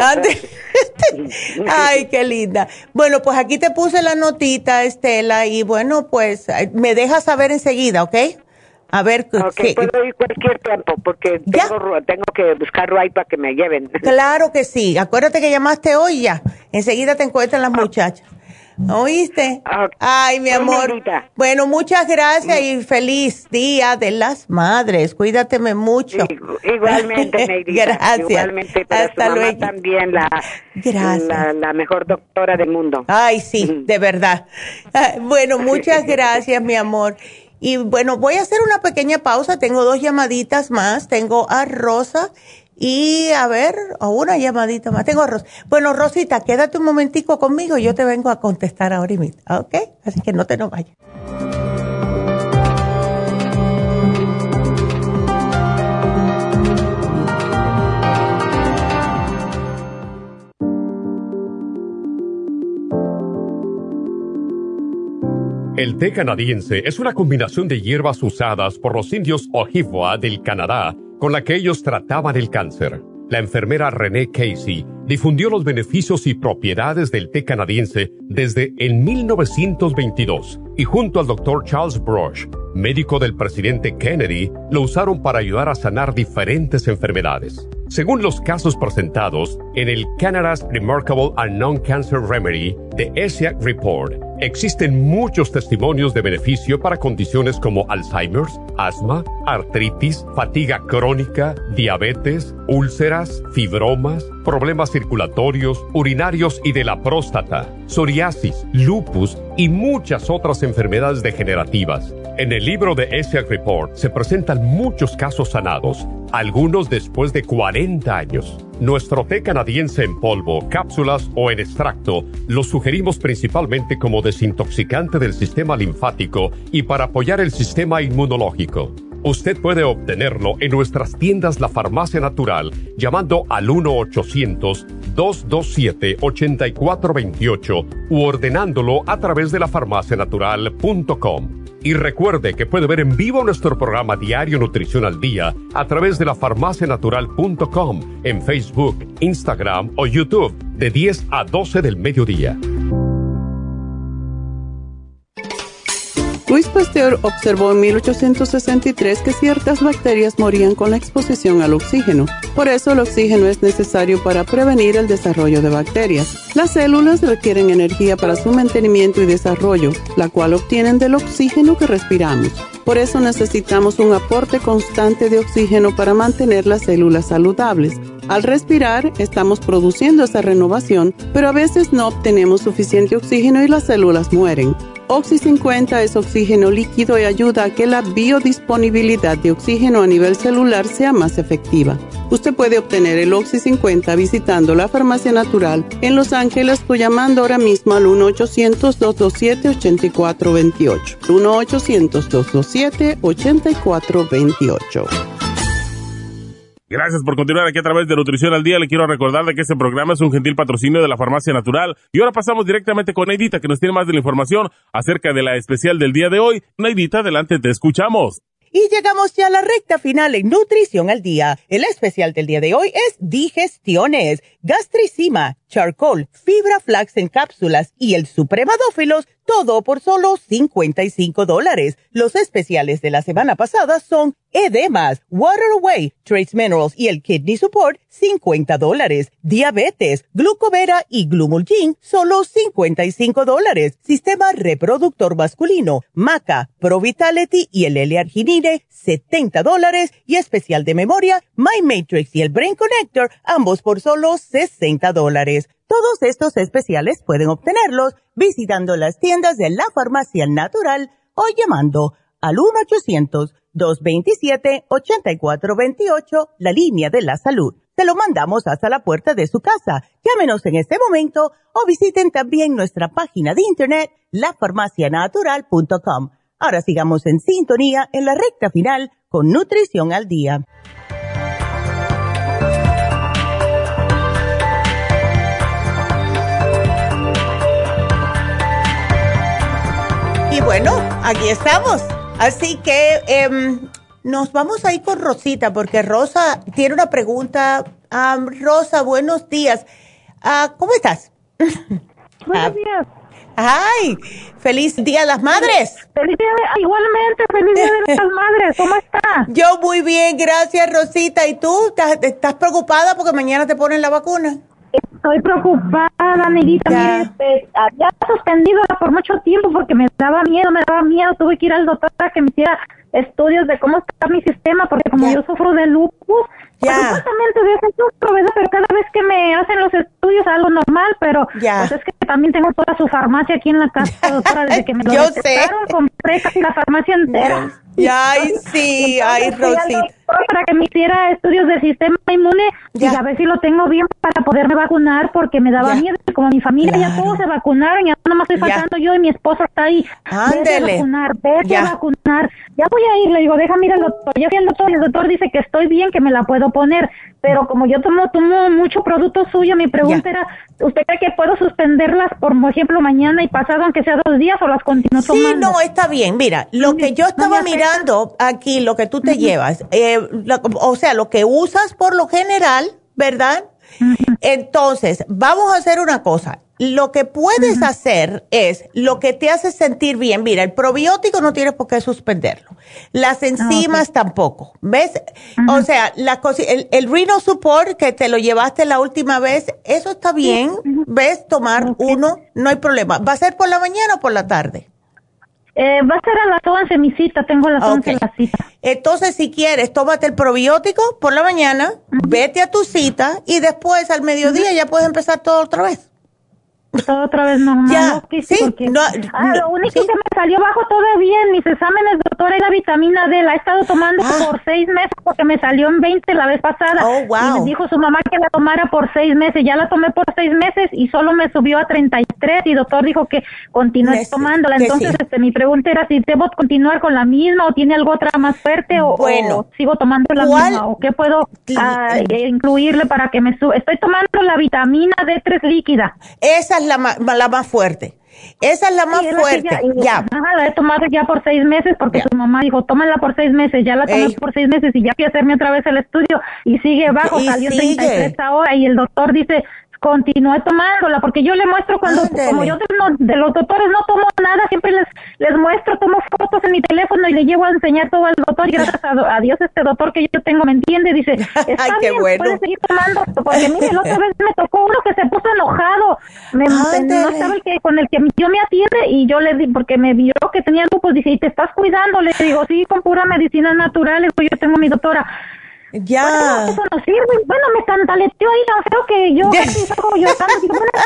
Ay, qué linda. Bueno, pues aquí te puse la notita, Estela, y bueno, pues me dejas saber enseguida, ¿ok? A ver, okay, puedo ir cualquier tiempo porque tengo que buscar ride para que me lleven. Claro que sí. Acuérdate que llamaste hoy ya. Enseguida te encuentran las muchachas. ¿Oíste? Okay. Ay, mi amor. Bonita. Bueno, muchas gracias y feliz Día de las Madres. Cuídateme mucho. Igualmente, Neidita. Gracias. Igualmente, hasta luego. También la mejor doctora del mundo. Ay, sí, de verdad. Bueno, muchas gracias, mi amor. Y bueno, voy a hacer una pequeña pausa. Tengo 2 llamaditas más. Tengo a Rosa y a ver, una llamadita más. Tengo a Rosa. Bueno, Rosita, quédate un momentico conmigo. Yo te vengo a contestar ahora mismo, ¿ok? Así que no te nos vayas. El té canadiense es una combinación de hierbas usadas por los indios Ojibwa del Canadá con la que ellos trataban el cáncer. La enfermera Renee Casey difundió los beneficios y propiedades del té canadiense desde el 1922 y junto al Dr. Charles Brush, médico del presidente Kennedy, lo usaron para ayudar a sanar diferentes enfermedades. Según los casos presentados en el Canada's Remarkable and Non-Cancer Remedy de ESIAC Report, existen muchos testimonios de beneficio para condiciones como Alzheimer's, asma, artritis, fatiga crónica, diabetes, úlceras, fibromas, problemas circulatorios, urinarios y de la próstata, psoriasis, lupus y muchas otras enfermedades degenerativas. En el libro de ESIAC Report se presentan muchos casos sanados, algunos después de 40 años. Nuestro té canadiense en polvo, cápsulas o en extracto lo sugerimos principalmente como desintoxicante del sistema linfático y para apoyar el sistema inmunológico. Usted puede obtenerlo en nuestras tiendas La Farmacia Natural llamando al 1-800-227-8428 u ordenándolo a través de lafarmacianatural.com. Y recuerde que puede ver en vivo nuestro programa Diario Nutrición al Día a través de lafarmacianatural.com en Facebook, Instagram o YouTube de 10 a 12 del mediodía. Louis Pasteur observó en 1863 que ciertas bacterias morían con la exposición al oxígeno. Por eso el oxígeno es necesario para prevenir el desarrollo de bacterias. Las células requieren energía para su mantenimiento y desarrollo, la cual obtienen del oxígeno que respiramos. Por eso necesitamos un aporte constante de oxígeno para mantener las células saludables. Al respirar, estamos produciendo esa renovación, pero a veces no obtenemos suficiente oxígeno y las células mueren. Oxy 50 es oxígeno líquido y ayuda a que la biodisponibilidad de oxígeno a nivel celular sea más efectiva. Usted puede obtener el Oxy 50 visitando la Farmacia Natural en Los Ángeles o llamando ahora mismo al 1-800-227-8428. 1-800-227-8428. Gracias por continuar aquí a través de Nutrición al Día. Le quiero recordar de que este programa es un gentil patrocinio de la Farmacia Natural. Y ahora pasamos directamente con Neidita, que nos tiene más de la información acerca de la especial del día de hoy. Neidita, adelante, te escuchamos. Y llegamos ya a la recta final en Nutrición al Día. El especial del día de hoy es Digestiones, Gastricima, Charcoal, Fibra Flax en cápsulas y el Supremadófilos, todo por solo $55. Los especiales de la semana pasada son Edemas, Water Away, Trace Minerals y el Kidney Support, $50. Diabetes, Glucovera y Glumulgin, solo $55. Sistema reproductor masculino, Maca, Pro Vitality y el L-Arginine, $70. Y especial de memoria, My Matrix y el Brain Connector, ambos por solo $60. Todos estos especiales pueden obtenerlos visitando las tiendas de la Farmacia Natural o llamando al 1-800-227-8428, la línea de la salud. Se lo mandamos hasta la puerta de su casa. Llámenos en este momento o visiten también nuestra página de internet, lafarmacianatural.com. Ahora sigamos en sintonía en la recta final con Nutrición al Día. Y bueno, aquí estamos. Así que nos vamos a ir con Rosita, porque Rosa tiene una pregunta. Rosa, buenos días. ¿Cómo estás? Buenos días. ¡Ay! ¡Feliz Día de las Madres! ¡Feliz Día igualmente! ¡Feliz Día de las Madres! ¿Cómo está? Yo muy bien, gracias, Rosita. ¿Y tú? ¿Estás preocupada porque mañana te ponen la vacuna? Estoy preocupada, amiguita. Mire, había suspendido por mucho tiempo porque me daba miedo. Tuve que ir al doctor para que me hiciera estudios de cómo está mi sistema, porque como yo sufro de lupus, supuestamente de eso sufro, ¿verdad? Pero cada vez que me hacen los estudios algo normal, pero pues es que también tengo toda su farmacia aquí en la casa, doctora, desde que me lo detectaron, compré casi la farmacia entera. Ay, sí, ay, Rosita. Para que me hiciera estudios del sistema inmune y a ver si lo tengo bien para poderme vacunar, porque me daba miedo. Como mi familia ya todos se vacunaron, ya nomás estoy faltando yo y mi esposo está ahí. Ándele. Vete a vacunar. Ya voy a ir, le digo, déjame ir al doctor. Yo fui al doctor y el doctor dice que estoy bien, que me la puedo poner. Pero como yo tomo mucho producto suyo, mi pregunta era, ¿usted cree que puedo suspenderlas, por ejemplo, mañana y pasado, aunque sea 2 días, o las continúo tomando? Sí, no, está bien. Mira, lo que yo estaba mirando aquí, lo que tú te llevas, o sea, lo que usas por lo general, ¿verdad? Entonces, vamos a hacer una cosa. lo que puedes hacer es lo que te hace sentir bien. Mira, el probiótico no tienes por qué suspenderlo. Las enzimas tampoco. ¿Ves? O sea, el Renal Support que te lo llevaste la última vez, eso está bien. ¿Ves? Tomar uno, no hay problema. ¿Va a ser por la mañana o por la tarde? Va a ser a las 11 mi cita, tengo a las 11 la cita. Entonces, si quieres, tómate el probiótico por la mañana, vete a tu cita y después al mediodía ya puedes empezar todo otra vez. Todo otra vez normal. Ya, sí, porque, lo único que me salió bajo todavía en mis exámenes, doctora, es la vitamina D. La he estado tomando por 6 meses porque me salió en 20 la vez pasada. Y me dijo su mamá que la tomara por 6 meses. Ya la tomé por 6 meses y solo me subió a 33 y el doctor dijo que continúe tomándola. Entonces, mi pregunta era si debo continuar con la misma o tiene algo otra más fuerte o sigo tomando la misma o qué puedo incluirle para que me suba. Estoy tomando la vitamina D3 líquida. Esa es la más fuerte. Esa es la más fuerte. La he tomado ya por 6 meses porque su mamá dijo, tómala por 6 meses. Ya la tomé por 6 meses y ya fui a hacerme otra vez el estudio y sigue bajo. Salió 33 ahora y el doctor dice, continúe tomándola, porque yo le muestro como yo de los doctores no tomo nada, siempre les muestro, tomo fotos en mi teléfono y le llevo a enseñar todo al doctor y gracias a Dios este doctor que yo tengo me entiende, dice, está bien, puedes seguir tomando, porque mire, la otra vez me tocó uno que se puso enojado, no estaba con el que yo me atiende y yo le di, porque me vio que tenía lupus, dice, ¿y te estás cuidando? Le digo, sí, con pura medicina natural, yo tengo mi doctora. Bueno, eso no sirve. Bueno, me cantaleteó ahí tan feo que yo casi saco llorando.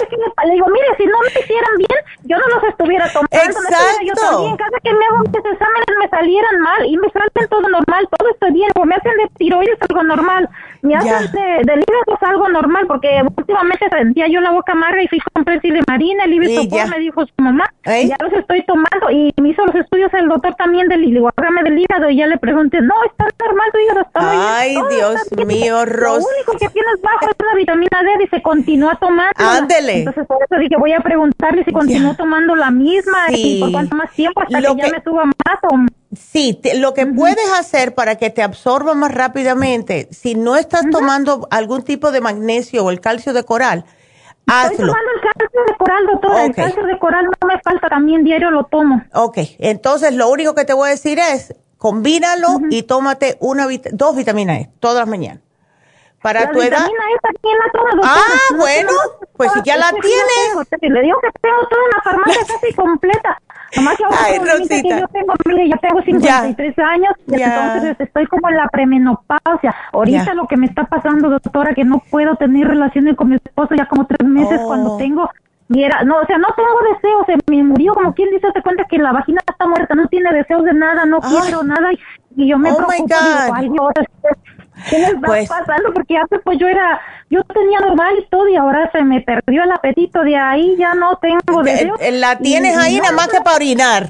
Le digo, mire, si no me hicieran bien, yo no los estuviera tomando. No yo también, cada que me hago mis exámenes me salieran mal y me salen todo normal, todo estoy bien. O me hacen de tiroides algo normal, me hacen de hígado algo normal, porque últimamente sentía yo la boca amarga y fui a comprar Silimarina, el Ibisopor, me dijo su mamá, ya los estoy tomando y me hizo los estudios el doctor también del hígado y ya le pregunté, no, está normal tu hígado, está muy bien. Ay, Dios mío, Rosa. Lo único que tienes bajo es la vitamina D, dice, continúa tomando. Ándele. Entonces, por eso dije, voy a preguntarle si continúo tomando la misma y por cuánto más tiempo hasta que ya me suba más. Sí, lo que puedes hacer para que te absorba más rápidamente, si no estás tomando algún tipo de magnesio o el calcio de coral, hazlo. Estoy tomando el calcio de coral, doctora. El calcio de coral no me falta, también diario lo tomo. Entonces lo único que te voy a decir es, combínalo y tómate 2 vitaminas E todas las mañanas. Para tu edad. Vitamina E también la tomo, doctora. Bueno, pues si ya la tienes. Le digo que tengo toda una farmacia casi completa. Nomás que ahora que yo tengo 53 años, entonces estoy como en la premenopausia. Ahorita lo que me está pasando, doctora, que no puedo tener relaciones con mi esposo ya como 3 meses cuando tengo. No tengo deseos, se me murió, como quien dice, se cuenta que la vagina está muerta, no tiene deseos de nada, no quiero nada, y yo me preocupo, digo, ay Dios, ¿qué me está pasando? Porque antes pues yo tenía normal y todo, y ahora se me perdió el apetito, de ahí ya no tengo deseos. La tienes ahí nada más que para orinar.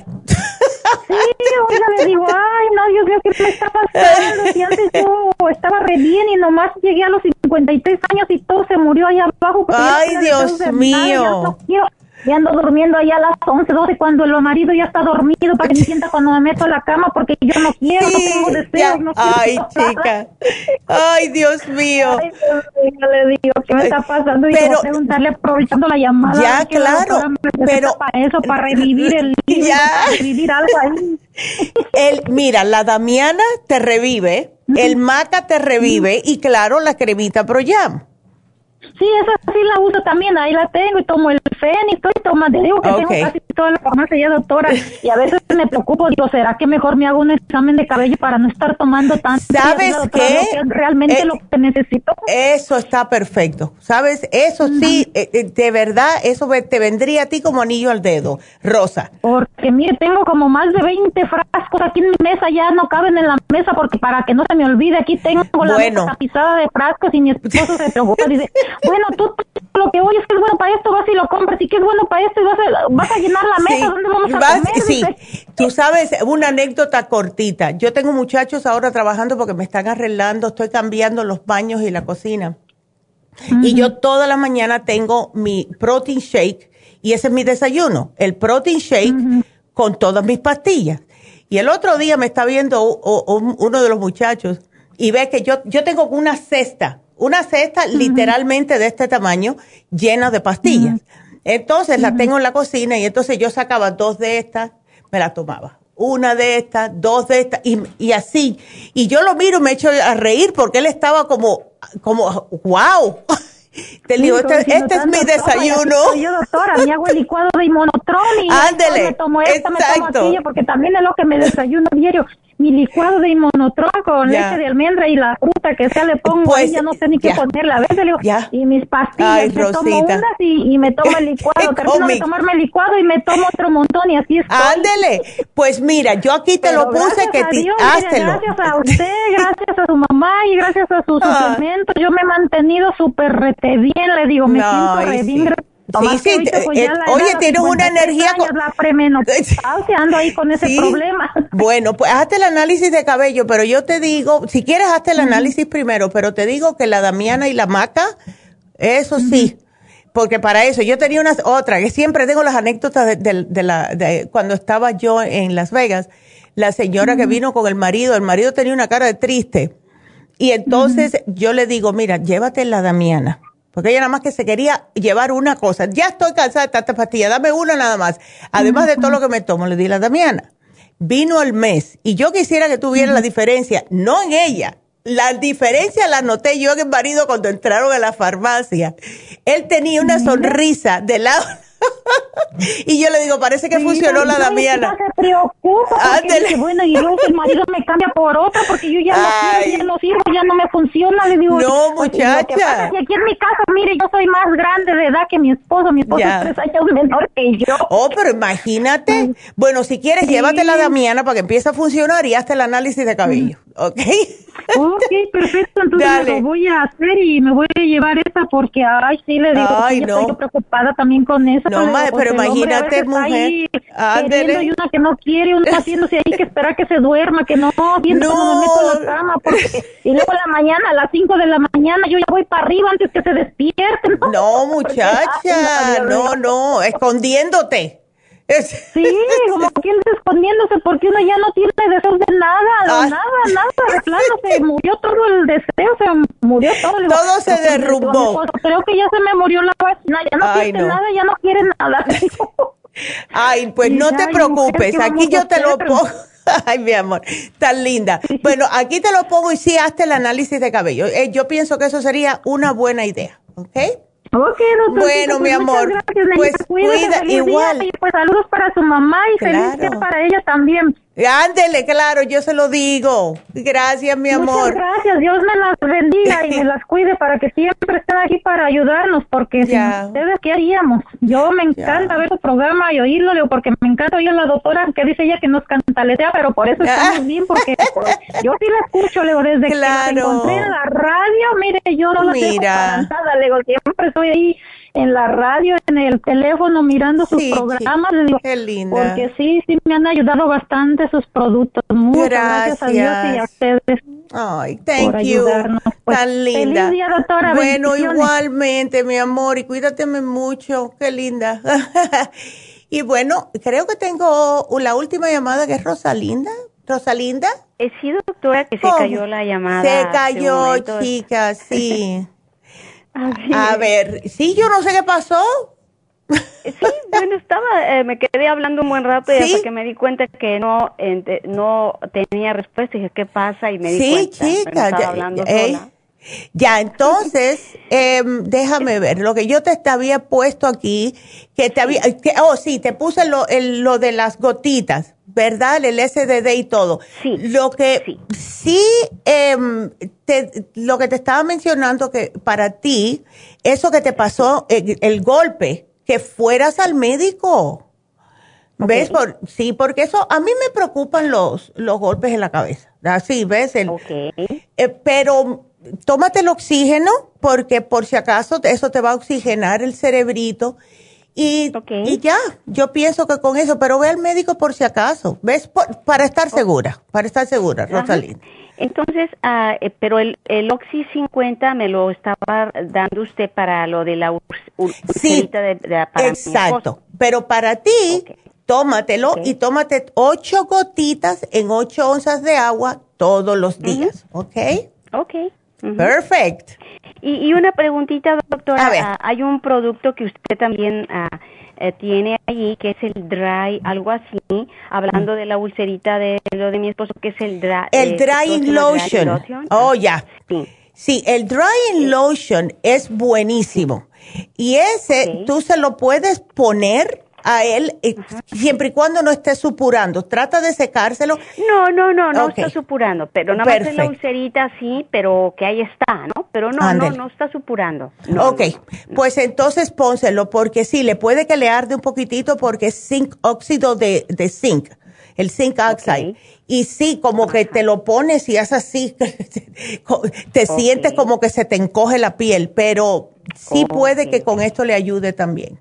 Sí, oiga, le digo, ay, no, Dios mío, ¿qué me está pasando? Si antes yo estaba re bien y nomás llegué a los 53 años y todo se murió ahí abajo. Ay, Dios mío. Ya ando durmiendo allá a las 11, 12 cuando el marido ya está dormido para que me sienta cuando me meto a la cama porque yo no quiero, no tengo deseos, no quiero. Ay, chica. Ay, Dios mío. Ay, yo le digo, ¿qué me está pasando? Y voy a preguntarle aprovechando la llamada. Ya, claro. Pero para eso, para revivir el libro, para revivir algo ahí. Mira, la Damiana te revive, el Maca te revive y claro, la cremita Proyam. Sí, esa sí la uso también, ahí la tengo y tomo el Fénix, estoy tomando, digo que tengo casi toda la farmacia ya, doctora, y a veces me preocupo, digo, ¿será que mejor me hago un examen de cabello para no estar tomando tanto? ¿Sabes qué? Realmente lo que necesito. Eso está perfecto, ¿sabes? Eso sí, de verdad, eso te vendría a ti como anillo al dedo, Rosa. Porque mire, tengo como más de 20 frascos aquí en mi mesa, ya no caben en la mesa, porque para que no se me olvide, aquí tengo la mesa tapizada de frascos y mi esposo se preocupa, dice, bueno, tú lo que oyes que es bueno para esto, vas y lo compras, y que es bueno para esto, y vas a llenar la mesa, ¿dónde vamos a comer? Sí, tú sabes, una anécdota cortita. Yo tengo muchachos ahora trabajando porque me están arreglando, estoy cambiando los baños y la cocina. Y yo toda la mañana tengo mi protein shake, y ese es mi desayuno, el protein shake con todas mis pastillas. Y el otro día me está viendo uno de los muchachos, y ve que yo tengo una cesta literalmente de este tamaño llena de pastillas. Entonces la tengo en la cocina y entonces yo sacaba 2 de estas, me las tomaba. 1 de estas, 2 de estas y así. Y yo lo miro y me echo a reír porque él estaba como wow. Te digo, este es mi desayuno. Yo, doctora, me hago el licuado de Inmunotron y me tomo esta, me tomo aquella, porque también es lo que me desayuno diario. Mi licuado de Inmunotron con leche de almendra y la fruta que sea le pongo, pues, ahí ya no sé ni qué ponerle a veces, le digo, y mis pastillas. Ay, me tomo unas y me tomo el licuado, termino de tomarme el licuado y me tomo otro montón y así estoy. Ándele, pues mira, yo aquí te lo puse que háztelo. Gracias a usted, gracias a su mamá y gracias a sus suplementos, yo me he mantenido súper rete bien, le digo, me siento re bien. Sí, oye, tienes una energía con la premenopausia, ando ahí con ese problema. Bueno, pues hazte el análisis de cabello, pero yo te digo, si quieres hazte el análisis primero, pero te digo que la Damiana y la Maca, eso sí, porque para eso yo tenía otra, que siempre tengo las anécdotas de cuando estaba yo en Las Vegas, la señora que vino con el marido tenía una cara de triste, y entonces yo le digo, mira, llévate la Damiana. Porque ella nada más que se quería llevar una cosa. Ya estoy cansada de tanta pastilla, dame una nada más. Además de todo lo que me tomo, le di la Damiana. Vino el mes y yo quisiera que tuviera la diferencia, no en ella. La diferencia la noté yo en el marido cuando entraron a la farmacia. Él tenía una sonrisa de lado. Y yo le digo, parece que funcionó la Damiana. Se preocupa porque dice, bueno, y luego el marido me cambia por otra porque yo ya no sirvo, ya no me funciona. Le digo, no, muchacha. Y aquí en mi casa, mire, yo soy más grande de edad que mi esposo es 3 años menor que yo. Oh, pero imagínate. Bueno, si quieres, llévate la Damiana para que empiece a funcionar y hazte el análisis de cabello, ¿ok? Ok, perfecto, entonces lo voy a hacer y me voy a llevar esa porque, sí, le digo, estoy preocupada también con eso. No, madre, pero imagínate, mujer. Queriendo y una que no quiere, uno haciéndose ahí que espera que se duerma, que no, viendo cómo me meto en la cama. Y luego en la mañana, a las 5 de la mañana, yo ya voy para arriba antes que se despierte. No, muchacha, no, escondiéndote. Sí, como quien escondiéndose porque uno ya no tiene deseo de nada, de plano se murió todo el deseo, se murió todo. Todo se derrumbó. Creo que ya se me murió la vagina, ya no siente nada, ya no quiere nada. Ay, pues no te preocupes, aquí yo te lo pongo. Ay, mi amor, tan linda. Bueno, aquí te lo pongo y sí, hazte el análisis de cabello. Yo pienso que eso sería una buena idea, ¿ok? Ok, doctor. Bueno, mi amor, gracias, pues cuida igual. Día, y pues saludos para su mamá y feliz día para ella también. Ándele, claro, yo se lo digo. Gracias, mi amor. Muchas gracias, Dios me las bendiga y me las cuide para que siempre estén aquí para ayudarnos, porque sin ustedes, ¿qué haríamos? Yo me encanta ver su programa y oírlo, porque me encanta oír a la doctora que dice ella que nos cantaletea, pero por eso estamos bien, porque yo sí la escucho, desde que la encontré en la radio, mire, yo no la tengo para nada, siempre estoy ahí en la radio, en el teléfono, mirando sus programas, le digo, qué linda. Porque sí me han ayudado bastante sus productos. Muchas gracias a Dios y a ustedes. Ay, thank you. Pues, tan linda. Feliz día, doctora. Bueno, igualmente, mi amor, y cuídateme mucho. Qué linda. Y bueno, creo que tengo la última llamada, que es Rosalinda. ¿Rosalinda? Sí, doctora, que se cayó la llamada. Se cayó, chica, sí. A ver, sí, yo no sé qué pasó. Sí, bueno, me quedé hablando un buen rato y hasta que me di cuenta que no tenía respuesta, dije, ¿qué pasa? Y me di cuenta. Sí, chica, estaba hablando sola. Ya, entonces, déjame ver, lo que yo te había puesto aquí, te puse lo de las gotitas, ¿verdad? El SDD y todo. Sí. Lo que lo que te estaba mencionando, que para ti, eso que te pasó, el golpe, que fueras al médico. Okay. ¿Ves? Sí, porque eso, a mí me preocupan los golpes en la cabeza. Así, ¿ves? Pero tómate el oxígeno, porque por si acaso eso te va a oxigenar el cerebrito. Y ya, yo pienso que con eso, pero ve al médico por si acaso, ¿ves? Para estar segura, Rosalinda. Entonces, pero el Oxy 50 me lo estaba dando usted para lo de la ulcerita para exacto, pero para ti, tómatelo y tómate 8 gotitas en 8 onzas de agua todos los días, ¿ok? Ok. Perfect. Y una preguntita, doctora. A ver. Hay un producto que usted también tiene allí, que es el Dry, algo así, hablando de la ulcerita de lo de mi esposo, que es el Dry. El Drying Lotion. Oh, ya. Sí, el Drying Lotion es buenísimo. Y ese tú se lo puedes poner a él siempre y cuando no esté supurando. Trata de secárselo. No está supurando, pero nada más es la ulcerita así, pero que ahí está, ¿no? Pero no está supurando. Pues entonces pónselo, porque sí, le puede que le arde un poquitito porque es óxido de zinc, el zinc oxide. Y sí, como que te lo pones y es así, te sientes como que se te encoge la piel, pero sí puede que con esto le ayude también.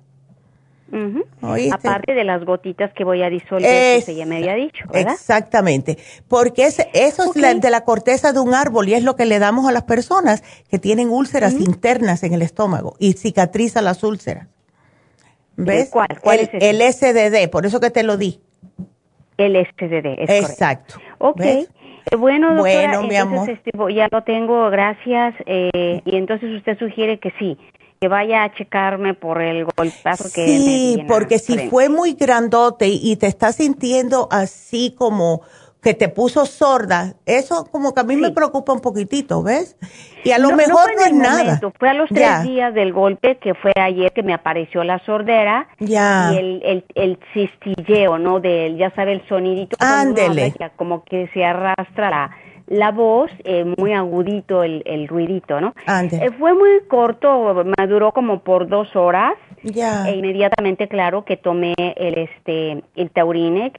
Aparte de las gotitas que voy a disolver, que usted ya me había dicho, ¿verdad? Exactamente, porque eso es de la corteza de un árbol y es lo que le damos a las personas que tienen úlceras internas en el estómago y cicatriza las úlceras. ¿Ves? ¿Cuál es ese? El SDD, por eso que te lo di. El SDD, es exacto. ¿Ves? Bueno, doctora, mi amor. Ya lo tengo, gracias. Y entonces usted sugiere que sí, que vaya a checarme por el golpazo que me viene porque si fue muy grandote y te estás sintiendo así como que te puso sorda, eso como que a mí me preocupa un poquitito, ¿ves? Y a lo mejor no es nada. Fue a los 3 días del golpe, que fue ayer, que me apareció la sordera y el cistilleo, ¿no? Ya sabe, el sonidito. Ándele. Como que se arrastra la voz, muy agudito el ruidito, ¿no? Fue muy corto, me duró como por 2 horas. E inmediatamente, claro, que tomé el taurine,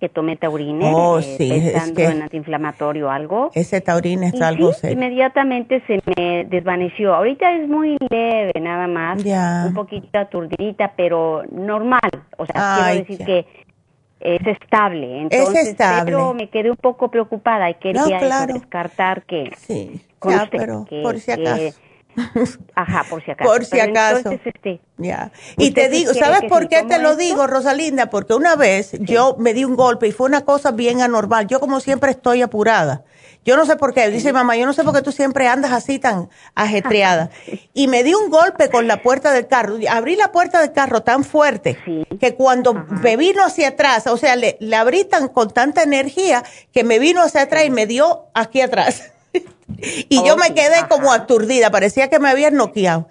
pensando en antiinflamatorio o algo. Ese taurine es algo serio. Inmediatamente se me desvaneció. Ahorita es muy leve, nada más, un poquito aturdidita, pero normal. O sea, quiero decir que es estable. Entonces, pero me quedé un poco preocupada y quería descartar que... pero por si acaso. Por si acaso. Por si acaso. Entonces, Y te digo, ¿sabes por qué te lo digo, Rosalinda? Porque una vez yo me di un golpe y fue una cosa bien anormal. Yo como siempre estoy apurada. Yo no sé por qué. Dice mamá, yo no sé por qué tú siempre andas así tan ajetreada. Y me di un golpe con la puerta del carro. Abrí la puerta del carro tan fuerte que cuando me vino hacia atrás, o sea, le abrí con tanta energía que me vino hacia atrás y me dio aquí atrás. Y yo me quedé como aturdida, parecía que me habían noqueado.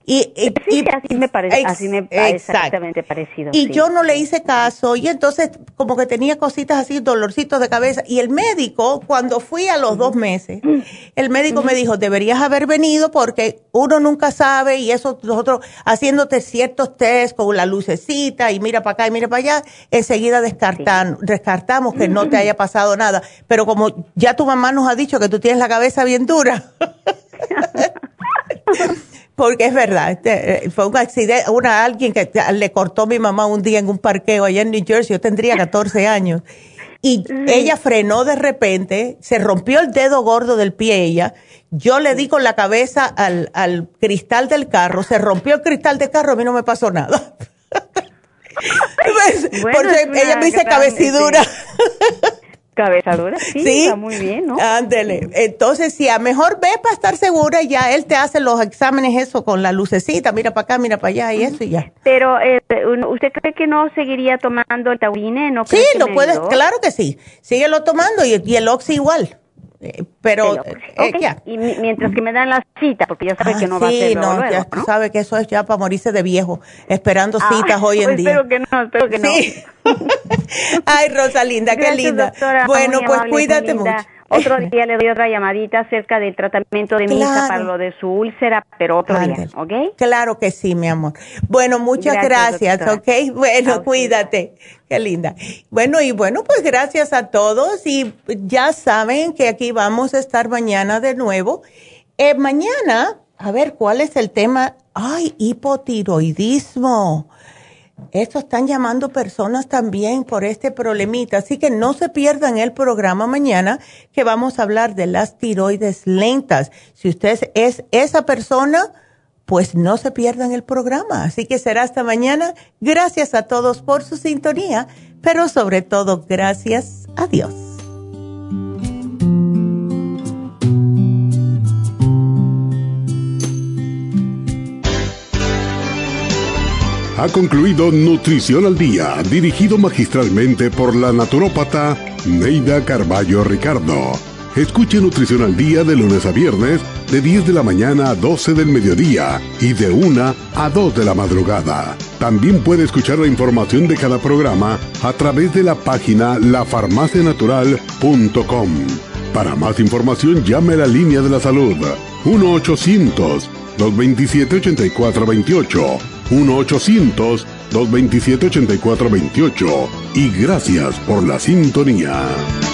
Así me parece exactamente parecido. Y yo no le hice caso, y entonces como que tenía cositas así, dolorcitos de cabeza. Y el médico, cuando fui a los 2 meses, el médico me dijo, deberías haber venido porque uno nunca sabe, y eso nosotros haciéndote ciertos test con la lucecita, y mira para acá y mira para allá, enseguida descartamos que no te haya pasado nada. Pero como ya tu mamá nos ha dicho que tú tienes la cabeza bien dura... Porque es verdad, fue un accidente, alguien que le cortó a mi mamá un día en un parqueo allá en New Jersey, yo tendría 14 años, y ella frenó de repente, se rompió el dedo gordo del pie ella, yo le di con la cabeza al cristal del carro, se rompió el cristal del carro, a mí no me pasó nada. Por eso ella me dice cabecidura. Cabezadura, sí, está muy bien, ¿no? Ándele. Entonces, sí, a mejor ve para estar segura, y ya él te hace los exámenes eso con la lucecita, mira para acá, mira para allá y eso y ya. Pero, ¿usted cree que no seguiría tomando el taurine? ¿No? Sí, lo puedes, claro que sí. Síguelo tomando y el Oxy igual. Pero, y mientras que me dan la cita, porque ya sabe que no va a ser luego, ya ¿no? sabe que eso es ya para morirse de viejo, esperando citas hoy en día. Espero que no. Ay, Rosalinda, qué linda. Doctora, bueno, pues cuídate mucho. Otro día le doy otra llamadita acerca del tratamiento de mi hija para lo de su úlcera, pero otro día, ¿ok? Claro que sí, mi amor. Bueno, muchas gracias, ¿ok? Bueno, cuídate. Qué linda. Bueno, pues gracias a todos, y ya saben que aquí vamos a estar mañana de nuevo. Mañana, a ver, ¿cuál es el tema? Ay, hipotiroidismo. Esto están llamando personas también por este problemita, así que no se pierdan el programa mañana, que vamos a hablar de las tiroides lentas. Si usted es esa persona, pues no se pierdan el programa. Así que será hasta mañana. Gracias a todos por su sintonía, pero sobre todo gracias a Dios. Ha concluido Nutrición al Día, dirigido magistralmente por la naturópata Neida Carballo Ricardo. Escuche Nutrición al Día de lunes a viernes, de 10 de la mañana a 12 del mediodía y de 1 a 2 de la madrugada. También puede escuchar la información de cada programa a través de la página lafarmacianatural.com. Para más información, llame a la línea de la salud 1-800-227-8428, 1-800-227-8428, y gracias por la sintonía.